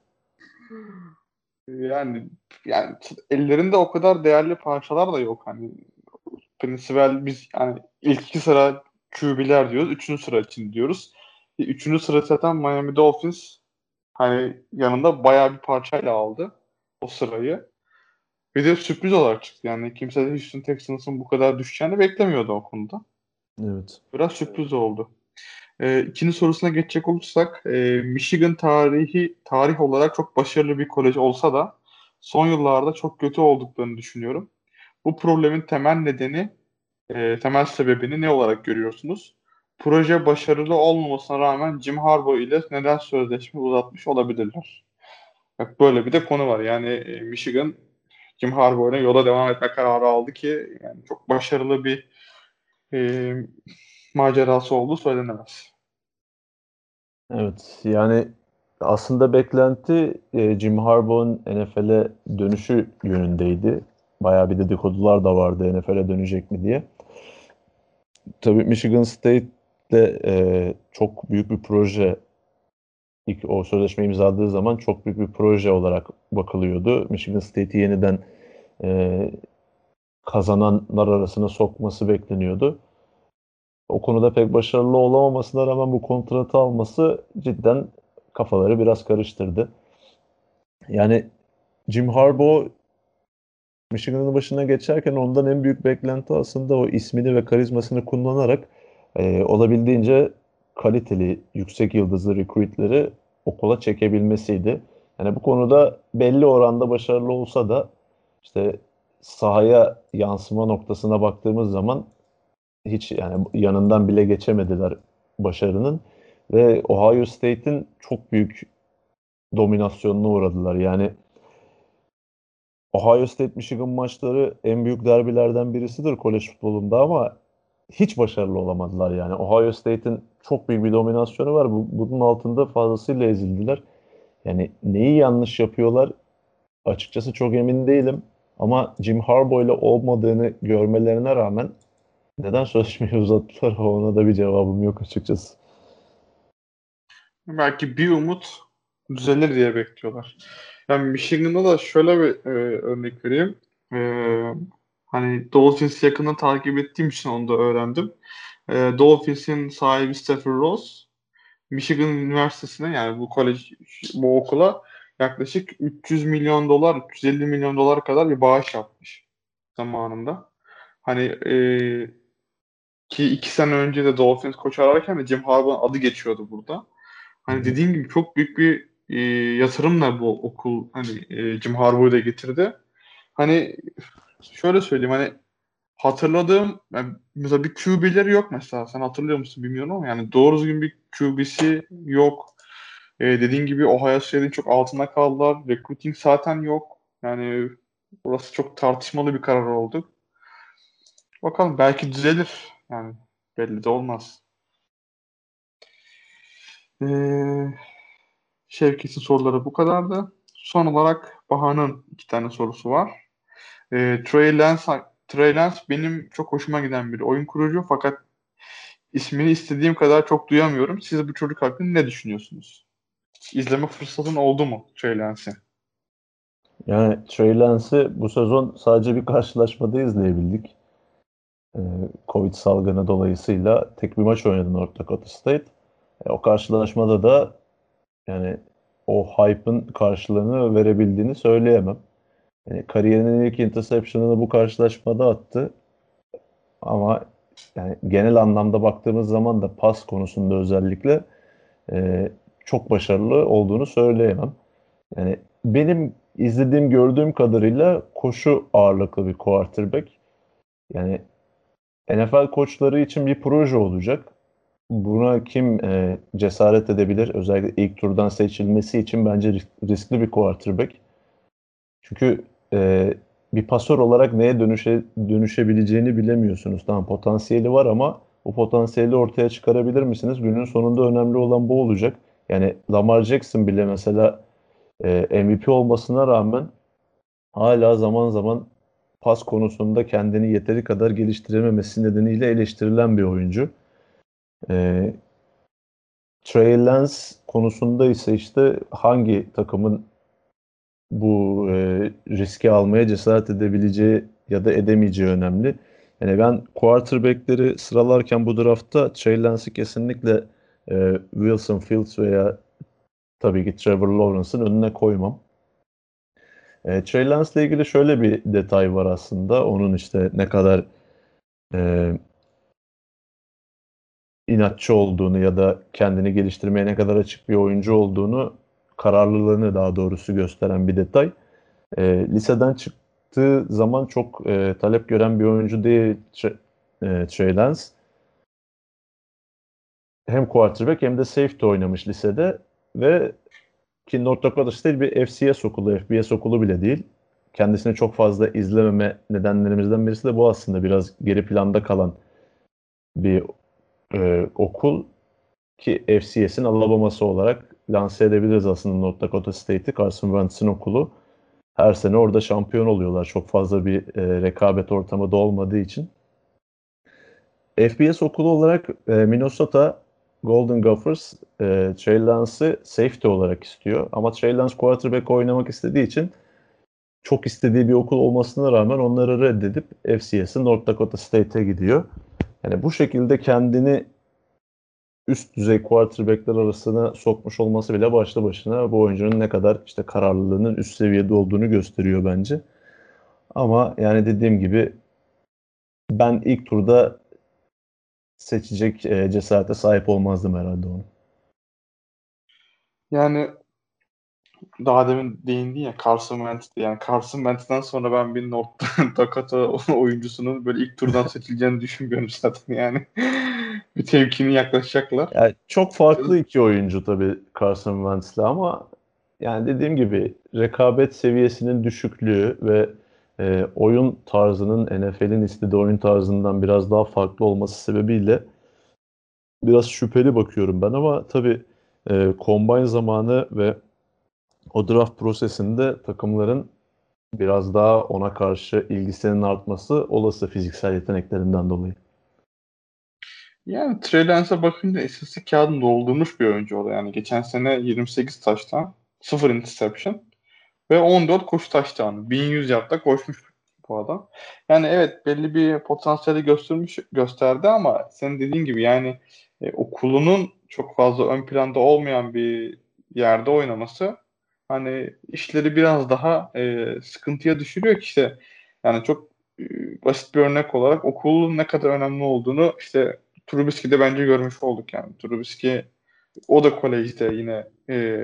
Yani yani ellerinde o kadar değerli parçalar da yok. Hani Pennsylvania biz yani ilk iki sıra Q B'ler diyoruz. Üçüncü sıra için diyoruz. E, Üçüncü sıra zaten Miami Dolphins hani yanında bayağı bir parçayla aldı o sırayı. Bir de sürpriz olarak çıktı. Yani kimse de Houston Texans'ın bu kadar düşeceğini beklemiyordu o konuda. Evet. Biraz sürpriz oldu. E, ikinci sorusuna geçecek olursak e, Michigan tarihi tarih olarak çok başarılı bir kolej olsa da son yıllarda çok kötü olduklarını düşünüyorum. Bu problemin temel nedeni, e, temel sebebini ne olarak görüyorsunuz? Proje başarılı olmamasına rağmen Jim Harbaugh ile neden sözleşme uzatmış olabilirler? Bak böyle bir de konu var. Yani e, Michigan Jim Harbaugh ile yola devam etme kararı aldı ki yani çok başarılı bir e, macerası olduğu söylenemez. Evet. Yani aslında beklenti e, Jim Harbaugh'un N F L'e dönüşü yönündeydi. Bayağı bir dedikodular da vardı N F L'e dönecek mi diye. Tabii Michigan State'le e, çok büyük bir proje ilk o sözleşme imzaladığı zaman çok büyük bir proje olarak bakılıyordu. Michigan State'i yeniden e, kazananlar arasına sokması bekleniyordu. O konuda pek başarılı olamamasına rağmen bu kontratı alması cidden kafaları biraz karıştırdı. Yani Jim Harbaugh Michigan'ın başına geçerken ondan en büyük beklenti aslında o ismini ve karizmasını kullanarak e, olabildiğince kaliteli, yüksek yıldızlı recruitleri okula çekebilmesiydi. Yani bu konuda belli oranda başarılı olsa da işte sahaya yansıma noktasına baktığımız zaman hiç yani yanından bile geçemediler başarının ve Ohio State'in çok büyük dominasyonuna uğradılar. Yani Ohio State Michigan maçları en büyük derbilerden birisidir kolej futbolunda ama hiç başarılı olamadılar yani. Ohio State'in çok büyük bir dominasyonu var. Bu, bunun altında fazlasıyla ezildiler. Yani neyi yanlış yapıyorlar açıkçası çok emin değilim. Ama Jim Harbaugh ile olmadığını görmelerine rağmen neden sözleşmeyi uzattılar ona da bir cevabım yok açıkçası. Belki bir umut düzelir diye bekliyorlar. Ben Michigan'da da şöyle bir e, örnek vereyim. E, hani Dolphins'i yakından takip ettiğim için onu da öğrendim. E, Dolphins'in sahibi Stephen Ross, Michigan Üniversitesi'ne yani bu kolej, bu okula yaklaşık üç yüz milyon dolar, üç yüz elli milyon dolar kadar bir bağış yapmış zamanında. Hani e, ki iki sene önce de Dolphins koçu ararken de Jim Harbaugh'un adı geçiyordu burada. Hı Hani hı. dediğin gibi çok büyük bir e, yatırımla bu okul hani e, Jim Harbaugh'u da getirdi. Hani şöyle söyleyeyim hani hatırladığım yani mesela bir Q B'leri yok mesela. Sen hatırlıyor musun bilmiyorum ama yani doğru düzgün bir Q B'si yok. E, dediğin gibi Ohio State'in çok altında kaldılar. Recruiting zaten yok. Yani burası çok tartışmalı bir karar oldu. Bakalım belki düzelir. Yani belli de olmaz. Ee, Şevket'in soruları bu kadardı. Son olarak Baha'nın iki tane sorusu var. Ee, Trey Lance, Trey Lance benim çok hoşuma giden bir oyun kurucu fakat ismini istediğim kadar çok duyamıyorum. Siz bu çocuk hakkında ne düşünüyorsunuz? İzleme fırsatın oldu mu Trey Lance'i? Yani Trey Lance'i bu sezon sadece bir karşılaşmada izleyebildik. Ee, Covid salgını dolayısıyla tek bir maç oynadı North Dakota State. E, o karşılaşmada da yani o hype'ın karşılığını verebildiğini söyleyemem. Yani kariyerinin ilk interception'ını bu karşılaşmada attı. Ama yani genel anlamda baktığımız zaman da pas konusunda özellikle e, çok başarılı olduğunu söyleyemem. Yani benim izlediğim, gördüğüm kadarıyla koşu ağırlıklı bir quarterback. Yani N F L koçları için bir proje olacak. Buna kim e, cesaret edebilir? Özellikle ilk turdan seçilmesi için bence ris- riskli bir quarterback. Çünkü e, bir pasör olarak neye dönüşe, dönüşebileceğini bilemiyorsunuz. Tamam potansiyeli var ama o potansiyeli ortaya çıkarabilir misiniz? Günün sonunda önemli olan bu olacak. Yani Lamar Jackson bile mesela e, M V P olmasına rağmen hala zaman zaman pas konusunda kendini yeteri kadar geliştirememesi nedeniyle eleştirilen bir oyuncu. E, Trey Lance konusunda ise işte hangi takımın bu e, riski almaya cesaret edebileceği ya da edemeyeceği önemli. Yani ben quarterback'leri sıralarken bu draftta Trey Lance'i kesinlikle e, Wilson Fields veya tabii ki Trevor Lawrence'ın önüne koymam. E, Trey Lance'la ilgili şöyle bir detay var aslında. Onun işte ne kadar e, inatçı olduğunu ya da kendini geliştirmeye ne kadar açık bir oyuncu olduğunu, kararlılığını daha doğrusu gösteren bir detay. E, liseden çıktığı zaman çok e, talep gören bir oyuncu değil Tre- e, Trey Lance. Hem quarterback hem de safety oynamış lisede ve ki North Dakota State bir F C S okulu, F B S okulu bile değil. Kendisini çok fazla izlememe nedenlerimizden birisi de bu aslında biraz geri planda kalan bir e, okul ki F C S'in Alabama'sı olarak lanse edebiliriz aslında North Dakota State'i. Carson Wentz'in okulu. Her sene orada şampiyon oluyorlar. Çok fazla bir e, rekabet ortamı da olmadığı için. F B S okulu olarak e, Minnesota Golden Gophers e, Trey Lance'ı safety olarak istiyor. Ama Trey Lance quarterback oynamak istediği için çok istediği bir okul olmasına rağmen onları reddedip F C S'i North Dakota State'e gidiyor. Yani bu şekilde kendini üst düzey quarterback'ler arasına sokmuş olması bile başlı başına bu oyuncunun ne kadar işte kararlılığının üst seviyede olduğunu gösteriyor bence. Ama yani dediğim gibi ben ilk turda seçecek e, cesarete sahip olmazdım herhalde onu. Yani daha demin değindin ya Carson Wentz yani Carson Wentz'ten sonra ben bir North Dakota oyuncusunun böyle ilk turdan seçileceğini düşünmüyorum zaten yani. Bir temkinli yaklaşacaklar. Yani çok farklı iki oyuncu tabii Carson Wentz'le ama yani dediğim gibi rekabet seviyesinin düşüklüğü ve e, oyun tarzının N F L'in istediği oyun tarzından biraz daha farklı olması sebebiyle biraz şüpheli bakıyorum ben ama tabii e, combine zamanı ve o draft prosesinde takımların biraz daha ona karşı ilgisinin artması olası fiziksel yeteneklerinden dolayı. Yani Trey Lance'a bakınca istatistik kağıdını doldurmuş bir oyuncu o da. Yani geçen sene yirmi sekiz taştan sıfır interception. Ve on dört koşu touchdown'u. bin yüz yardta koşmuş bu adam. Yani evet, belli bir potansiyeli göstermiş gösterdi ama senin dediğin gibi yani e, okulunun çok fazla ön planda olmayan bir yerde oynaması hani işleri biraz daha e, sıkıntıya düşürüyor ki işte yani çok e, basit bir örnek olarak okulun ne kadar önemli olduğunu işte Trubisky'de bence görmüş olduk yani. Trubisky o da kolejde yine e,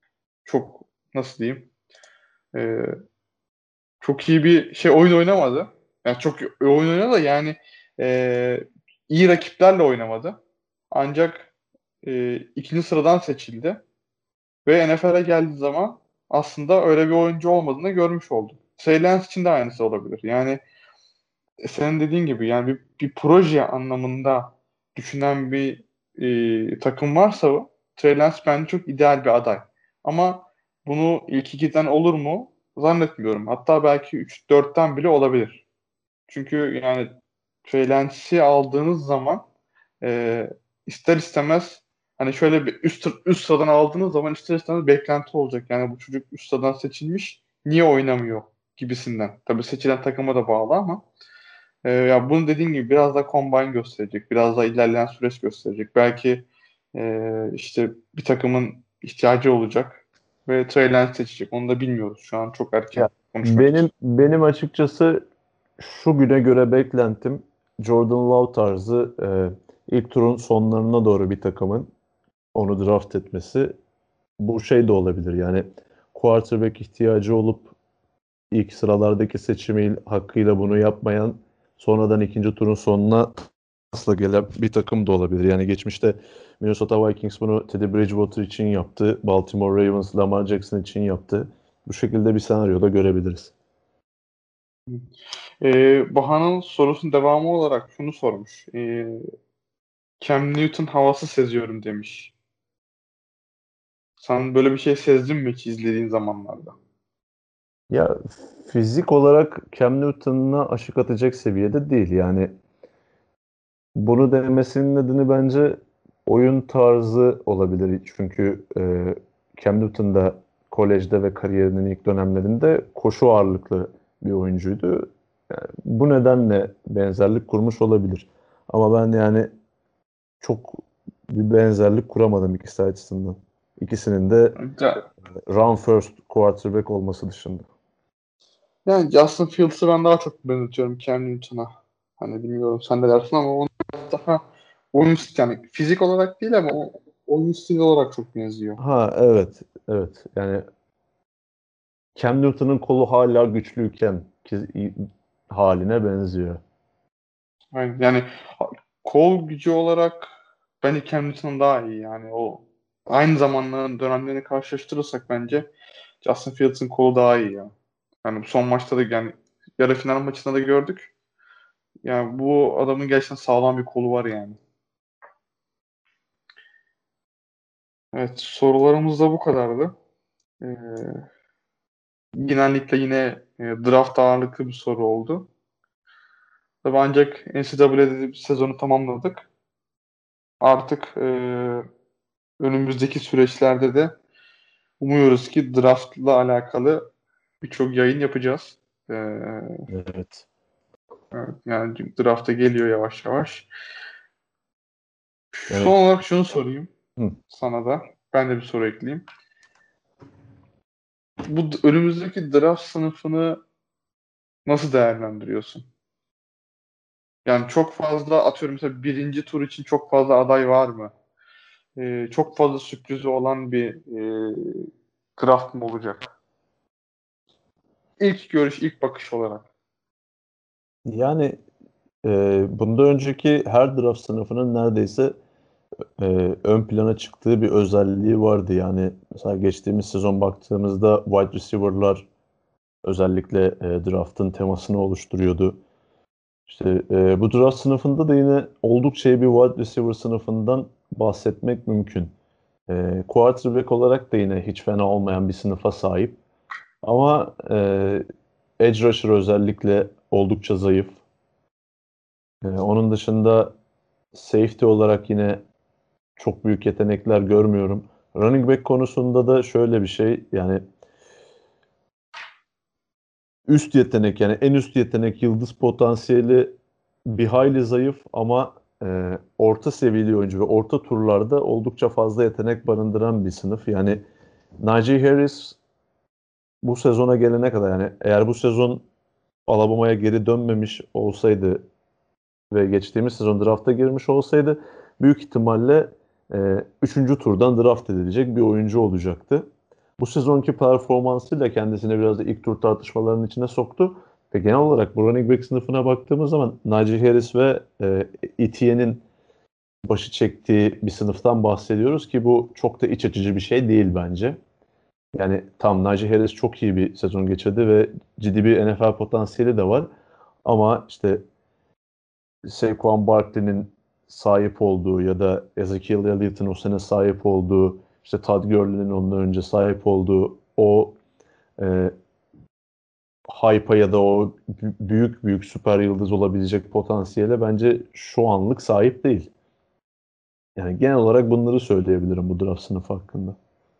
çok nasıl diyeyim e, çok iyi bir şey oyun oynamadı. Yani çok iyi oyun oynadı da yani e, iyi rakiplerle oynamadı. Ancak e, ikinci sıradan seçildi. Ve N F L'e geldiği zaman aslında öyle bir oyuncu olmadığını görmüş olduk. Trey Lance için de aynısı olabilir. Yani e, senin dediğin gibi yani bir, bir proje anlamında düşünen bir e, takım varsa bu, Trey Lance bence çok ideal bir aday. Ama bunu ilk ikiden olur mu? Zannetmiyorum. Hatta belki üç dörtten bile olabilir. Çünkü yani Trey Lance'i aldığınız zaman e, ister istemez hani şöyle bir üst, üst sıradan aldığınız zaman ister istemez beklenti olacak. Yani bu çocuk üst sıradan seçilmiş, niye oynamıyor gibisinden. Tabii seçilen takıma da bağlı ama ee, ya bunu dediğin gibi biraz da combine gösterecek. Biraz da ilerleyen süreç gösterecek. Belki e, işte bir takımın ihtiyacı olacak ve Trey Lance seçecek. Onu da bilmiyoruz. Şu an çok Ya erken konuşmak için. benim benim açıkçası şu güne göre beklentim Jordan Love tarzı e, ilk turun sonlarına doğru bir takımın onu draft etmesi. Bu şey de olabilir yani quarterback ihtiyacı olup ilk sıralardaki seçimi hakkıyla bunu yapmayan sonradan ikinci turun sonuna asla gelen bir takım da olabilir. Yani geçmişte Minnesota Vikings bunu Teddy Bridgewater için yaptı. Baltimore Ravens Lamar Jackson için yaptı. Bu şekilde bir senaryoda görebiliriz. Ee, Baha'nın sorusunun devamı olarak şunu sormuş. Ee, Cam Newton havası seziyorum demiş. Sen böyle bir şey sezdin mi hiç izlediğin zamanlarda? Ya fizik olarak Cam Newton'la aşık atacak seviyede değil. Yani bunu demesinin nedeni bence oyun tarzı olabilir. Çünkü e, Cam Newton da kolejde ve kariyerinin ilk dönemlerinde koşu ağırlıklı bir oyuncuydu. Yani bu nedenle benzerlik kurmuş olabilir. Ama ben yani çok bir benzerlik kuramadım ikisi açısından. İkisinin de Ya, run first quarterback olması dışında. yani Justin Fields'ı ben daha çok benzetiyorum Cam Newton'a. Hani bilmiyorum sen de dersin ama onu daha oyun stili yani fizik olarak değil ama o, oyun stili olarak çok benziyor. Ha evet, evet. Yani Cam Newton'un kolu hala güçlüyken ki haline benziyor. Aynen. Yani ha- kol gücü olarak bence Cam Newton daha iyi yani o aynı zamanların dönemlerini karşılaştırırsak bence Justin Fields'ın kolu daha iyi ya. Yani bu son maçta da yani yarı final maçında da gördük. Yani bu adamın gerçekten sağlam bir kolu var yani. Evet, sorularımız da bu kadardı. Ee, Genellikle yine e, draft ağırlıklı bir soru oldu. Tabii ancak N C A A'de bir sezonu tamamladık. Artık e, önümüzdeki süreçlerde de umuyoruz ki draftla alakalı birçok yayın yapacağız. Ee, Evet. evet, yani draft'a geliyor yavaş yavaş. Son Yani olarak şunu sorayım hı. sana da. Ben de bir soru ekleyeyim. Bu d- önümüzdeki draft sınıfını nasıl değerlendiriyorsun? Yani çok fazla atıyorum mesela birinci tur için çok fazla aday var mı? Ee, çok fazla sürprizi olan bir e, draft mı olacak? İlk görüş, ilk bakış olarak. Yani e, bundan önceki her draft sınıfının neredeyse e, ön plana çıktığı bir özelliği vardı. Yani mesela geçtiğimiz sezon baktığımızda wide receiver'lar özellikle e, draft'ın temasını oluşturuyordu. İşte e, bu draft sınıfında da yine oldukça iyi bir wide receiver sınıfından bahsetmek mümkün. E, quarterback olarak da yine hiç fena olmayan bir sınıfa sahip. Ama e, edge rusher özellikle oldukça zayıf. E, onun dışında safety olarak yine çok büyük yetenekler görmüyorum. Running back konusunda da şöyle bir şey yani üst yetenek, yani en üst yetenek, yıldız potansiyeli bir hayli zayıf ama e, orta seviyeli oyuncu ve orta turlarda oldukça fazla yetenek barındıran bir sınıf. Yani Najee Harris bu sezona gelene kadar, yani eğer bu sezon Alabama'ya geri dönmemiş olsaydı ve geçtiğimiz sezon drafta girmiş olsaydı büyük ihtimalle e, üçüncü turdan draft edilecek bir oyuncu olacaktı. Bu sezonki performansıyla kendisini biraz da ilk tur tartışmalarının içine soktu. Ve genel olarak bu running back sınıfına baktığımız zaman Najee Harris ve e, Etienne'in başı çektiği bir sınıftan bahsediyoruz ki bu çok da iç açıcı bir şey değil bence. Yani tam Najee Harris çok iyi bir sezon geçirdi ve ciddi bir N F L potansiyeli de var. Ama işte Saquon Barkley'nin sahip olduğu ya da Ezekiel Elliott'ın o sene sahip olduğu, işte Todd Gurley'nin ondan önce sahip olduğu o e, hype'a ya da o büyük büyük süper yıldız olabilecek potansiyele bence şu anlık sahip değil. Yani genel olarak bunları söyleyebilirim bu draft sınıfı hakkında.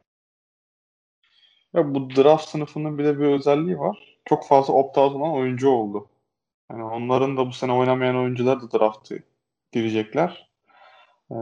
Ya bu draft sınıfının bir de bir özelliği var. Çok fazla opt-out olan oyuncu oldu. Yani onların da bu sene oynamayan oyuncular da draft'a girecekler. Ee,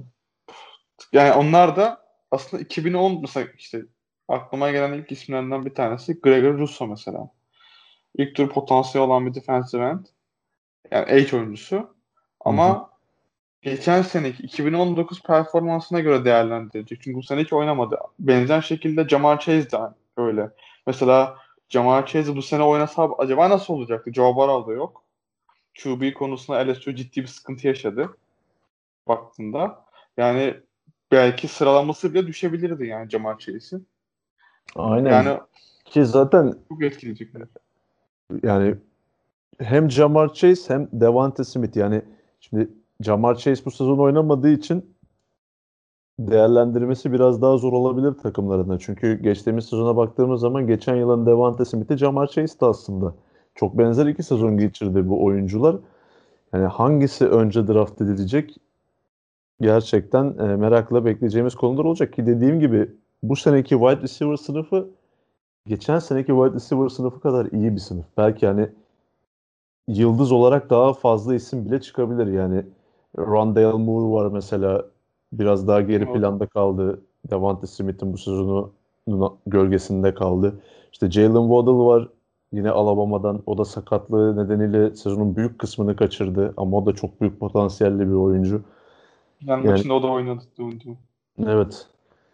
yani onlar da aslında iki bin on mesela işte aklıma gelen ilk isimlerinden bir tanesi Gregory Rousseau mesela. İlk tur potansiyeli olan bir defensive end. Yani edge oyuncusu. Hı hı. Ama geçen seneki iki bin on dokuz performansına göre değerlendirilecek. Çünkü bu sene hiç oynamadı. Benzer şekilde Ja'Marr Chase de öyle. Mesela Ja'Marr Chase bu sene oynasa acaba nasıl olacaktı? Joe Burrow da yok. Q B konusunda L S U ciddi bir sıkıntı yaşadı baktığında. Yani belki sıralaması bile düşebilirdi yani Ja'Marr Chase'in. Aynen, Yani ki zaten çok etkileyecekler. yani hem Ja'Marr Chase hem Devonta Smith, yani şimdi Ja'Marr Chase bu sezon oynamadığı için değerlendirmesi biraz daha zor olabilir takımlarında. Çünkü geçtiğimiz sezona baktığımız zaman geçen yılın Devonta Smith'i Ja'Marr Chase'ti aslında. Çok benzer iki sezon geçirdi bu oyuncular. Yani hangisi önce draft edilecek gerçekten e, merakla bekleyeceğimiz konular olacak ki dediğim gibi bu seneki wide receiver sınıfı geçen seneki wide receiver sınıfı kadar iyi bir sınıf. Belki yani yıldız olarak daha fazla isim bile çıkabilir. Yani Rondale Moore var mesela, biraz daha geri O da. planda kaldı. Devonta Smith'in bu sezonu gölgesinde kaldı. İşte Jalen Waddle var yine Alabama'dan. O da sakatlığı nedeniyle sezonun büyük kısmını kaçırdı ama o da çok büyük potansiyelli bir oyuncu. Yani Yani maçında o da oynadı. oynadı. evet,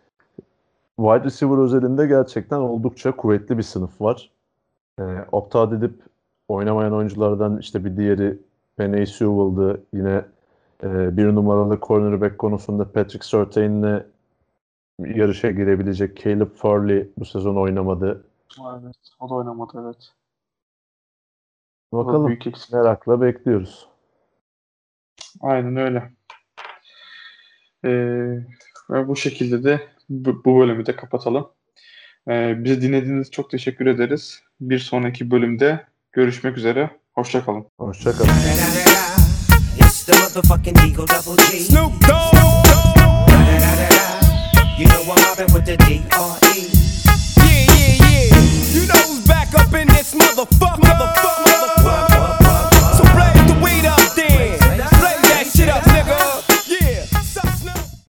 wide receiver özelinde gerçekten oldukça kuvvetli bir sınıf var. E, opt-out edip oynamayan oyunculardan işte bir diğeri Penei Sewell'dı. Yine e, bir numaralı cornerback konusunda Patrick Surtain'le yarışa girebilecek Caleb Farley bu sezon oynamadı. Evet. O da oynamadı, evet. O da Bakalım. büyük eksik. Merakla bekliyoruz. Aynen öyle. Ee, ve bu şekilde de bu, bu bölümü de kapatalım. Ee, bizi dinlediğiniz için çok teşekkür ederiz. Bir sonraki bölümde görüşmek üzere. Hoşça kalın. Hoşça kalın. It's the motherfucking Eagle Double G. Snoop Dogg. You know I'm mobbing with the D R E.